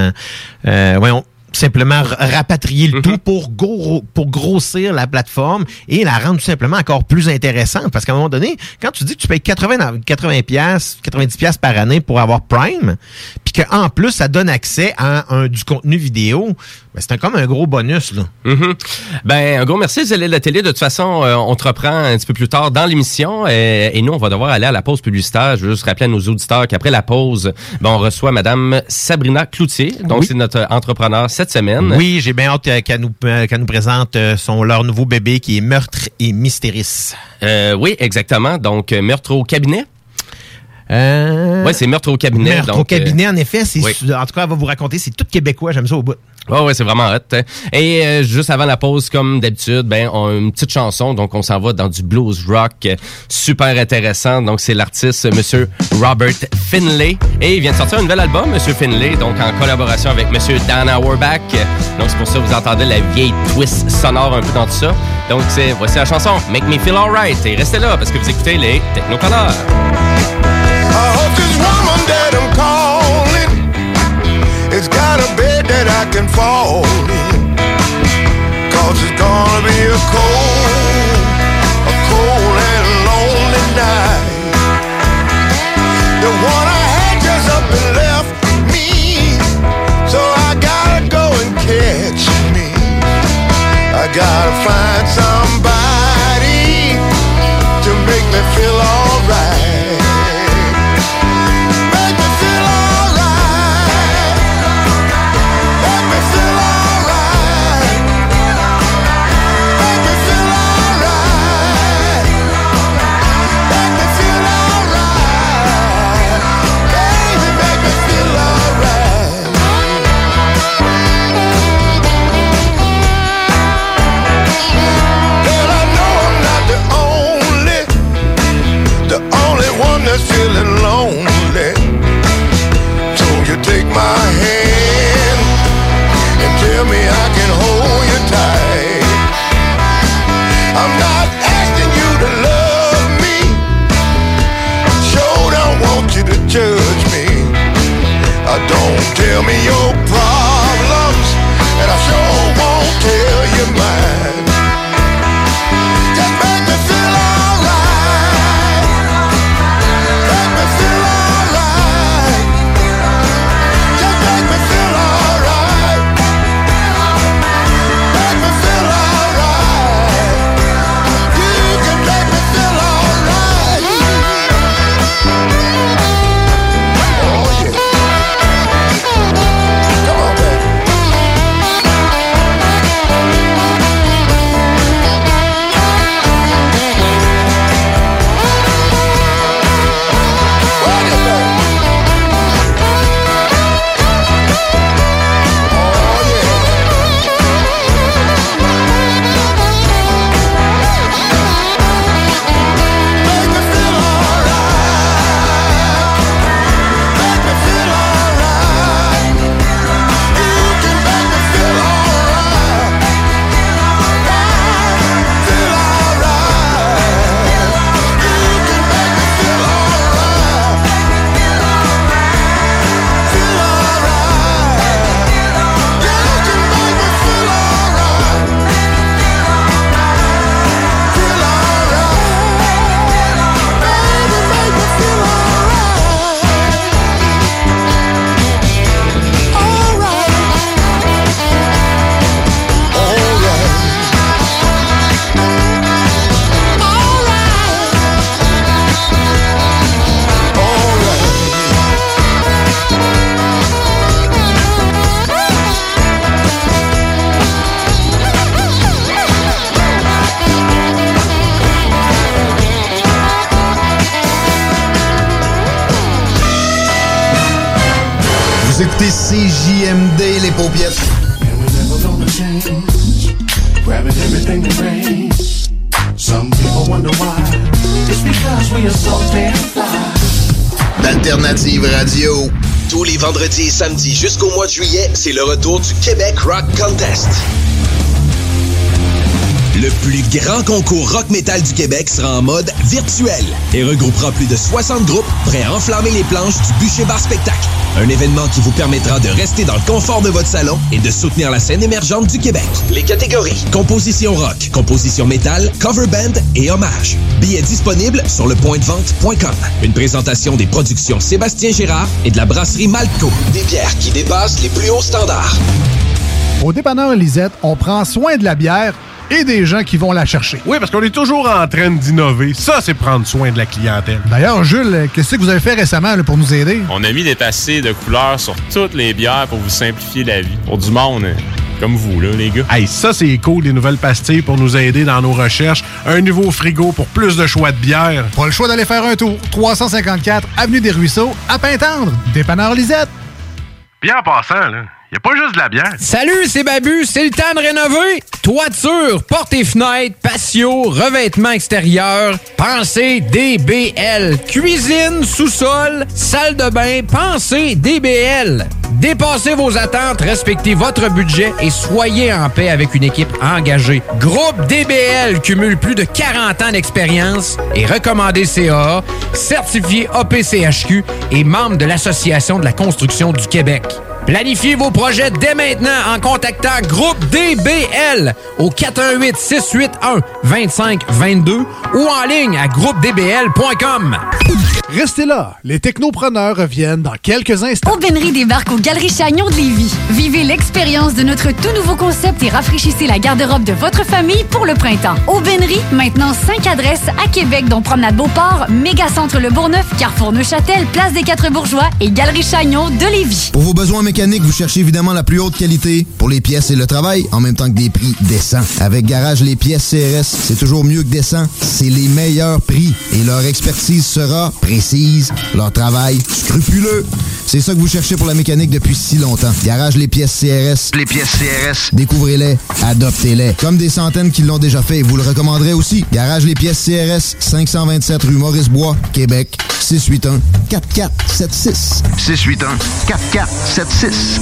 simplement rapatrier le tout pour grossir la plateforme et la rendre tout simplement encore plus intéressante. Parce qu'à un moment donné, quand tu dis que tu payes 90$ par année pour avoir Prime, puis qu'en plus, ça donne accès à du contenu vidéo. Ben, c'est comme un gros bonus, là. Ben, un gros merci, Zélé la télé. De toute façon, on te reprend un petit peu plus tard dans l'émission et nous, on va devoir aller à la pause publicitaire. Je veux juste rappeler à nos auditeurs qu'après la pause, ben, on reçoit Madame Sabrina Cloutier. Donc, c'est notre entrepreneur cette semaine. Oui, j'ai bien hâte qu'elle nous présente leur nouveau bébé qui est Meurtre et Mystéris. Oui, exactement. Donc, Meurtre au cabinet. Oui, c'est Meurtre au cabinet. Meurtre au cabinet, en effet. En tout cas, elle va vous raconter, c'est tout québécois. J'aime ça au bout. Ouais, c'est vraiment hot. Et juste avant la pause, comme d'habitude, ben on a une petite chanson, donc on s'en va dans du blues rock super intéressant. Donc c'est l'artiste Monsieur Robert Finlay et il vient de sortir un nouvel album, Monsieur Finlay, donc en collaboration avec Monsieur Dan Auerbach. Donc c'est pour ça que vous entendez la vieille twist sonore un peu dans tout ça. Donc voici la chanson Make Me Feel Alright et restez là parce que vous écoutez les Technopreneurs. I hope this woman that I'm calling has got a bed that I can fall in. 'Cause it's gonna be a cold and lonely night. The one I had just up and left me, so I gotta go and catch me. I gotta find somebody to make me feel alright. Feeling lonely, so you take my hand and tell me I can hold you tight. I'm not asking you to love me, sure don't want you to judge me. Don't tell me your problems, and I sure won't tell you mine. Just make me feel alright. Make me feel alright. Just make me feel alright. Make me feel alright. You can make me feel alright. Oh yeah. Come on, baby. Vous écoutez CJMD, les paupiètes. Grabbing everything that rains. Some people wonder why. It's because we are so damn fly. D'Alternative Radio. Tous les vendredis et samedis jusqu'au mois de juillet, c'est le retour du Québec Rock Contest. Le plus grand concours rock metal du Québec sera en mode virtuel et regroupera plus de 60 groupes prêts à enflammer les planches du Bûcher Bar Spectacle. Un événement qui vous permettra de rester dans le confort de votre salon et de soutenir la scène émergente du Québec. Les catégories: composition rock, composition métal, cover band et hommage. Billets disponibles sur lepointdevente.com. Une présentation des productions Sébastien Gérard et de la brasserie Malco. Des bières qui dépassent les plus hauts standards. Au dépanneur Lisette, on prend soin de la bière et des gens qui vont la chercher. Oui, parce qu'on est toujours en train d'innover. Ça, c'est prendre soin de la clientèle. D'ailleurs, Jules, qu'est-ce que vous avez fait récemment là, pour nous aider? On a mis des passés de couleurs sur toutes les bières pour vous simplifier la vie. Pour du monde comme vous, là, les gars. Hey, ça, c'est cool, les nouvelles pastilles pour nous aider dans nos recherches. Un nouveau frigo pour plus de choix de bière. Pas le choix d'aller faire un tour. 354 Avenue des Ruisseaux, à Pintendre. Dépanneur Lisette. Puis en passant, là, y a pas juste de la bière. Salut, c'est Babu, c'est le temps de rénover. Toiture, portes et fenêtres, patio, revêtement extérieur, pensez DBL. Cuisine, sous-sol, salle de bain, pensez DBL. Dépassez vos attentes, respectez votre budget et soyez en paix avec une équipe engagée. Groupe DBL cumule plus de 40 ans d'expérience et recommandé CAA, certifié APCHQ et membre de l'Association de la construction du Québec. Planifiez vos projets dès maintenant en contactant Groupe DBL au 418-681-2522 ou en ligne à groupedbl.com. Restez là, les technopreneurs reviennent dans quelques instants. Aubainerie débarque aux Galeries Chagnon de Lévis. Vivez l'expérience de notre tout nouveau concept et rafraîchissez la garde-robe de votre famille pour le printemps. Aubainerie, maintenant 5 adresses à Québec, dont Promenade Beauport, Mégacentre Le Bourgneuf, Carrefour Neuchâtel, Place des Quatre Bourgeois et Galerie Chagnon de Lévis. Pour vos besoins mécaniques, vous cherchez évidemment la plus haute qualité pour les pièces et le travail, en même temps que des prix décents. Avec Garage Les Pièces CRS, c'est toujours mieux que décent. C'est les meilleurs prix et leur expertise sera précise, leur travail scrupuleux. C'est ça que vous cherchez pour la mécanique depuis si longtemps. Garage Les Pièces CRS. Les pièces CRS. Découvrez-les, adoptez-les. Comme des centaines qui l'ont déjà fait, vous le recommanderez aussi. Garage Les Pièces CRS, 527 rue Maurice-Bois, Québec, 681-4476. 681-4476.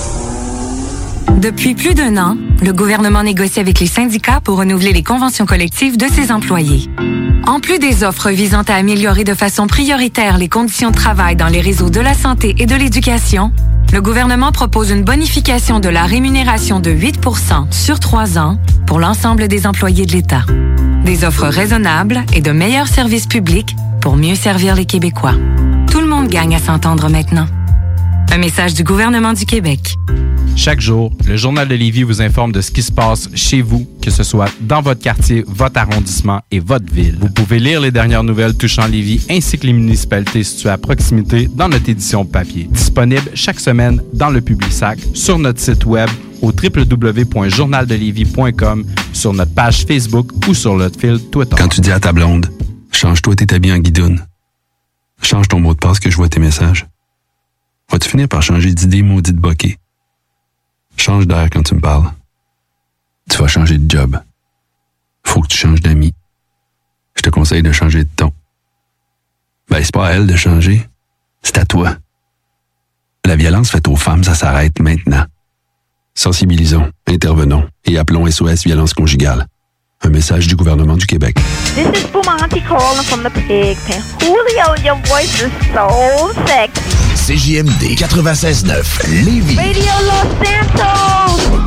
Depuis plus d'1 an, le gouvernement négocie avec les syndicats pour renouveler les conventions collectives de ses employés. En plus des offres visant à améliorer de façon prioritaire les conditions de travail dans les réseaux de la santé et de l'éducation, le gouvernement propose une bonification de la rémunération de 8 % sur 3 ans pour l'ensemble des employés de l'État. Des offres raisonnables et de meilleurs services publics pour mieux servir les Québécois. Tout le monde gagne à s'entendre maintenant. Un message du gouvernement du Québec. Chaque jour, le Journal de Lévis vous informe de ce qui se passe chez vous, que ce soit dans votre quartier, votre arrondissement et votre ville. Vous pouvez lire les dernières nouvelles touchant Lévis ainsi que les municipalités situées à proximité dans notre édition papier. Disponible chaque semaine dans le Publisac, sur notre site web au www.journaldelévis.com, sur notre page Facebook ou sur notre fil Twitter. Quand tu dis à ta blonde, change-toi tes habits en guidoune. Change ton mot de passe que je vois tes messages. Vas-tu finir par changer d'idée maudite bokeh? Change d'air quand tu me parles. Tu vas changer de job. Faut que tu changes d'amis. Je te conseille de changer de ton. Ben, c'est pas à elle de changer. C'est à toi. La violence faite aux femmes, ça s'arrête maintenant. Sensibilisons, intervenons et appelons SOS Violence Conjugale. Un message du gouvernement du Québec. This is Bumanti calling from the pig pen. Julio, your voice is so sexy. CJMD 96.9 Lévis. Radio Los Santos.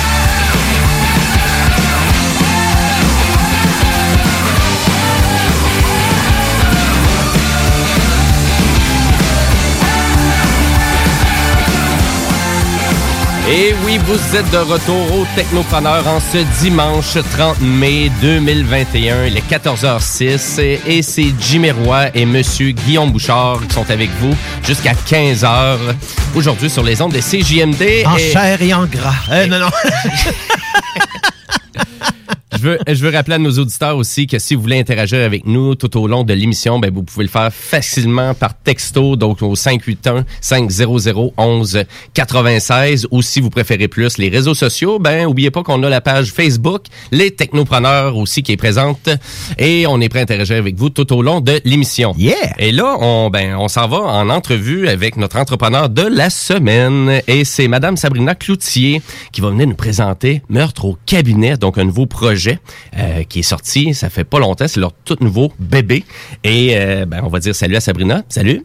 Et oui, vous êtes de retour au Technopreneur en ce dimanche 30 mai 2021. Il est 14h06 et c'est Jimmy Roy et Monsieur Guillaume Bouchard qui sont avec vous jusqu'à 15h. Aujourd'hui sur les ondes de CJMD. En chair et en gras. Non. Je veux rappeler à nos auditeurs aussi que si vous voulez interagir avec nous tout au long de l'émission, ben vous pouvez le faire facilement par texto, donc au 581-500-11-96, ou si vous préférez plus les réseaux sociaux, ben oubliez pas qu'on a la page Facebook, les Technopreneurs aussi qui est présente, et on est prêt à interagir avec vous tout au long de l'émission. Yeah! Et là, on s'en va en entrevue avec notre entrepreneur de la semaine, et c'est Madame Sabrina Cloutier qui va venir nous présenter Meurtre au cabinet, donc un nouveau projet projet qui est sorti, ça fait pas longtemps, c'est leur tout nouveau bébé. Et on va dire salut à Sabrina. Salut.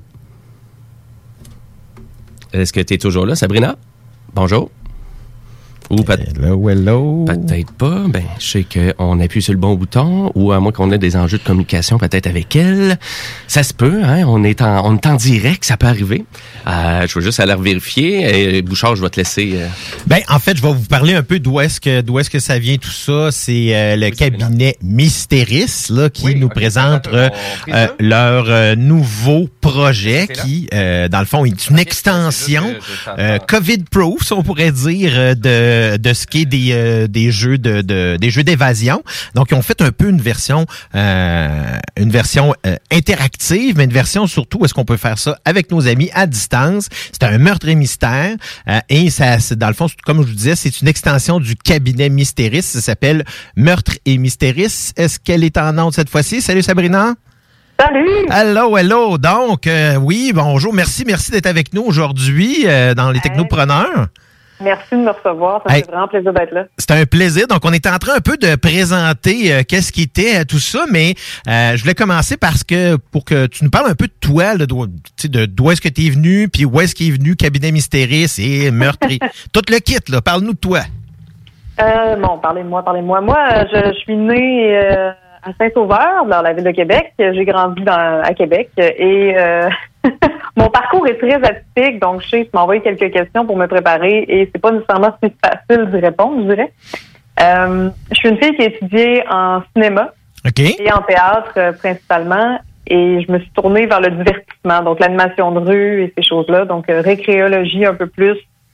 Est-ce que tu es toujours là, Sabrina? Bonjour. Ou hello. Peut-être pas. Ben, je sais qu'on appuie sur le bon bouton, ou à moins qu'on ait des enjeux de communication peut-être avec elle. Ça se peut, hein? On est en direct, ça peut arriver. Je veux juste aller vérifier. Et Bouchard, je vais te laisser. Ben, en fait, je vais vous parler un peu d'où est-ce que ça vient tout ça. C'est le cabinet Mysteris là qui nous présente leur nouveau projet qui, dans le fond, est une extension COVID-proof, si on pourrait dire, de ce qui est des jeux des jeux d'évasion. Donc, ils ont fait un peu une version interactive, mais une version surtout où est-ce qu'on peut faire ça avec nos amis à distance. C'est un meurtre et mystère et ça, c'est, dans le fond, comme je vous disais, c'est une extension du cabinet Mysteris. Ça s'appelle Meurtre et Mysteris. Est-ce qu'elle est en onde cette fois-ci? Salut Sabrina. Salut! Hello! Donc, oui, bonjour. Merci d'être avec nous aujourd'hui dans les Technopreneurs. Merci de me recevoir. Ça fait vraiment plaisir d'être là. C'est un plaisir. Donc, on est en train un peu de présenter qu'est-ce qui était tout ça, mais je voulais commencer pour que tu nous parles un peu de toi, là, d'où est-ce que tu es venu, puis où est-ce qu'il est venu Cabinet Mysteris et Meurtre et tout le kit, là. Parle-nous de toi. Parlez de moi. Moi, je suis née à Saint-Sauveur, dans la ville de Québec. J'ai grandi à Québec et mon parcours est très atypique, donc je sais, tu m'as envoyé quelques questions pour me préparer et c'est pas nécessairement si facile d'y répondre, je dirais. Je suis une fille qui a étudié en cinéma et en théâtre principalement, et je me suis tournée vers le divertissement, donc l'animation de rue et ces choses-là, donc récréologie un peu plus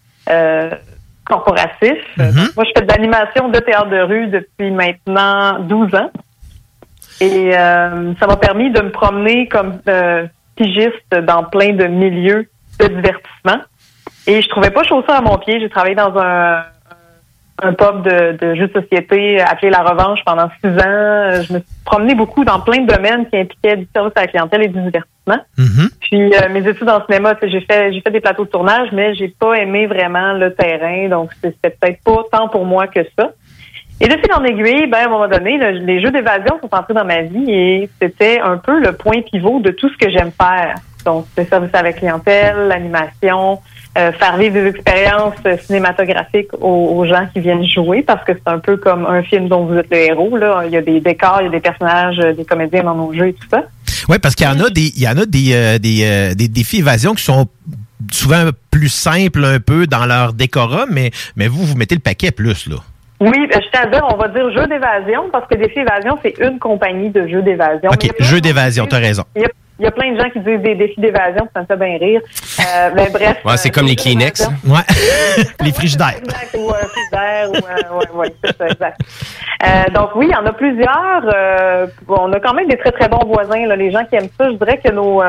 corporatif. Moi, je fais de l'animation de théâtre de rue depuis maintenant 12 ans. Et ça m'a permis de me promener comme pigiste dans plein de milieux de divertissement. Et je trouvais pas chaud ça à mon pied. J'ai travaillé dans un pub de jeux de société appelé La Revanche pendant 6 ans. Je me suis promenée beaucoup dans plein de domaines qui impliquaient du service à la clientèle et du divertissement. Puis mes études en cinéma, j'ai fait des plateaux de tournage, mais j'ai pas aimé vraiment le terrain. Donc c'était peut-être pas tant pour moi que ça. Et de fil en aiguille, à un moment donné, les jeux d'évasion sont entrés dans ma vie et c'était un peu le point pivot de tout ce que j'aime faire. Donc, le service à la clientèle, l'animation, faire vivre des expériences cinématographiques aux gens qui viennent jouer, parce que c'est un peu comme un film dont vous êtes le héros, là. Il y a des décors, il y a des personnages, des comédiens dans nos jeux et tout ça. Oui, parce qu'il y en a des défis évasion qui sont souvent plus simples un peu dans leur décorum, mais vous mettez le paquet plus, là. Oui, je tiens à dire, on va dire jeux d'évasion, parce que Défi Évasion, c'est une compagnie de jeux d'évasion. OK, jeux d'évasion, t'as raison. Il y a plein de gens qui disent des défis d'évasion, ça me fait bien rire. Mais bref. Ouais, c'est comme les Kleenex. Ouais. Les frigidaires. Ou un frigidaire, ouais, c'est ça, exact. Donc oui, il y en a plusieurs. On a quand même des très, très bons voisins, là. Les gens qui aiment ça, je dirais que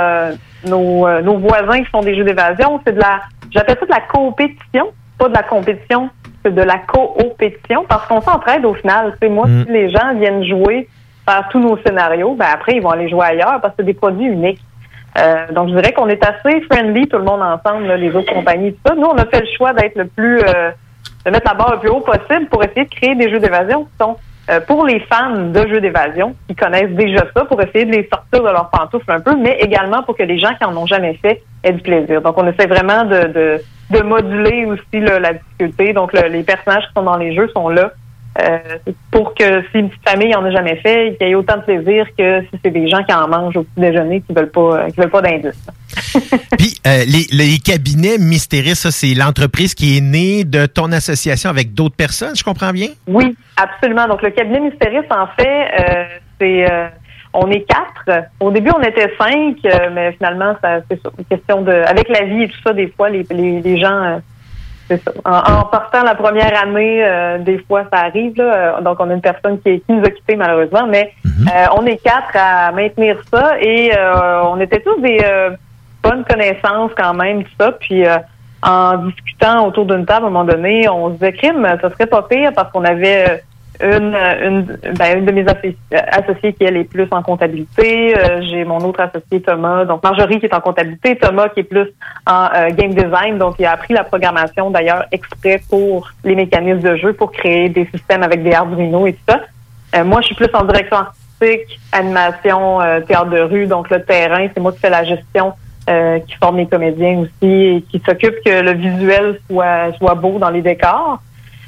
nos voisins qui font des jeux d'évasion, j'appelle ça de la coopétition, pas de la compétition. De la coopétition, parce qu'on s'entraide au final. Tu sais, moi, si les gens viennent jouer par tous nos scénarios, après, ils vont aller jouer ailleurs parce que c'est des produits uniques. Donc, je dirais qu'on est assez friendly, tout le monde ensemble, là, les autres compagnies, tout ça. Nous, on a fait le choix d'être de mettre la barre le plus haut possible pour essayer de créer des jeux d'évasion qui sont pour les fans de jeux d'évasion, qui connaissent déjà ça, pour essayer de les sortir de leur pantoufle un peu, mais également pour que les gens qui en ont jamais fait aient du plaisir. Donc, on essaie vraiment de moduler aussi là, la difficulté. Donc, les personnages qui sont dans les jeux sont là pour que si une petite famille en a jamais fait, qu'il y ait autant de plaisir que si c'est des gens qui en mangent au petit déjeuner qui veulent pas d'indice. Puis, les cabinets Mysteris, ça, c'est l'entreprise qui est née de ton association avec d'autres personnes, je comprends bien? Oui, absolument. Donc, le cabinet Mysteris, en fait, on est 4. Au début, on était 5, mais finalement, c'est ça. Une question avec la vie et tout ça, des fois, les gens, c'est ça. En partant la première année, des fois, ça arrive, là. Donc, on a une personne qui nous a quittés, malheureusement, mais on est 4 à maintenir ça et on était tous des bonnes connaissances quand même, tout ça. Puis, en discutant autour d'une table, à un moment donné, on se disait, crime, ça serait pas pire parce qu'on avait une de mes associées qui, elle, est plus en comptabilité. J'ai mon autre associé, Thomas. Donc, Marjorie qui est en comptabilité. Thomas qui est plus en game design. Donc, il a appris la programmation, d'ailleurs, exprès pour les mécanismes de jeu, pour créer des systèmes avec des Arduino et tout ça. Moi, je suis plus en direction artistique, animation, théâtre de rue, donc le terrain, c'est moi qui fais la gestion, qui forme les comédiens aussi et qui s'occupe que le visuel soit beau dans les décors.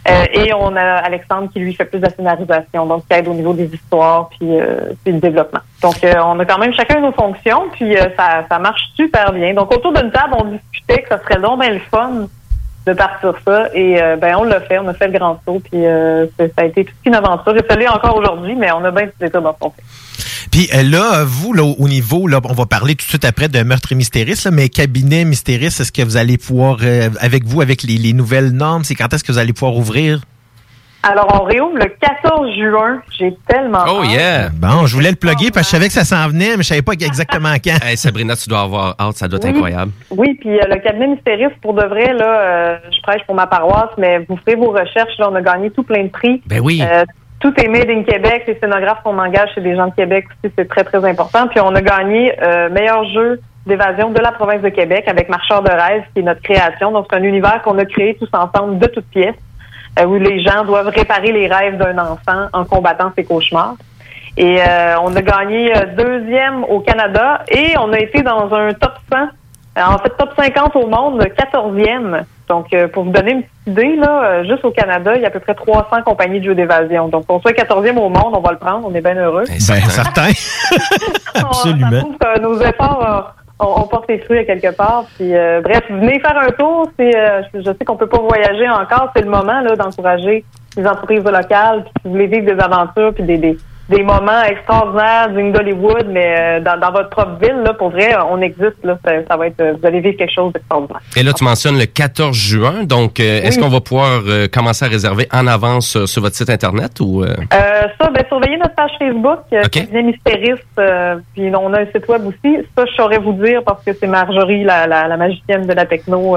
Et on a Alexandre qui, lui, fait plus de la scénarisation, donc qui aide au niveau des histoires puis le développement. Donc, on a quand même chacun nos fonctions, puis ça marche super bien. Donc, autour d'une table, on discutait que ça serait donc bien le fun de partir ça. Et on l'a fait, on a fait le grand saut, puis ça a été toute une aventure. Et ça l'est encore aujourd'hui, mais on a bien tout état dans ce qu'on fait. Puis là, vous, là, au niveau, là, on va parler tout de suite après de Meurtre et Mystéris, là, mais cabinet Mystéris, est-ce que vous allez pouvoir, avec vous, avec les nouvelles normes, c'est quand est-ce que vous allez pouvoir ouvrir? Alors, on réouvre le 14 juin. J'ai tellement hâte. Oh yeah! Bon, je voulais le plugger parce que je savais que ça s'en venait, mais je savais pas exactement quand. Hey, Sabrina, tu dois avoir hâte, ça doit être incroyable. Oui, puis le cabinet Mystéris, pour de vrai, là, je prêche pour ma paroisse, mais vous ferez vos recherches. Là, on a gagné tout plein de prix. Ben oui. Tout est made in Québec. Les scénographes qu'on engage chez des gens de Québec aussi, c'est très, très important. Puis on a gagné meilleur jeu d'évasion de la province de Québec avec Marcheur de rêve, qui est notre création. Donc, c'est un univers qu'on a créé tous ensemble de toutes pièces, où les gens doivent réparer les rêves d'un enfant en combattant ses cauchemars. Et on a gagné deuxième au Canada et on a été dans un top 100, en fait top 50 au monde, 14e. Donc, pour vous donner une petite idée, là, juste au Canada, il y a à peu près 300 compagnies de jeux d'évasion. Donc, qu'on soit 14e au monde, on va le prendre, on est bien heureux. Ben, certain. Absolument. Ça prouve que nos efforts on porte les fruits à quelque part. Puis, bref, venez faire un tour. Je sais qu'on peut pas voyager encore. C'est le moment là d'encourager les entreprises locales. Puis, si vous voulez vivre des aventures puis des moments extraordinaires dignes d'Hollywood, mais dans votre propre ville, là, pour vrai, on existe. Là, ça va être, vous allez vivre quelque chose d'extraordinaire. Et là, tu mentionnes le 14 juin. Donc, est-ce qu'on va pouvoir commencer à réserver en avance sur votre site Internet? Ou surveillez notre page Facebook, Cabinet Mystéris, puis on a un site web aussi. Ça, je saurais vous dire parce que c'est Marjorie, la magicienne de la techno,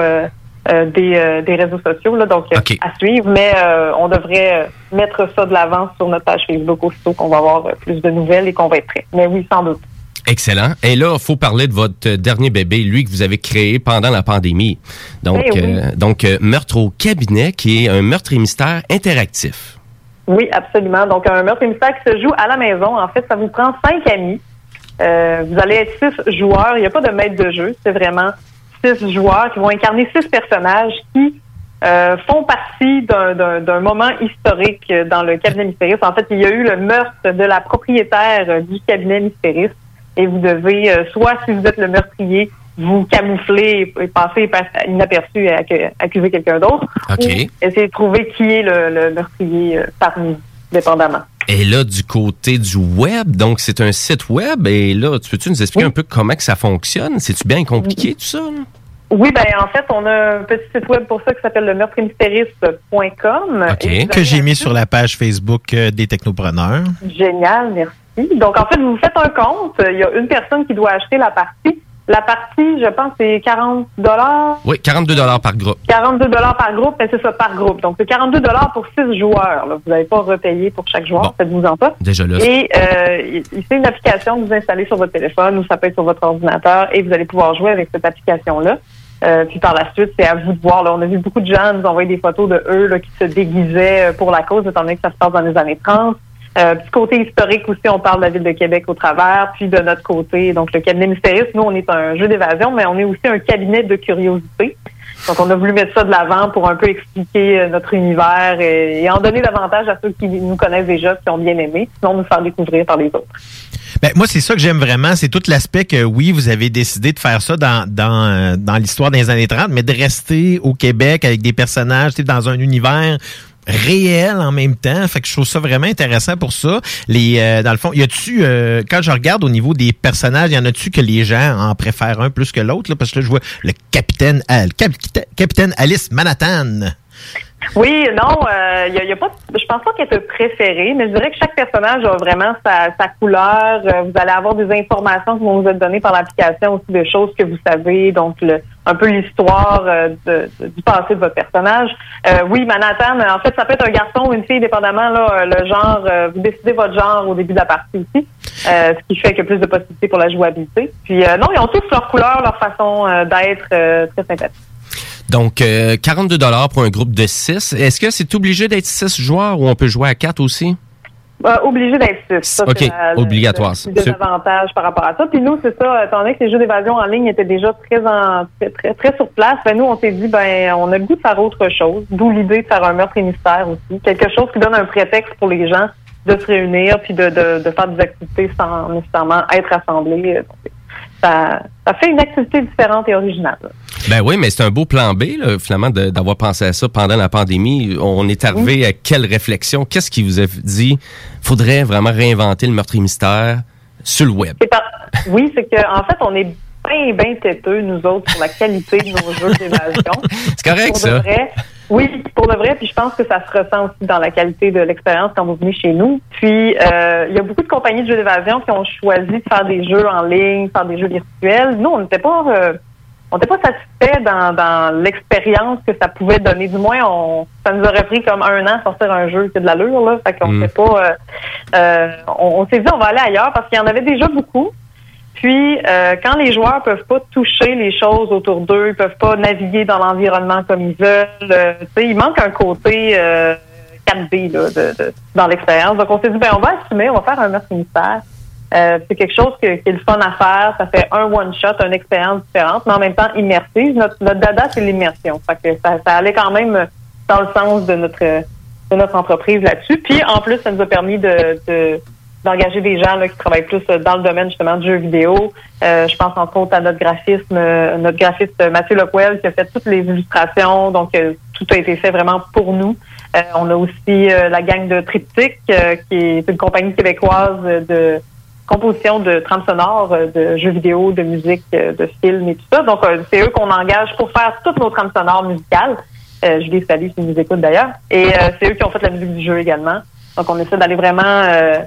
des réseaux sociaux, là, donc à suivre, mais on devrait mettre ça de l'avant sur notre page Facebook aussitôt qu'on va avoir plus de nouvelles et qu'on va être prêt. Mais oui, sans doute. Excellent. Et là, il faut parler de votre dernier bébé, lui que vous avez créé pendant la pandémie. Donc, Meurtre au cabinet, qui est un meurtre et mystère interactif. Oui, absolument. Donc, un meurtre et mystère qui se joue à la maison. En fait, ça vous prend 5 amis. Vous allez être 6 joueurs. Il n'y a pas de maître de jeu. C'est vraiment 6 joueurs qui vont incarner 6 personnages qui font partie d'un moment historique dans le cabinet Mystéris. En fait, il y a eu le meurtre de la propriétaire du cabinet Mystéris et vous devez, soit si vous êtes le meurtrier, vous camoufler et passer inaperçu et accuser quelqu'un d'autre, ou essayer de trouver qui est le meurtrier parmi vous, dépendamment. Et là, du côté du web, donc c'est un site web, et là, peux-tu nous expliquer un peu comment que ça fonctionne? C'est-tu bien compliqué, tout ça? Là? Oui, en fait, on a un petit site web pour ça qui s'appelle le meurtreetmystéris.com. Que j'ai mis sur la page Facebook des technopreneurs. Génial, merci. Donc, en fait, vous faites un compte. Il y a une personne qui doit acheter la partie. La partie, je pense, c'est 40 $. Oui, 42 $ par groupe. 42 $ par groupe, mais c'est ça, par groupe. Donc, c'est 42 $ pour 6 joueurs. Là. Vous n'allez pas repayer pour chaque joueur, faites-vous-en pas. Déjà là. Et c'est une application que vous installez sur votre téléphone ou ça peut être sur votre ordinateur et vous allez pouvoir jouer avec cette application-là. Puis par la suite, c'est à vous de voir. Là, on a vu beaucoup de gens nous envoyer des photos de eux là, qui se déguisaient pour la cause, étant donné que ça se passe dans les années 30. Petit côté historique aussi, on parle de la ville de Québec au travers. Puis de notre côté, donc le cabinet Mystéris, nous, on est un jeu d'évasion, mais on est aussi un cabinet de curiosité. Donc, on a voulu mettre ça de l'avant pour un peu expliquer notre univers et en donner davantage à ceux qui nous connaissent déjà, qui ont bien aimé, sinon nous faire découvrir par les autres. Ben, moi, c'est ça que j'aime vraiment, c'est tout l'aspect que, oui, vous avez décidé de faire ça dans l'histoire des années 30, mais de rester au Québec avec des personnages, dans un univers réel en même temps. Fait que je trouve ça vraiment intéressant pour ça. Dans le fond, y a-tu, quand je regarde au niveau des personnages, y en a-tu que les gens en préfèrent un plus que l'autre? Là, parce que là, je vois le capitaine Alice Manhattan. Oui, non, y a pas. Je pense pas qu'il y ait de préféré, mais je dirais que chaque personnage a vraiment sa couleur. Vous allez avoir des informations qui vont vous être données par l'application aussi, des choses que vous savez, donc un peu l'histoire du passé de votre personnage. Oui, Manhattan, en fait, ça peut être un garçon ou une fille, dépendamment là, le genre. Vous décidez votre genre au début de la partie aussi, ce qui fait qu'il y a plus de possibilités pour la jouabilité. Puis non, ils ont tous leur couleur, leur façon d'être très sympathique. Donc, 42 $ pour un groupe de 6. Est-ce que c'est obligé d'être 6 joueurs ou on peut jouer à 4 aussi? Obligé d'être 6. Ça, OK, c'est obligatoire. Le désavantage par rapport à ça. Puis nous, c'est ça, étant donné que les jeux d'évasion en ligne étaient déjà très sur place, nous, on s'est dit, on a le goût de faire autre chose. D'où l'idée de faire un meurtre et mystère aussi. Quelque chose qui donne un prétexte pour les gens de se réunir puis de faire des activités sans nécessairement être rassemblés. Ça fait une activité différente et originale. Ben oui, mais c'est un beau plan B, là, finalement, d'avoir pensé à ça pendant la pandémie. On est arrivé à quelle réflexion? Qu'est-ce qui vous a dit? Faudrait vraiment réinventer le meurtre et mystère sur le web. Oui, c'est qu'en fait, on est bien têteux, nous autres, sur la qualité de nos jeux d'évasion. C'est correct, ça. Oui, pour de vrai, puis je pense que ça se ressent aussi dans la qualité de l'expérience quand vous venez chez nous. Puis, il y a beaucoup de compagnies de jeux d'évasion qui ont choisi de faire des jeux en ligne, faire des jeux virtuels. Nous, on n'était pas satisfaits dans l'expérience que ça pouvait donner. Du moins, ça nous aurait pris comme 1 an sortir un jeu qui a de l'allure, là. Fait qu'on sait pas... on s'est dit, on va aller ailleurs parce qu'il y en avait déjà beaucoup. Puis, quand les joueurs peuvent pas toucher les choses autour d'eux, ils peuvent pas naviguer dans l'environnement comme ils veulent, il manque un côté 4D là, dans l'expérience. Donc, on s'est dit, on va assumer, on va faire un meurtre et mystère. C'est quelque chose qui est le fun à faire. Ça fait un one-shot, une expérience différente, mais en même temps immersive. Notre dada, c'est l'immersion. Fait que ça allait quand même dans le sens de notre entreprise là-dessus. Puis, en plus, ça nous a permis d'engager des gens là, qui travaillent plus dans le domaine justement du jeu vidéo. Je pense entre autres à notre graphiste Mathieu Lockwell qui a fait toutes les illustrations. Donc, tout a été fait vraiment pour nous. On a aussi la gang de Triptyque, qui est une compagnie québécoise de composition de trames sonores, de jeux vidéo, de musique, de films et tout ça. Donc, c'est eux qu'on engage pour faire toutes nos trames sonores musicales. Je les salue s'ils nous écoutent d'ailleurs. Et c'est eux qui ont fait la musique du jeu également. Donc, on essaie d'aller vraiment...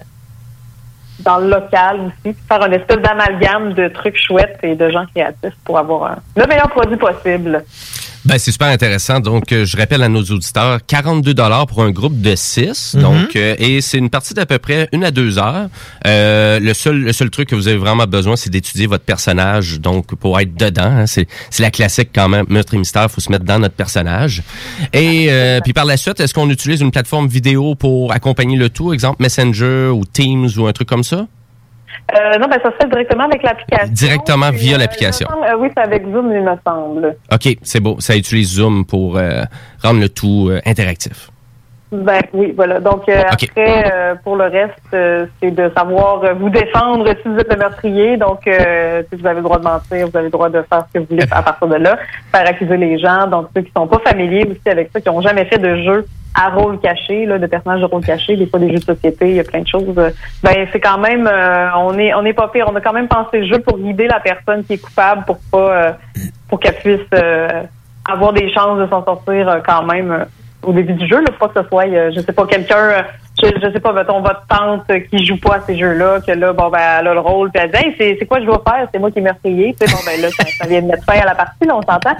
dans le local aussi, faire une espèce d'amalgame de trucs chouettes et de gens créatifs pour avoir le meilleur produit possible. Ben, c'est super intéressant. Donc, je rappelle à nos auditeurs, 42 $ pour un groupe de 6. Donc, et c'est une partie d'à peu près 1 à 2 heures. Le seul truc que vous avez vraiment besoin, c'est d'étudier votre personnage. Donc, pour être dedans, hein, c'est la classique quand même. Meurtre et mystère, faut se mettre dans notre personnage. Et puis par la suite, est-ce qu'on utilise une plateforme vidéo pour accompagner le tout? Exemple Messenger ou Teams ou un truc comme ça? Non, ça se fait directement avec l'application. Directement via l'application. Oui, c'est avec Zoom, il me semble. OK, c'est beau. Ça utilise Zoom pour rendre le tout interactif. Ben oui, voilà. Donc après, pour le reste, c'est de savoir vous défendre si vous êtes le meurtrier. Donc, si vous avez le droit de mentir, vous avez le droit de faire ce que vous voulez à partir de là, faire accuser les gens. Donc, ceux qui sont pas familiers aussi avec ça, qui ont jamais fait de jeu à rôle caché, là, de personnages de rôle caché, des fois des jeux de société, il y a plein de choses. C'est quand même, on est pas pire. On a quand même pensé le jeu pour guider la personne qui est coupable pour qu'elle puisse avoir des chances de s'en sortir quand même au début du jeu, là, pour pas que ce soit, je sais pas, quelqu'un, je sais pas, mettons, votre tante qui joue pas à ces jeux-là, que là, elle a le rôle, puis elle dit, hey, c'est quoi je dois faire? C'est moi qui est meurtrier. Tu sais, là, ça vient de mettre fin à la partie, là, on s'entend.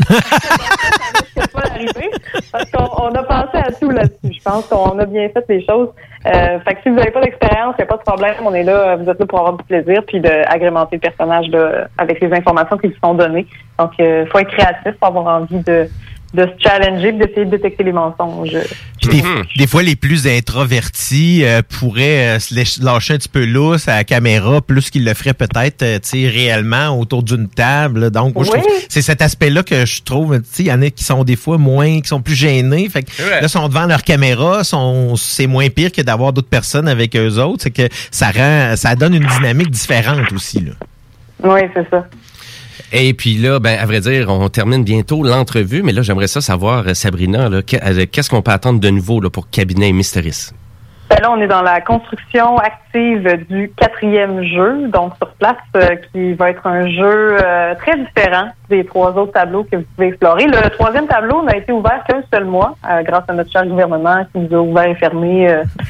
Ça va pas arriver. Parce qu'on a pensé à tout là-dessus. Je pense qu'on a bien fait les choses. Fait que si vous n'avez pas d'expérience, il n'y a pas de problème. On est là, vous êtes là pour avoir du plaisir, puis d'agrémenter le personnage avec les informations qui vous sont données. Donc, faut être créatif pour avoir envie de se challenger et d'essayer de détecter les mensonges. Des fois, les plus introvertis pourraient se lâcher un petit peu lousse à la caméra, plus qu'ils le feraient peut-être réellement autour d'une table. Donc, moi, je trouve c'est cet aspect-là que je trouve, il y en a qui sont des fois qui sont plus gênés. Fait que là, sont devant leur caméra, c'est moins pire que d'avoir d'autres personnes avec eux autres. C'est que ça donne une dynamique différente aussi, là. Oui, c'est ça. Et puis là, à vrai dire, on termine bientôt l'entrevue, mais là, j'aimerais savoir, Sabrina, là, qu'est-ce qu'on peut attendre de nouveau là, pour Cabinet Mysteris? Là, on est dans la construction active du 4e jeu, donc sur place, qui va être un jeu très différent des 3 autres tableaux que vous pouvez explorer. Le 3e tableau n'a été ouvert qu'un seul mois, grâce à notre cher gouvernement qui nous a ouvert et fermé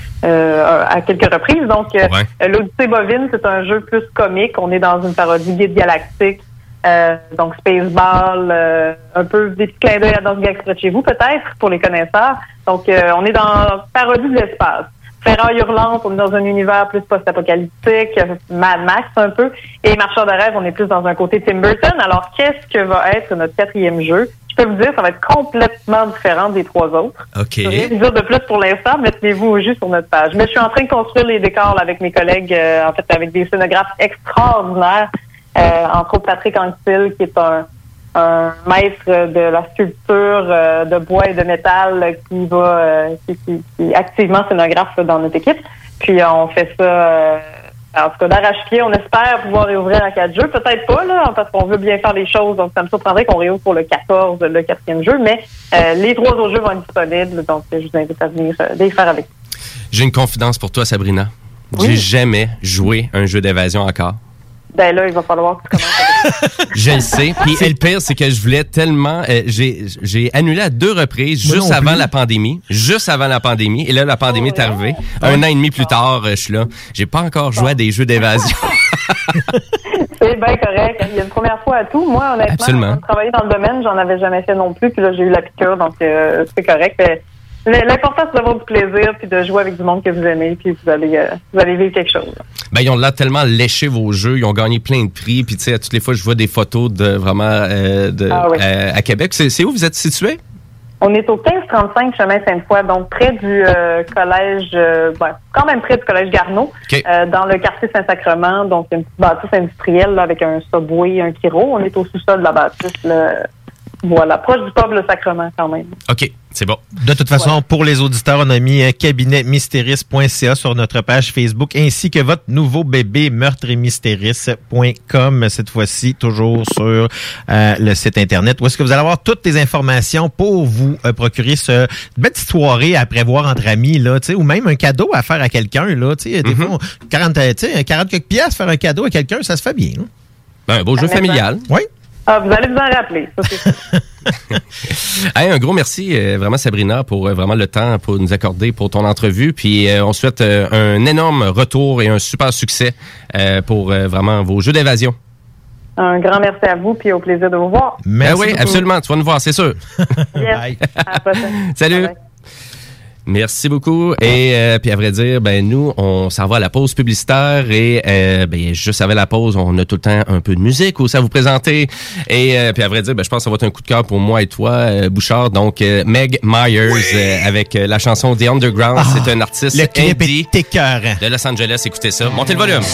à quelques reprises. Donc, l'Odyssée bovine, c'est un jeu plus comique. On est dans une parodie Guide galactique. Donc Spaceball, un peu des petits clins d'œil à Danse Galaxie près de chez vous, peut-être, pour les connaisseurs. Donc, on est dans parodie de l'espace. Ferraille hurlante, on est dans un univers plus post-apocalyptique, Mad Max un peu. Et Marcheur de rêve, on est plus dans un côté Tim Burton. Alors, qu'est-ce que va être notre 4e jeu? Je je peux vous dire, ça va être complètement différent des 3 autres. OK. Je vais rien vous dire de plus pour l'instant, mais tenez-vous au jus sur notre page. Mais je suis en train de construire les décors là, avec mes collègues, en fait, avec des scénographes extraordinaires, entre autres Patrick Anctil, qui est un maître de la sculpture de bois et de métal qui est activement scénographe dans notre équipe. Puis on fait ça, en tout cas d'arrache-pied. On espère pouvoir réouvrir en 4 jeux. Peut-être pas, là, parce qu'on veut bien faire les choses. Donc ça me surprendrait qu'on réouvre pour le 14, le 4e jeu. Mais les 3 autres jeux vont être disponibles. Donc je vous invite à venir les faire avec. J'ai une confidence pour toi, Sabrina. Oui. J'ai jamais joué un jeu d'évasion encore. Ben là, il va falloir que tu commences. Je le sais. Puis le pire, c'est que je voulais tellement... j'ai annulé à 2 reprises juste avant la pandémie. Juste avant la pandémie. Et là, la pandémie est arrivée. 1 an et demi plus tard, je suis là. J'ai pas encore joué à des jeux d'évasion. C'est bien correct. Il y a une première fois à tout. Moi, honnêtement, Absolument. Travailler dans le domaine, j'en avais jamais fait non plus. Puis là, j'ai eu la piqûre, donc c'est correct. L'important, c'est d'avoir du plaisir puis de jouer avec du monde que vous aimez, puis vous allez vivre quelque chose. Ben, ils ont là tellement léché vos jeux, ils ont gagné plein de prix, puis tu sais, à toutes les fois, je vois des photos de vraiment à Québec. C'est où vous êtes situé? On est au 1535 chemin Sainte-Foy, donc près du collège, quand même près du collège Garneau, dans le quartier Saint-Sacrement, donc une petite bâtisse industrielle là, avec un Subway, un Kiro. On est au sous-sol de la bâtisse, là. Voilà, proche du pub Le Sacrement quand même. OK, c'est bon. De toute façon, pour les auditeurs, on a mis cabinetmystéris.ca sur notre page Facebook, ainsi que votre nouveau bébé meurtreetmystéris.com, cette fois-ci, toujours sur le site Internet, où est-ce que vous allez avoir toutes les informations pour vous procurer ce belle petite soirée à prévoir entre amis, là, ou même un cadeau à faire à quelqu'un. Là, des fois, 40 quelques piastres, faire un cadeau à quelqu'un, ça se fait bien. Hein? Ben, un beau jeu familial. Oui. Ah, vous allez vous en rappeler. Ça, c'est Hey, un gros merci, vraiment, Sabrina, pour vraiment le temps pour nous accorder pour ton entrevue. Puis on souhaite un énorme retour et un super succès pour vraiment vos jeux d'évasion. un grand merci à vous, puis au plaisir de vous voir. Merci oui, beaucoup. Absolument. Tu vas nous voir, c'est sûr. Yes. Bye. À la prochaine. Salut. Bye. Merci beaucoup. Et puis à vrai dire, ben nous, on s'en va à la pause publicitaire et ben juste avant la pause, on a tout le temps un peu de musique aussi à vous présenter. Et puis à vrai dire, ben je pense que ça va être un coup de cœur pour moi et toi, Bouchard. Donc Meg Myers avec la chanson The Underground. C'est un artiste le clip est écœurant. De Los Angeles. Écoutez ça. Montez le volume.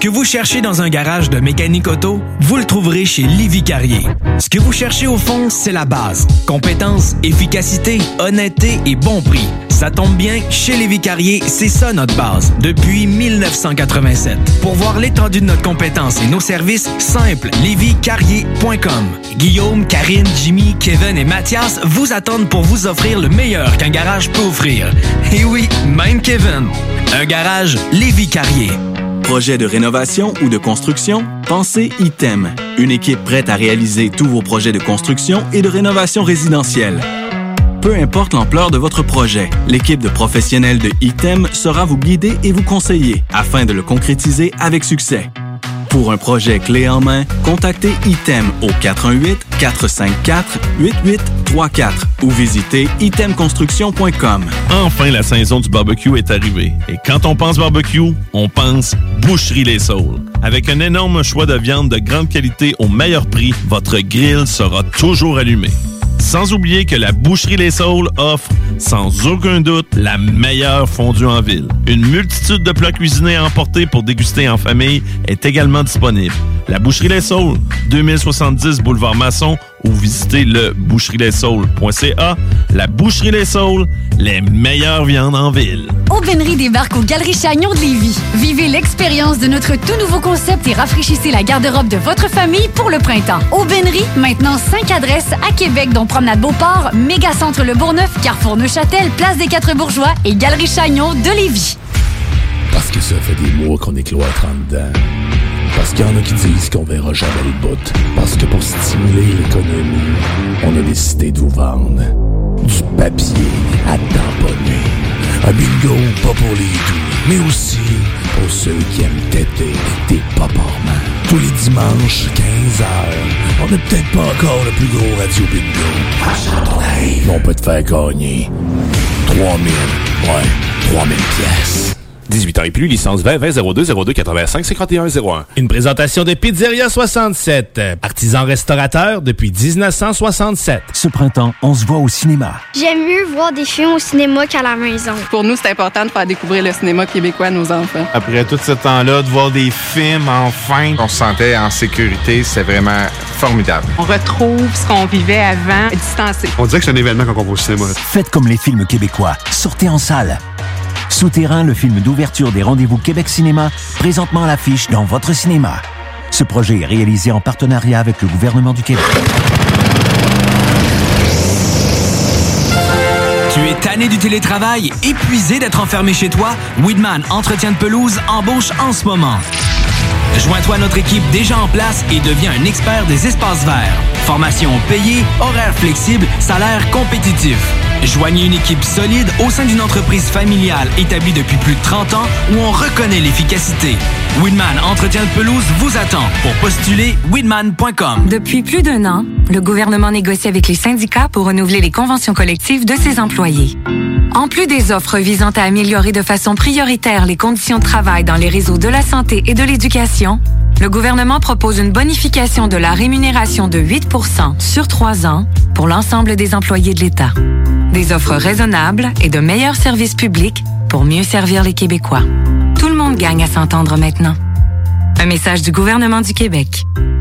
que vous cherchez dans un garage de mécanique auto, vous le trouverez chez Lévy Carrier. Ce que vous cherchez au fond, c'est la base. Compétence, efficacité, honnêteté et bon prix. Ça tombe bien, chez Lévy Carrier, c'est ça notre base, depuis 1987. Pour voir l'étendue de notre compétence et nos services, simple, levycarrier.com. Guillaume, Karine, Jimmy, Kevin et Mathias vous attendent pour vous offrir le meilleur qu'un garage peut offrir. Et oui, même Kevin. Un garage Lévy Carrier. Projet de rénovation ou de construction? Pensez ITEM. Une équipe prête à réaliser tous vos projets de construction et de rénovation résidentielle. Peu importe l'ampleur de votre projet, l'équipe de professionnels de ITEM saura vous guider et vous conseiller afin de le concrétiser avec succès. Pour un projet clé en main, contactez ITEM au 418-454-8834 ou visitez itemconstruction.com. Enfin, la saison du barbecue est arrivée. Et quand on pense barbecue, on pense Boucherie Les Saules. Avec un énorme choix de viande de grande qualité au meilleur prix, votre grill sera toujours allumé. Sans oublier que la Boucherie Les Saules offre, sans aucun doute, la meilleure fondue en ville. Une multitude de plats cuisinés à emporter pour déguster en famille est également disponible. La Boucherie Les Saules, 2070 Boulevard Masson, ou visitez le boucherieslessaules.ca. La Boucherie Les Saules, les meilleures viandes en ville. Aubainerie débarque aux Galeries Chagnon de Lévis. Vivez l'expérience de notre tout nouveau concept et rafraîchissez la garde-robe de votre famille pour le printemps. Aubainerie, maintenant 5 adresses à Québec, dont Promenade Beauport, Mégacentre Le Bourgneuf, Carrefour Neuchâtel, Place des Quatre Bourgeois et Galerie Chagnon de Lévis. Parce que ça fait des mois qu'on est cloître en dedans. Parce qu'il y en a qui disent qu'on verra jamais le bout. Parce que pour stimuler l'économie, on a décidé de vous vendre du papier à tamponner. Un bingo pas pour les doux, mais aussi pour ceux qui aiment têter des paparmans. Tous les dimanches, 15h, on n'est peut-être pas encore le plus gros radio bingo. Mais on peut te faire gagner 3000 pièces. 18 ans et plus, licence 20 02 02 85 51 01. Une présentation de Pizzeria 67, artisan restaurateur depuis 1967. Ce printemps, on se voit au cinéma. J'aime mieux voir des films au cinéma qu'à la maison. Pour nous, c'est important de faire découvrir le cinéma québécois à nos enfants. Après tout ce temps-là, de voir des films, enfin, on se sentait en sécurité, c'est vraiment formidable. On retrouve ce qu'on vivait avant, distancé. On dirait que c'est un événement quand on va au cinéma. Faites comme les films québécois, sortez en salle. Souterrain, le film d'ouverture des rendez-vous Québec Cinéma, présentement à l'affiche dans votre cinéma. Ce projet est réalisé en partenariat avec le gouvernement du Québec. Tu es tanné du télétravail, épuisé d'être enfermé chez toi? Weedman Entretien de pelouse embauche en ce moment. Joins-toi à notre équipe déjà en place et deviens un expert des espaces verts. Formation payée, horaires flexibles, salaire compétitif. Joignez une équipe solide au sein d'une entreprise familiale établie depuis plus de 30 ans où on reconnaît l'efficacité. Weedman Entretien de pelouse vous attend. Pour postuler, weedman.com. Depuis plus d'1 an, le gouvernement négocie avec les syndicats pour renouveler les conventions collectives de ses employés. En plus des offres visant à améliorer de façon prioritaire les conditions de travail dans les réseaux de la santé et de l'éducation, le gouvernement propose une bonification de la rémunération de 8 % sur 3 ans pour l'ensemble des employés de l'État. Des offres raisonnables et de meilleurs services publics pour mieux servir les Québécois. Tout le monde gagne à s'entendre maintenant. Un message du gouvernement du Québec.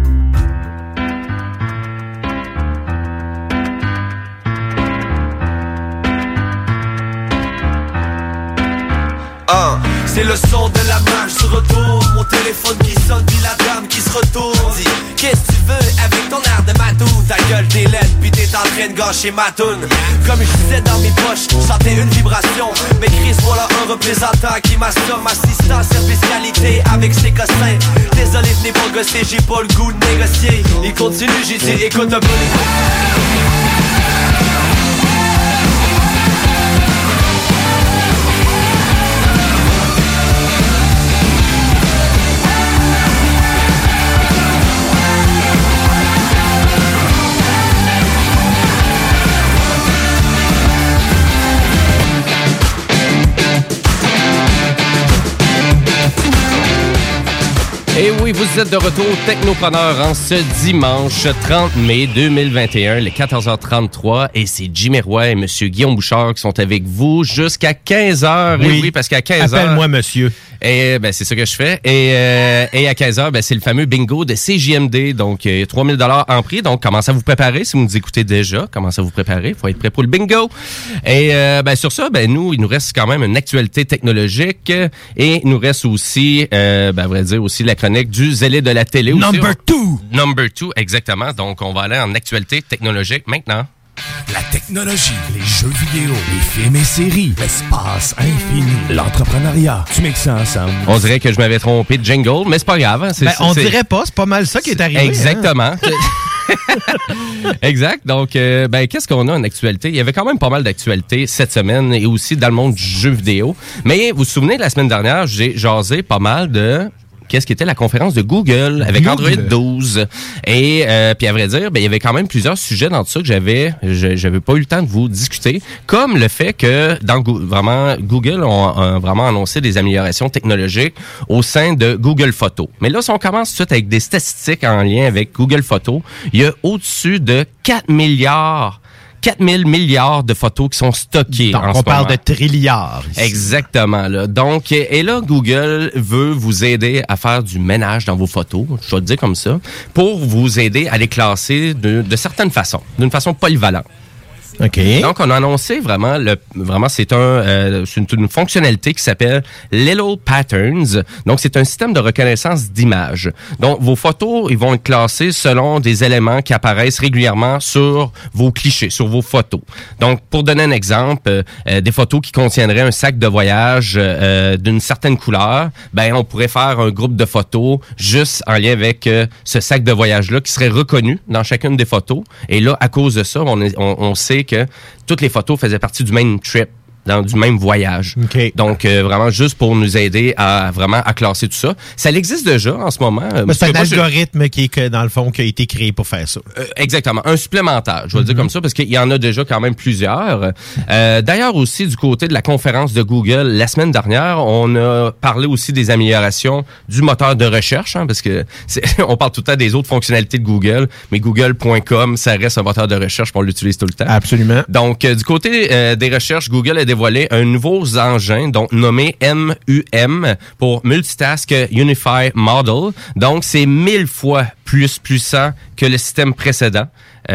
C'est le son de la marche se retourne. Mon téléphone qui sonne, puis la dame qui se retourne. Dis, qu'est-ce que tu veux avec ton air de matou? Ta gueule t'es laide, puis t'es en train de gâcher ma toune. Comme je disais dans mes poches, sentais une vibration. Mais Chris, voilà un représentant qui m'assure assistant service qualité avec ses cossins. Désolé de n'ai pas gossé, j'ai pas le goût de négocier. Il continue, j'ai dit écoute un peu. Et oui, vous êtes de retour Technopreneur en ce dimanche 30 mai 2021, les 14h33. Et c'est Jimmy Roy et Monsieur Guillaume Bouchard qui sont avec vous jusqu'à 15h. Oui, et oui, parce qu'à 15h... Appelle-moi monsieur. Et ben c'est ça que je fais. Et à 15h, ben c'est le fameux bingo de CJMD. Donc, 3000 $ en prix. Donc, commencez à vous préparer. Si vous nous écoutez déjà, commencez à vous préparer. Il faut être prêt pour le bingo. Et ben sur ça, ben nous, il nous reste quand même une actualité technologique. Et il nous reste aussi, ben à vrai dire, aussi la chronique du zélé de la télé. Number 2! Number 2, exactement. Donc, on va aller en actualité technologique maintenant. La technologie, les jeux vidéo, les films et séries, l'espace infini, l'entrepreneuriat. Tu mixes ça ensemble. On dirait que je m'avais trompé de jingle, mais c'est pas grave. Hein. On dirait pas, c'est pas mal ça qui est arrivé. Exactement. Exact. Donc, ben, qu'est-ce qu'on a en actualité? Il y avait quand même pas mal d'actualités cette semaine et aussi dans le monde du jeu vidéo. Mais vous vous souvenez, la semaine dernière, j'ai jasé pas mal de... qu'est-ce qui était la conférence de Google avec Android 12. Et puis à vrai dire, ben il y avait quand même plusieurs sujets dans tout ça que j'avais pas eu le temps de vous discuter, comme le fait que vraiment Google ont vraiment annoncé des améliorations technologiques au sein de Google Photos. Mais là, si on commence tout de suite avec des statistiques en lien avec Google Photos, il y a au-dessus de 4 000 milliards de photos qui sont stockées. Donc, en ce moment. on parle de trilliards. Ici. Exactement. Là. Donc, et là, Google veut vous aider à faire du ménage dans vos photos, je vais le dire comme ça, pour vous aider à les classer de certaines façons, d'une façon polyvalente. OK. Donc, on a annoncé vraiment c'est une fonctionnalité qui s'appelle Little Patterns. Donc, c'est un système de reconnaissance d'images. Donc, vos photos, ils vont être classées selon des éléments qui apparaissent régulièrement sur vos clichés, sur vos photos. Donc, pour donner un exemple, des photos qui contiendraient un sac de voyage d'une certaine couleur, ben, on pourrait faire un groupe de photos juste en lien avec ce sac de voyage-là qui serait reconnu dans chacune des photos. Et là, à cause de ça, on sait que toutes les photos faisaient partie du même trip, du même voyage. Okay. Donc, vraiment, juste pour nous aider à classer tout ça. Ça existe déjà en ce moment. C'est un algorithme qui est, dans le fond, qui a été créé pour faire ça. Exactement. Un supplémentaire, je vais le dire comme ça, parce qu'il y en a déjà quand même plusieurs. D'ailleurs, aussi, du côté de la conférence de Google, la semaine dernière, on a parlé aussi des améliorations du moteur de recherche, hein, parce que on parle tout le temps des autres fonctionnalités de Google, mais Google.com, ça reste un moteur de recherche, on l'utilise tout le temps. Absolument. Donc, du côté des recherches, Google a dévoilé un nouveau engin, donc nommé MUM pour Multitask Unified Model. Donc, c'est 1000 fois plus puissant que le système précédent.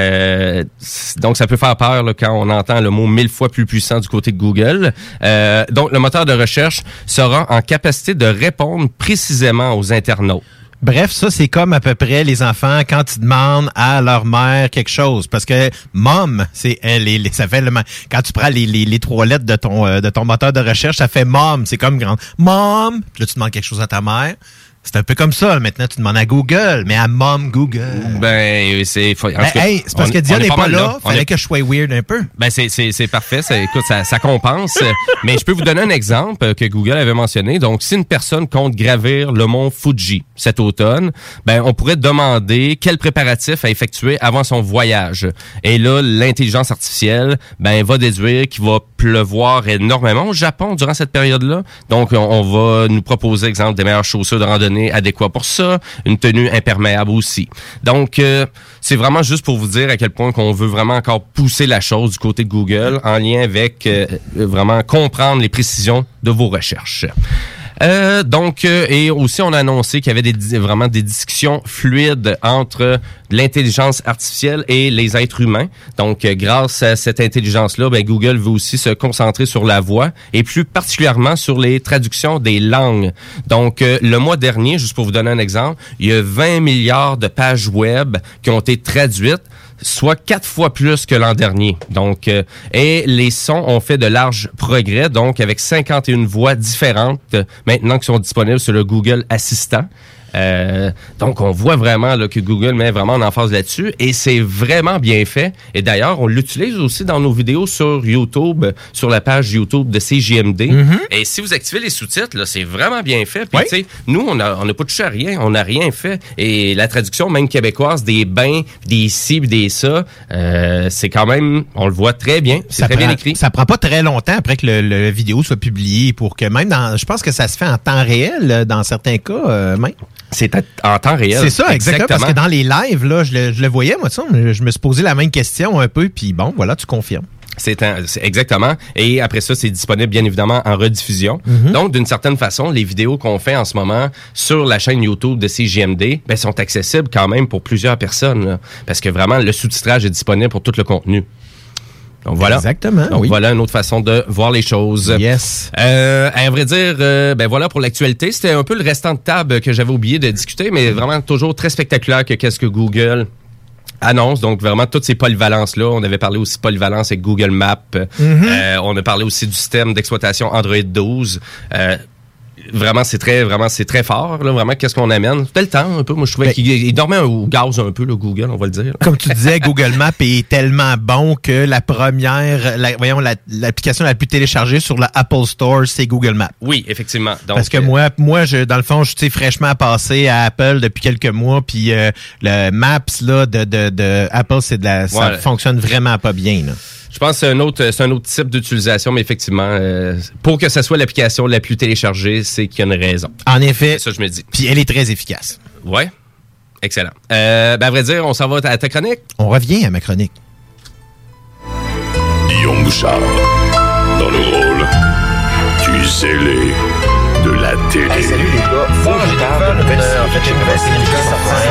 Donc, ça peut faire peur là, quand on entend le mot 1000 fois plus puissant du côté de Google. Donc, le moteur de recherche sera en capacité de répondre précisément aux internautes. Bref, ça, c'est comme à peu près les enfants quand ils demandent à leur mère quelque chose. Parce que mom, ça fait quand tu prends les 3 lettres de ton moteur de recherche, ça fait mom. C'est comme grand. Mom. Puis là, tu demandes quelque chose à ta mère. C'est un peu comme ça. Maintenant, tu demandes à Google, mais à Mom Google. Ben, c'est parce que Diane n'est pas là. Fallait que je sois weird un peu. Ben, c'est parfait. Écoute, ça compense. Mais je peux vous donner un exemple que Google avait mentionné. Donc, si une personne compte gravir le mont Fuji cet automne, ben, on pourrait demander quel préparatif à effectuer avant son voyage. Et là, l'intelligence artificielle, ben, va déduire qu'il va pleuvoir énormément au Japon durant cette période-là. Donc, on va nous proposer, exemple, des meilleures chaussures de randonnée adéquat pour ça, une tenue imperméable aussi. Donc, c'est vraiment juste pour vous dire à quel point qu'on veut vraiment encore pousser la chose du côté de Google en lien avec vraiment comprendre les précisions de vos recherches. Et aussi, on a annoncé qu'il y avait vraiment des discussions fluides entre l'intelligence artificielle et les êtres humains. Donc, grâce à cette intelligence-là, ben, Google veut aussi se concentrer sur la voix et plus particulièrement sur les traductions des langues. Donc, le mois dernier, juste pour vous donner un exemple, il y a 20 milliards de pages web qui ont été traduites, soit 4 fois plus que l'an dernier. Donc, et les sons ont fait de larges progrès, donc avec 51 voix différentes maintenant qui sont disponibles sur le Google Assistant. Donc, on voit vraiment là, que Google met vraiment en emphase là-dessus et c'est vraiment bien fait. Et d'ailleurs, on l'utilise aussi dans nos vidéos sur YouTube, sur la page YouTube de CJMD. Mm-hmm. Et si vous activez les sous-titres, là, c'est vraiment bien fait. Puis, tu sais, nous, on n'a pas touché à rien, on n'a rien fait. Et la traduction, même québécoise, des bains, des ci, des ça, c'est quand même, on le voit très bien. C'est très bien écrit. Ça prend pas très longtemps après que le vidéo soit publié pour que même je pense que ça se fait en temps réel dans certains cas, même. C'est en temps réel. C'est ça, exactement. Parce que dans les lives, là, je le voyais, moi, ça, je me suis posé la même question un peu, puis bon, voilà, tu confirmes. C'est exactement. Et après ça, c'est disponible, bien évidemment, en rediffusion. Mm-hmm. Donc, d'une certaine façon, les vidéos qu'on fait en ce moment sur la chaîne YouTube de CJMD, ben, sont accessibles quand même pour plusieurs personnes, là, parce que vraiment, le sous-titrage est disponible pour tout le contenu. Donc voilà. Exactement. Donc oui. Voilà une autre façon de voir les choses. Yes. À vrai dire, ben voilà pour l'actualité. C'était un peu le restant de table que j'avais oublié de discuter, mais vraiment toujours très spectaculaire que qu'est-ce que Google annonce. Donc vraiment toutes ces polyvalences-là. On avait parlé aussi de polyvalence avec Google Maps. On a parlé aussi du système d'exploitation Android 12. Vraiment, c'est très fort, là, vraiment, qu'est-ce qu'on amène. C'était le temps, un peu. Moi, je trouvais qu'il dormait au gaz un peu, le Google, on va le dire. Là. Comme tu disais, Google Maps est tellement bon que l'application la plus téléchargée sur la Apple Store, c'est Google Maps. Oui, effectivement. Donc, parce que moi, dans le fond, je suis fraîchement passé à Apple depuis quelques mois, puis le Maps, là, de Apple, ça fonctionne vraiment pas bien, là. Je pense que c'est un autre type d'utilisation, mais effectivement, pour que ce soit l'application la plus téléchargée, c'est qu'il y a une raison. En effet. C'est ça, je me dis. Puis elle est très efficace. Ouais. Excellent. À vrai dire, on s'en va à ta chronique? On revient à ma chronique. Guillaume Bouchard, dans le rôle du zélé de la télé. Hey, salut les gars. Moi, j'ai une nouvelle série qui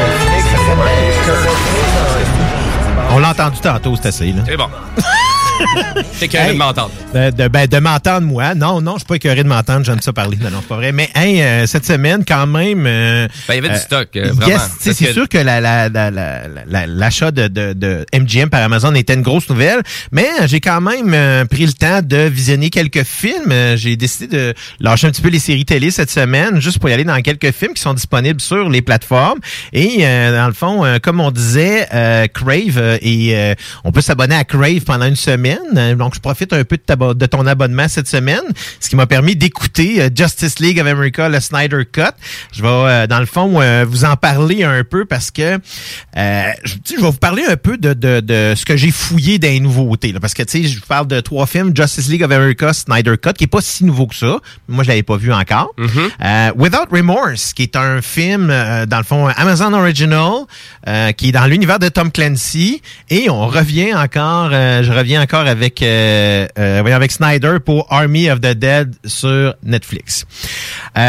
On l'a entendu tantôt, c'est assez, là. C'est bon. T'es écœuré de m'entendre. De m'entendre, moi. Non, je suis pas écœuré de m'entendre, j'aime ça parler. Non, c'est pas vrai. Mais cette semaine, quand même... il y avait du stock, vraiment. Yes, c'est sûr que l'achat de MGM par Amazon était une grosse nouvelle, mais j'ai quand même pris le temps de visionner quelques films. J'ai décidé de lâcher un petit peu les séries télé cette semaine, juste pour y aller dans quelques films qui sont disponibles sur les plateformes. Et dans le fond, comme on disait, Crave, on peut s'abonner à Crave pendant une semaine. Donc, je profite un peu de ton abonnement cette semaine, ce qui m'a permis d'écouter Justice League of America, le Snyder Cut. Je vais, dans le fond, vous en parler un peu parce que je vais vous parler un peu de ce que j'ai fouillé des nouveautés. Là, parce que, tu sais, je vous parle de 3 films, Justice League of America, Snyder Cut, qui est pas si nouveau que ça. Moi, je l'avais pas vu encore. Without Remorse, qui est un film, dans le fond, Amazon Original, qui est dans l'univers de Tom Clancy. Et on revient encore, je reviens encore avec Snyder pour Army of the Dead sur Netflix. Tu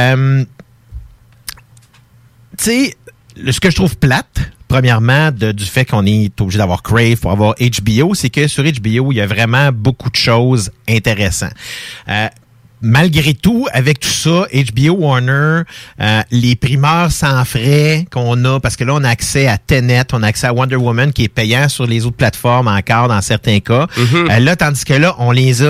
sais, ce que je trouve plate, premièrement, du fait qu'on est obligé d'avoir Crave pour avoir HBO, c'est que sur HBO, il y a vraiment beaucoup de choses intéressantes. Malgré tout, avec tout ça, HBO Warner, les primeurs sans frais qu'on a, parce que là, on a accès à Tenet, on a accès à Wonder Woman qui est payant sur les autres plateformes encore dans certains cas. Là, tandis que là,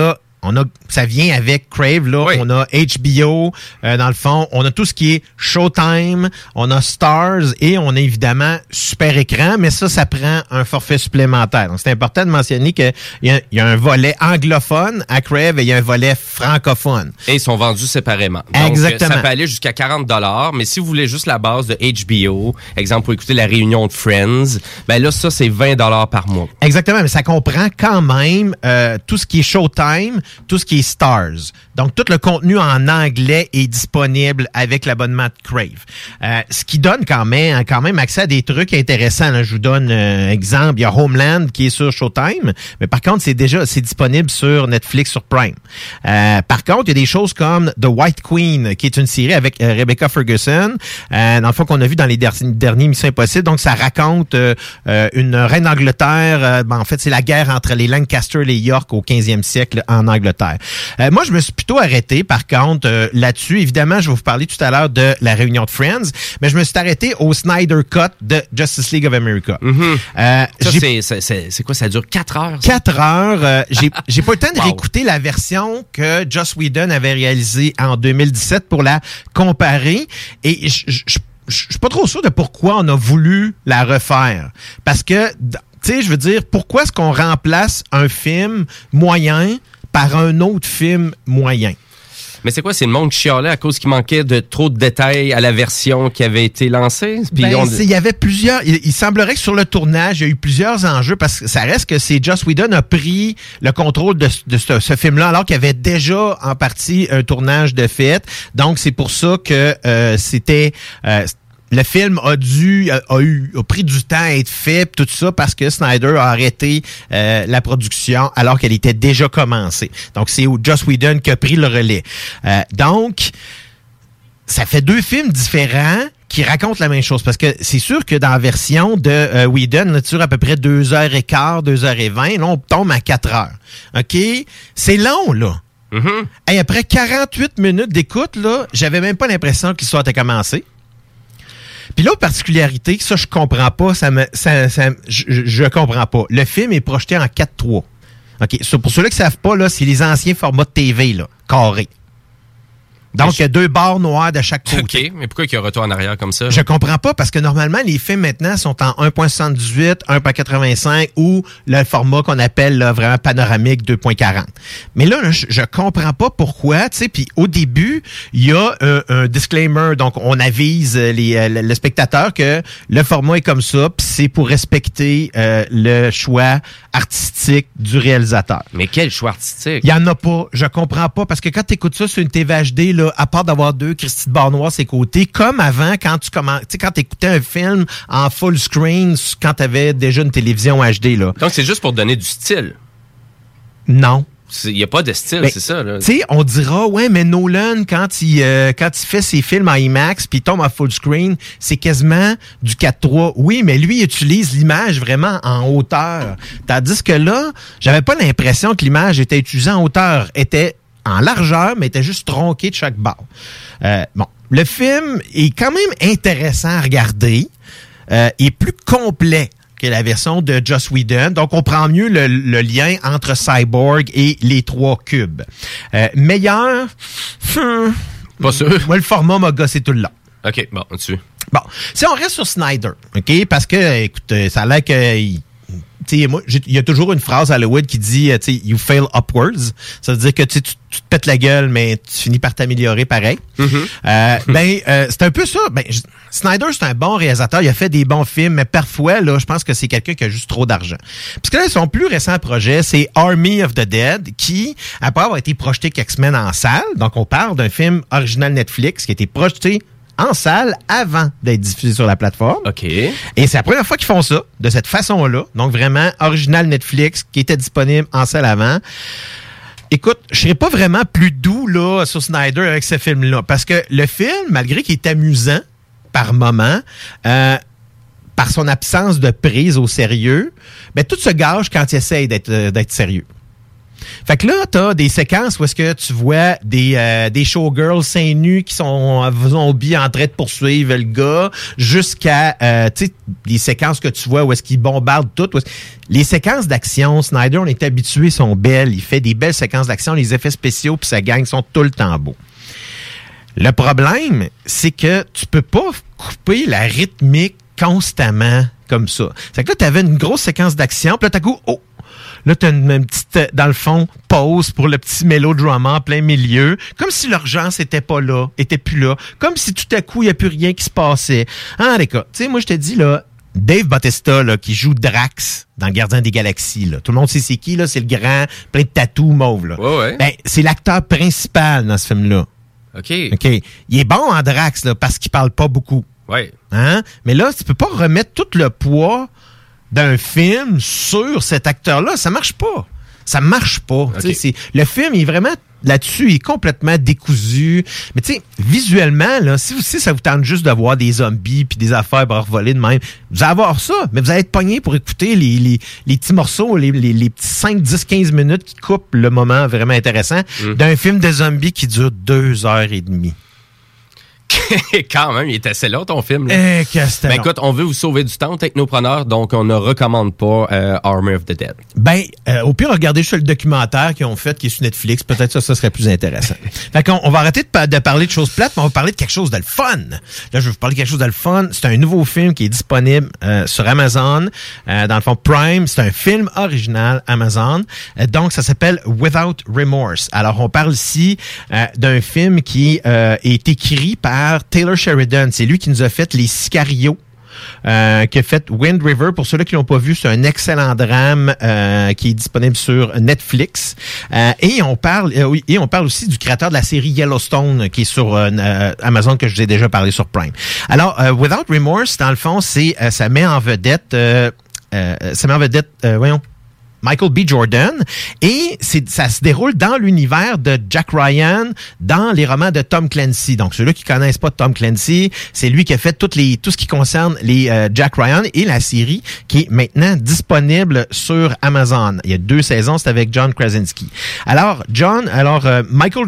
ça vient avec Crave, là. Oui. On a HBO, dans le fond. On a tout ce qui est Showtime, on a Stars et on a évidemment Super Écran, mais ça prend un forfait supplémentaire. Donc, c'est important de mentionner qu'il y a un volet anglophone à Crave et il y a un volet francophone. Et ils sont vendus séparément. Donc, exactement. Ça peut aller jusqu'à 40$, mais si vous voulez juste la base de HBO, exemple, pour écouter la réunion de Friends, ben là, ça, c'est 20$ par mois. Exactement, mais ça comprend quand même tout ce qui est Showtime, tout ce qui est Stars. Donc, tout le contenu en anglais est disponible avec l'abonnement de Crave. Ce qui donne quand même accès à des trucs intéressants. Là, je vous donne exemple. Il y a Homeland qui est sur Showtime, mais par contre, c'est disponible sur Netflix, sur Prime. Par contre, il y a des choses comme The White Queen, qui est une série avec Rebecca Ferguson, dans le fond, qu'on a vu dans les derniers Missions Impossibles. Donc, ça raconte une reine d'Angleterre. En fait, c'est la guerre entre les Lancaster et les York au 15e siècle en Angleterre. Moi, je me suis plutôt arrêté, par contre, là-dessus. Évidemment, je vais vous parler tout à l'heure de la réunion de Friends, mais je me suis arrêté au Snyder Cut de Justice League of America. C'est quoi? Ça dure 4 heures? 4 heures. J'ai pas eu le temps de réécouter la version que Joss Whedon avait réalisée en 2017 pour la comparer. Et je suis pas trop sûr de pourquoi on a voulu la refaire. Parce que, tu sais, je veux dire, pourquoi est-ce qu'on remplace un film moyen par un autre film moyen? Mais c'est quoi? C'est le monde qui chialait à cause qu'il manquait de trop de détails à la version qui avait été lancée? Puis il y avait plusieurs... Il semblerait que sur le tournage, il y a eu plusieurs enjeux parce que ça reste que Joss Whedon a pris le contrôle de ce film-là alors qu'il y avait déjà en partie un tournage de fait. Donc, c'est pour ça que c'était... le film a pris du temps à être fait, tout ça, parce que Snyder a arrêté la production alors qu'elle était déjà commencée. Donc, c'est Joss Whedon qui a pris le relais. Donc, ça fait 2 films différents qui racontent la même chose. Parce que c'est sûr que dans la version de Whedon, là, tu dure à peu près 2h15, 2h20. Là, on tombe à 4 heures. OK? C'est long, là. Mm-hmm. Et après 48 minutes d'écoute, là, j'avais même pas l'impression que l'histoire était commencée. Puis l'autre particularité, ça, je comprends pas, je comprends pas. Le film est projeté en 4:3. OK. Pour ceux-là qui savent pas, là, c'est les anciens formats de TV, là, carrés. Donc, il y a 2 barres noires de chaque côté. OK, mais pourquoi il y a un retour en arrière comme ça? Je comprends pas, parce que normalement, les films maintenant sont en 1.78, 1.85 ou le format qu'on appelle là, vraiment panoramique 2.40. Mais là, je comprends pas pourquoi, tu sais, puis au début, il y a un disclaimer, donc on avise le spectateur que le format est comme ça, puis c'est pour respecter le choix artistique du réalisateur. Mais quel choix artistique? Il y en a pas, je comprends pas, parce que quand tu écoutes ça sur une TV HD, là, à part d'avoir 2 Christy de barres noires ses côtés, comme avant, quand tu écoutais un film en full screen, quand tu avais déjà une télévision HD. Là. Donc, c'est juste pour donner du style? Non. Il n'y a pas de style, c'est ça. Tu sais, on dira, ouais, mais Nolan, quand il fait ses films en IMAX puis il tombe en full screen, c'est quasiment du 4:3. Oui, mais lui, il utilise l'image vraiment en hauteur. Tandis que là, j'avais pas l'impression que l'image était utilisée en hauteur. Était en largeur, mais était juste tronqué de chaque barre. Bon, le film est quand même intéressant à regarder. Il est plus complet que la version de Joss Whedon. Donc, on prend mieux le lien entre Cyborg et les 3 cubes. Meilleur? Pas sûr. Moi, le format m'a gossé tout le long. OK, bon, dessus. Bon, si on reste sur Snyder, OK? Parce que, écoute, ça a l'air que... Moi, il y a toujours une phrase à Hollywood qui dit « You fail upwards ». Ça veut dire que tu te pètes la gueule, mais tu finis par t'améliorer pareil. Mm-hmm. C'est un peu ça. Snyder, c'est un bon réalisateur. Il a fait des bons films, mais parfois, là, je pense que c'est quelqu'un qui a juste trop d'argent. Parce que là, son plus récent projet, c'est Army of the Dead, qui, après avoir été projeté quelques semaines en salle, donc on parle d'un film original Netflix qui a été projeté en salle avant d'être diffusé sur la plateforme. OK. Et c'est la première fois qu'ils font ça, de cette façon-là. Donc, vraiment, original Netflix, qui était disponible en salle avant. Écoute, je serais pas vraiment plus doux là sur Snyder avec ce film-là. Parce que le film, malgré qu'il est amusant par moments, par son absence de prise au sérieux, ben tout se gâche quand il essaye d'être sérieux. Fait que là, t'as des séquences où est-ce que tu vois des showgirls seins nus qui sont zombies en train de poursuivre le gars, jusqu'à tu sais, des séquences que tu vois où est-ce qu'ils bombardent tout. Les séquences d'action, Snyder, on est habitué, sont belles. Il fait des belles séquences d'action, les effets spéciaux puis sa gang sont tout le temps beaux. Le problème, c'est que tu peux pas couper la rythmique constamment comme ça. C'est que là, t'avais une grosse séquence d'action, puis là, t'as coup, là, t'as une petite, dans le fond, pause pour le petit mélodrama en plein milieu. Comme si l'urgence était pas là, était plus là. Comme si tout à coup, il n'y a plus rien qui se passait. En les cas, tu sais, moi, je te dis, là, Dave Bautista, là, qui joue Drax dans Gardien des Galaxies, là. Tout le monde sait c'est qui, là. C'est le grand, plein de tatous mauve, là. Ouais. Ben, c'est l'acteur principal dans ce film-là. OK. Il est bon en Drax, là, parce qu'il parle pas beaucoup. Ouais. Hein? Mais là, tu peux pas remettre tout le poids d'un film sur cet acteur-là. Ça marche pas. Ça marche pas. Okay. Le film est vraiment là-dessus, il est complètement décousu. Mais tu sais, visuellement, là, si ça vous tente juste de voir des zombies puis des affaires voler de même, vous allez avoir ça, mais vous allez être pogné pour écouter les petits morceaux, les petits 5, 10, 15 minutes qui coupent le moment vraiment intéressant d'un film de zombies qui dure 2h30. Quand même, il est assez long ton film. Là. Ben écoute, on veut vous sauver du temps, technopreneurs, donc on ne recommande pas Army of the Dead. Ben, au pire, regardez juste le documentaire qu'ils ont fait, qui est sur Netflix. Peut-être ça serait plus intéressant. Fait qu'on va arrêter de parler de choses plates, mais on va parler de quelque chose de le fun. Là, je vais vous parler de quelque chose de le fun. C'est un nouveau film qui est disponible sur Amazon. Dans le fond, Prime, c'est un film original Amazon. Donc, ça s'appelle Without Remorse. Alors, on parle ici d'un film qui est écrit par Taylor Sheridan. C'est lui qui nous a fait Les Sicarios. qui a fait Wind River. Pour ceux-là qui l'ont pas vu, c'est un excellent drame qui est disponible sur Netflix. Et on parle aussi du créateur de la série Yellowstone qui est sur Amazon, que je vous ai déjà parlé sur Prime. Alors, Without Remorse, dans le fond, ça met en vedette Michael B. Jordan, et ça se déroule dans l'univers de Jack Ryan, dans les romans de Tom Clancy. Donc, ceux-là qui connaissent pas Tom Clancy, c'est lui qui a fait tout ce qui concerne les Jack Ryan et la série qui est maintenant disponible sur Amazon. Il y a 2 saisons, c'est avec John Krasinski. Alors, Michael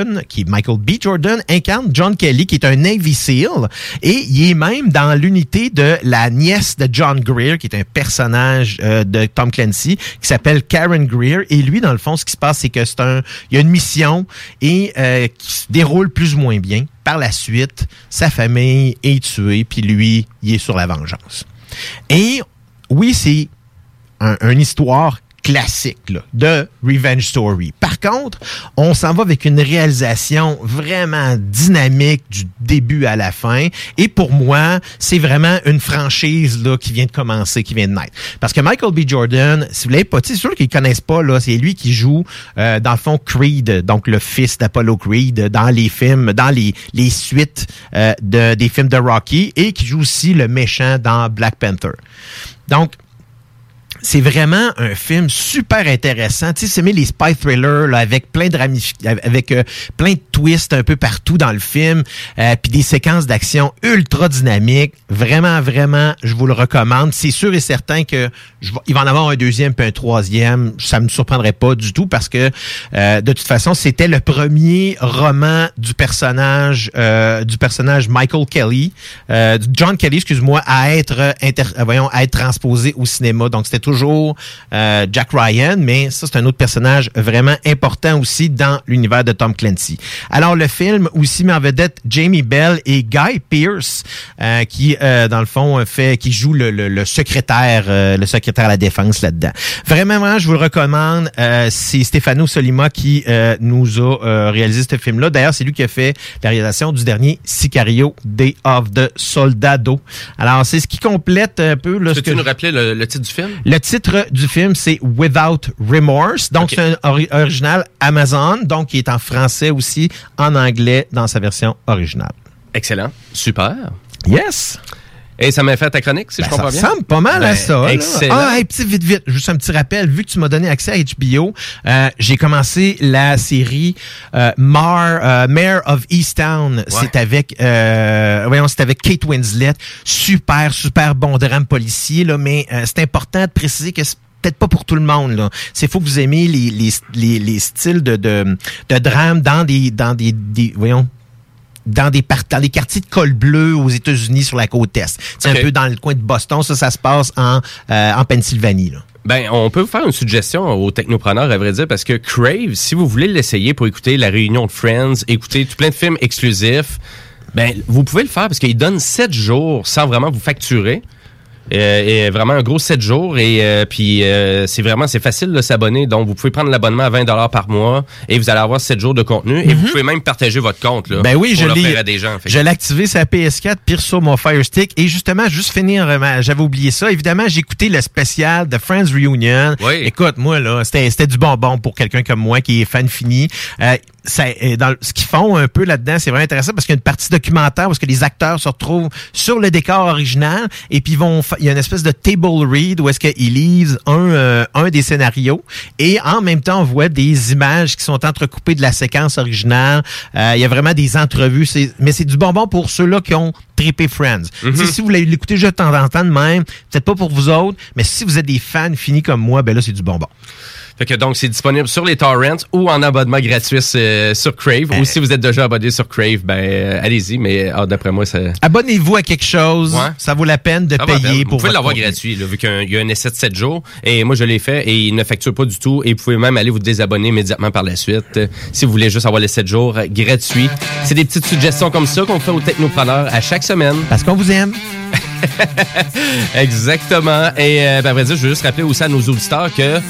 B. Jordan incarne John Kelly, qui est un Navy SEAL, et il est même dans l'unité de la nièce de John Greer, qui est un personnage de Tom Clancy, qui s'appelle Karen Greer. Et lui, dans le fond, ce qui se passe, c'est que il y a une mission et qui se déroule plus ou moins bien. Par la suite, sa famille est tuée, puis lui, il est sur la vengeance. Et oui, c'est une histoire classique là, de Revenge Story. Par contre, on s'en va avec une réalisation vraiment dynamique du début à la fin. Et pour moi, c'est vraiment une franchise là qui vient de commencer, qui vient de naître. Parce que Michael B. Jordan, si vous l'avez pas, c'est sûr qu'ils connaissent pas là, c'est lui qui joue dans le fond Creed, donc le fils d'Apollo Creed dans les films, dans les suites des films de Rocky, et qui joue aussi le méchant dans Black Panther. Donc c'est vraiment un film super intéressant. Tu sais, c'est les spy thrillers là, avec plein de plein de twists un peu partout dans le film, puis des séquences d'action ultra dynamiques. Vraiment, vraiment, je vous le recommande. C'est sûr et certain que il va en avoir un 2e puis un 3e. Ça me surprendrait pas du tout parce que de toute façon, c'était le premier roman du personnage Michael Kelly, John Kelly, excuse-moi, à être transposé au cinéma. Donc c'était toujours Jack Ryan, mais ça, c'est un autre personnage vraiment important aussi dans l'univers de Tom Clancy. Alors, le film aussi met en vedette Jamie Bell et Guy Pearce, qui, dans le fond, qui joue le secrétaire à la défense là-dedans. Vraiment, je vous le recommande. C'est Stefano Sollima qui nous a réalisé ce film-là. D'ailleurs, c'est lui qui a fait la réalisation du dernier Sicario, Day of the Soldado. Alors, c'est ce qui complète un peu... Peux-tu nous rappeler le titre du film? Le titre du film, c'est Without Remorse. Donc, okay. C'est un original Amazon, donc qui est en français aussi, en anglais dans sa version originale. Excellent. Super. Yes. Et ça m'a fait ta chronique, si je comprends bien? Ça ressemble pas mal à ça. Excellent. Ah, hey, vite, juste un petit rappel. Vu que tu m'as donné accès à HBO, j'ai commencé la série Mayor of Easttown. Ouais. C'est avec Kate Winslet. Super, super bon drame policier, là, mais c'est important de préciser que c'est peut-être pas pour tout le monde, là. C'est faut que vous aimiez les styles de drame dans les quartiers de col bleu aux États-Unis sur la côte Est. C'est un peu dans le coin de Boston. Ça se passe en Pennsylvanie, là. Ben, on peut vous faire une suggestion aux technopreneurs, à vrai dire, parce que Crave, si vous voulez l'essayer pour écouter la réunion de Friends, écouter tout plein de films exclusifs, ben, vous pouvez le faire parce qu'il donne 7 jours sans vraiment vous facturer. Et vraiment un gros 7 jours et puis c'est facile de s'abonner, donc vous pouvez prendre l'abonnement à 20$ par mois et vous allez avoir 7 jours de contenu et vous pouvez même partager votre compte là. Ben oui, je l'ai à des gens. Je l'ai activé sur la PS4 pire sur mon Fire Stick et justement juste finir, j'avais oublié ça. Évidemment, j'ai écouté le spécial de Friends Reunion. Oui. Écoute, moi là, c'était du bonbon pour quelqu'un comme moi qui est fan fini. Ce qu'ils font un peu là-dedans, c'est vraiment intéressant parce qu'il y a une partie documentaire où les acteurs se retrouvent sur le décor original et puis il y a une espèce de table read où est-ce qu'ils lisent un des scénarios et en même temps on voit des images qui sont entrecoupées de la séquence originale. Il y a vraiment des entrevues, mais c'est du bonbon pour ceux-là qui ont trippé Friends. Mm-hmm. Si vous voulez l'écouter juste de temps en temps de même, peut-être pas pour vous autres, mais si vous êtes des fans finis comme moi, ben là c'est du bonbon. Fait que donc c'est disponible sur les torrents ou en abonnement gratuit sur Crave. Ou si vous êtes déjà abonné sur Crave, ben allez-y, mais d'après moi ça. Abonnez-vous à quelque chose, ça vaut la peine de payer pour. Vous pouvez l'avoir gratuit, là, vu qu'il y a un essai de 7 jours. Et moi je l'ai fait et il ne facture pas du tout. Et vous pouvez même aller vous désabonner immédiatement par la suite si vous voulez juste avoir les 7 jours gratuits. C'est des petites suggestions comme ça qu'on fait aux technopreneurs à chaque semaine. Parce qu'on vous aime. Exactement. Et à vrai dire, je veux juste rappeler aussi à nos auditeurs que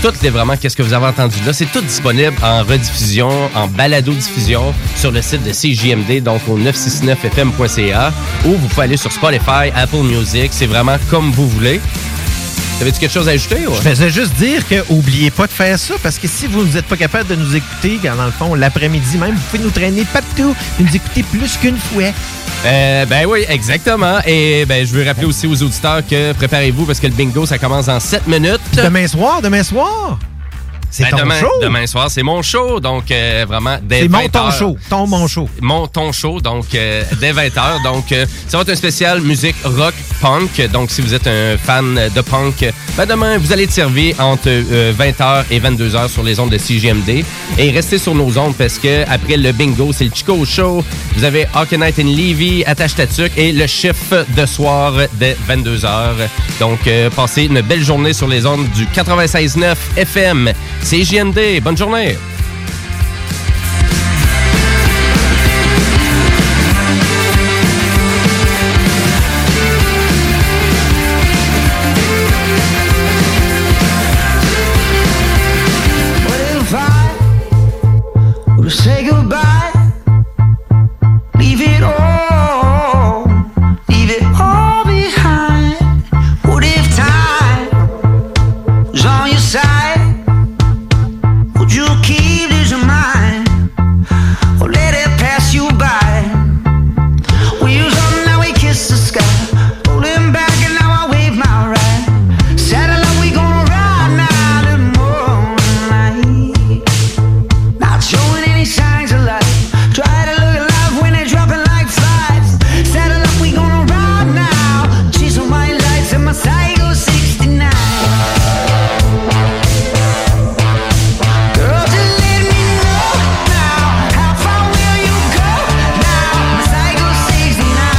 vraiment qu'est-ce que vous avez entendu là. C'est tout disponible en rediffusion, en balado-diffusion sur le site de CJMD, donc au 969fm.ca, ou vous pouvez aller sur Spotify, Apple Music. C'est vraiment comme vous voulez. T'avais-tu quelque chose à ajouter? Ouais? Je faisais juste dire que n'oubliez pas de faire ça, parce que si vous n'êtes pas capable de nous écouter, dans le fond, l'après-midi même, vous pouvez nous traîner partout et nous écouter plus qu'une fois. Ben oui, exactement. Et ben je veux rappeler aussi aux auditeurs que préparez-vous parce que le bingo, ça commence dans 7 minutes. Demain soir! C'est ton show? Demain soir, c'est mon show. Donc, vraiment, dès 20h. C'est mon show. Ton show, donc, dès 20h. Donc, ça va être un spécial musique rock, punk. Donc, si vous êtes un fan de punk, ben demain, vous allez être servi entre 20h et 22h sur les ondes de CJMD. Et restez sur nos ondes parce que après le bingo, c'est le Chico Show. Vous avez Hockey Night in Levy, Attache Tatuc et le chiffre de soir dès 22h. Donc, passez une belle journée sur les ondes du 96.9 FM. C'est JMD. Bonne journée. Say goodbye, leave it all behind. What if time is on your side? Would you keep this in mind, or let it pass you by? We use up, now we kiss the sky, holding back and now I wave my right. Satellite, we gonna ride now the moonlight, not showing any signs of life. Try to look alive when they're dropping like flies. Satellite, we gonna ride now, chase on my lights and my Psycho 69. Girl, just let me know now, how far will you go now, my Psycho 69.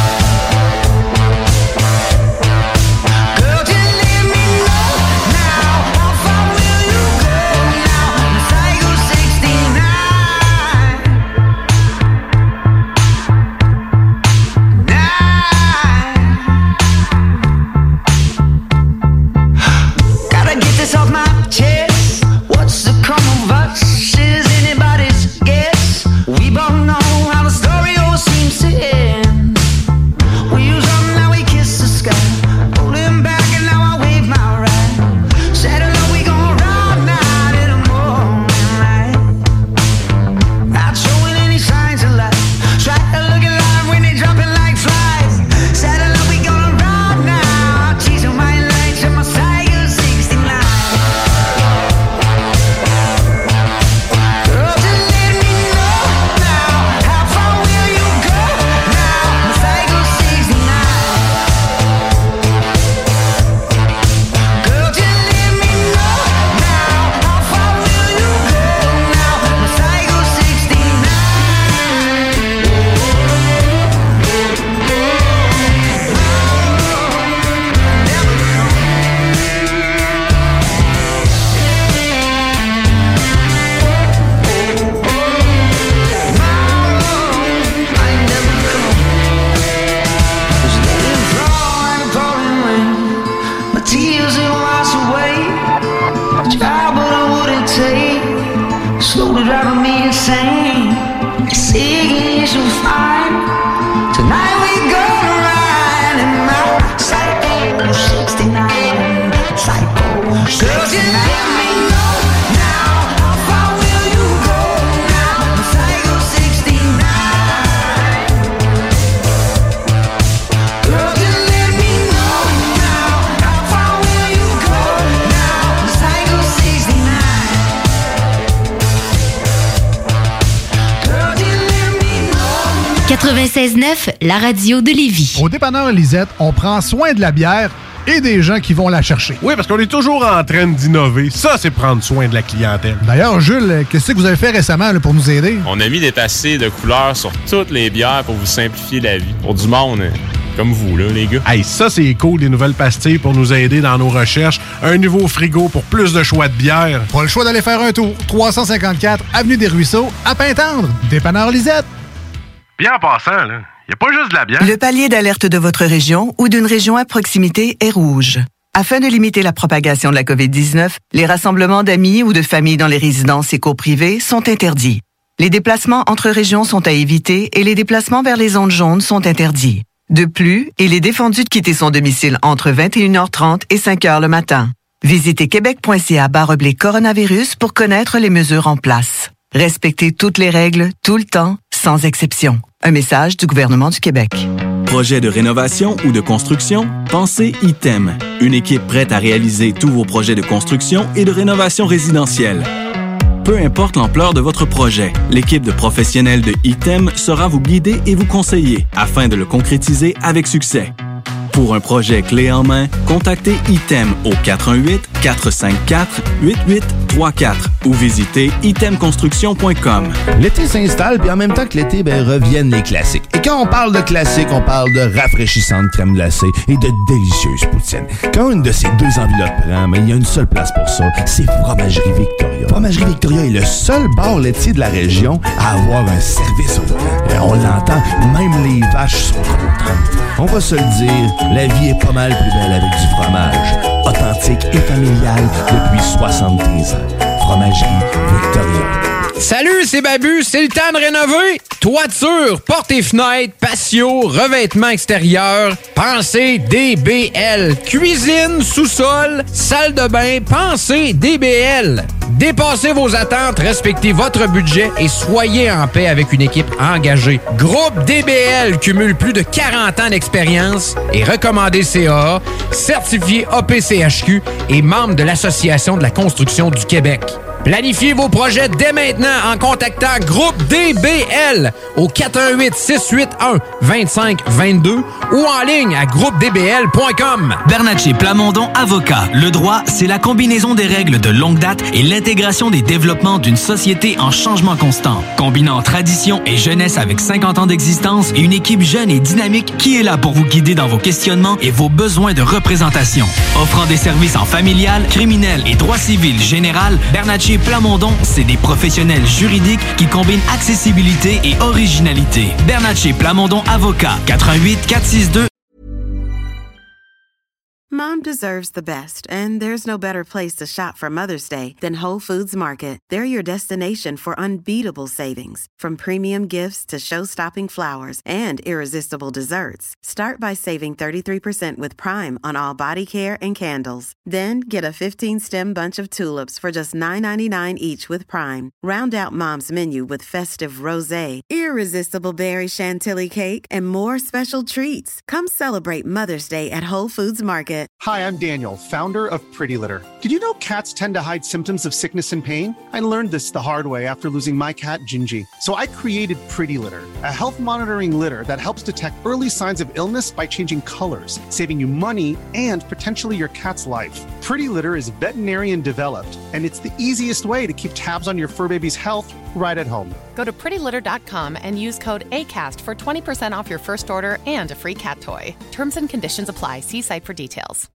Girl, just let me know now, how far will you go now, my Psycho 69. Gotta get this off my chest. What's the come of us? Is anybody's guess? We both know how the story always seems to end. We use up, now we kiss the sky, holding back and now I wave my right. Satellite, we gon' ride night in the moonlight, not showing any signs of life. Try to look alive when they dropping like flies. Satellite, we gonna ride now, teasing my lights and my Psycho 69. Girl, just let me know now, how far will you go now, my Psycho 69. Girl, just let me know now, how far will you go now, my Psycho 69. My tears will wash away. Try, but I wouldn't take. Slowly driving me insane. Singing, you'll find. Tonight we gonna ride in my Psycho 69. Psycho 69. Girl, just let me know now, how far will you go now, my Psycho 69. Girl, just let me know now, how far will you go now, my Psycho 69. Girl, just let me know. 96.9, la radio de Lévis. Au dépanneur Lisette, on prend soin de la bière et des gens qui vont la chercher. Oui, parce qu'on est toujours en train d'innover. Ça, c'est prendre soin de la clientèle. D'ailleurs, Jules, qu'est-ce que vous avez fait récemment là, pour nous aider? On a mis des passés de couleurs sur toutes les bières pour vous simplifier la vie. Pour du monde comme vous, là, les gars. Hey, ça, c'est cool, des nouvelles pastilles pour nous aider dans nos recherches. Un nouveau frigo pour plus de choix de bière. Pas le choix d'aller faire un tour. 354 Avenue des Ruisseaux, à Pintendre. Dépanneur Lisette. Bien en passant, là, il n'y a pas juste de la bière. Le palier d'alerte de votre région ou d'une région à proximité est rouge. Afin de limiter la propagation de la COVID-19, les rassemblements d'amis ou de familles dans les résidences et cours privées sont interdits. Les déplacements entre régions sont à éviter et les déplacements vers les zones jaunes sont interdits. De plus, il est défendu de quitter son domicile entre 21h30 et 5h le matin. Visitez québec.ca/coronavirus pour connaître les mesures en place. Respectez toutes les règles, tout le temps, sans exception. Un message du gouvernement du Québec. Projet de rénovation ou de construction? Pensez ITEM. Une équipe prête à réaliser tous vos projets de construction et de rénovation résidentielle. Peu importe l'ampleur de votre projet, l'équipe de professionnels de ITEM sera vous guider et vous conseiller afin de le concrétiser avec succès. Pour un projet clé en main, contactez ITEM au 418-454-8834 ou visitez itemconstruction.com. L'été s'installe, puis en même temps que l'été, reviennent les classiques. Et quand on parle de classiques, on parle de rafraîchissantes crèmes glacées et de délicieuses poutines. Quand une de ces deux enveloppes prend, il y a une seule place pour ça, c'est Fromagerie Victoria. Fromagerie Victoria est le seul bar laitier de la région à avoir un service au volant. On l'entend, même les vaches sont contentes. On va se le dire, la vie est pas mal plus belle avec du fromage. Authentique et familial depuis 73 ans. Fromagerie Victoria. Salut, c'est Babu, c'est le temps de rénover. Toiture, portes et fenêtres, patio, revêtement extérieur, pensez DBL. Cuisine, sous-sol, salle de bain, pensez DBL. Dépassez vos attentes, respectez votre budget et soyez en paix avec une équipe engagée. Groupe DBL cumule plus de 40 ans d'expérience et recommandé CAA, certifié APCHQ et membre de l'Association de la construction du Québec. Planifiez vos projets dès maintenant en contactant Groupe DBL au 418-681-2522 ou en ligne à groupedbl.com. Bernatchez Plamondon Avocat. Le droit, c'est la combinaison des règles de longue date et l'intégration des développements d'une société en changement constant. Combinant tradition et jeunesse avec 50 ans d'existence et une équipe jeune et dynamique qui est là pour vous guider dans vos questionnements et vos besoins de représentation. Offrant des services en familial, criminel et droit civil général, Bernatchez Plamondon, c'est des professionnels juridiques qui combinent accessibilité et originalité. Bernatchez Plamondon Avocat, 88-462. Mom deserves the best, and there's no better place to shop for Mother's Day than Whole Foods Market. They're your destination for unbeatable savings, from premium gifts to show-stopping flowers and irresistible desserts. Start by saving 33% with Prime on all body care and candles. Then get a 15-stem bunch of tulips for just $9.99 each with Prime. Round out Mom's menu with festive rosé, irresistible berry chantilly cake, and more special treats. Come celebrate Mother's Day at Whole Foods Market. Hi, I'm Daniel, founder of Pretty Litter. Did you know cats tend to hide symptoms of sickness and pain? I learned this the hard way after losing my cat, Gingy. So I created Pretty Litter, a health monitoring litter that helps detect early signs of illness by changing colors, saving you money and potentially your cat's life. Pretty Litter is veterinarian developed, and it's the easiest way to keep tabs on your fur baby's health right at home. Go to prettylitter.com and use code ACAST for 20% off your first order and a free cat toy. Terms and conditions apply. See site for details.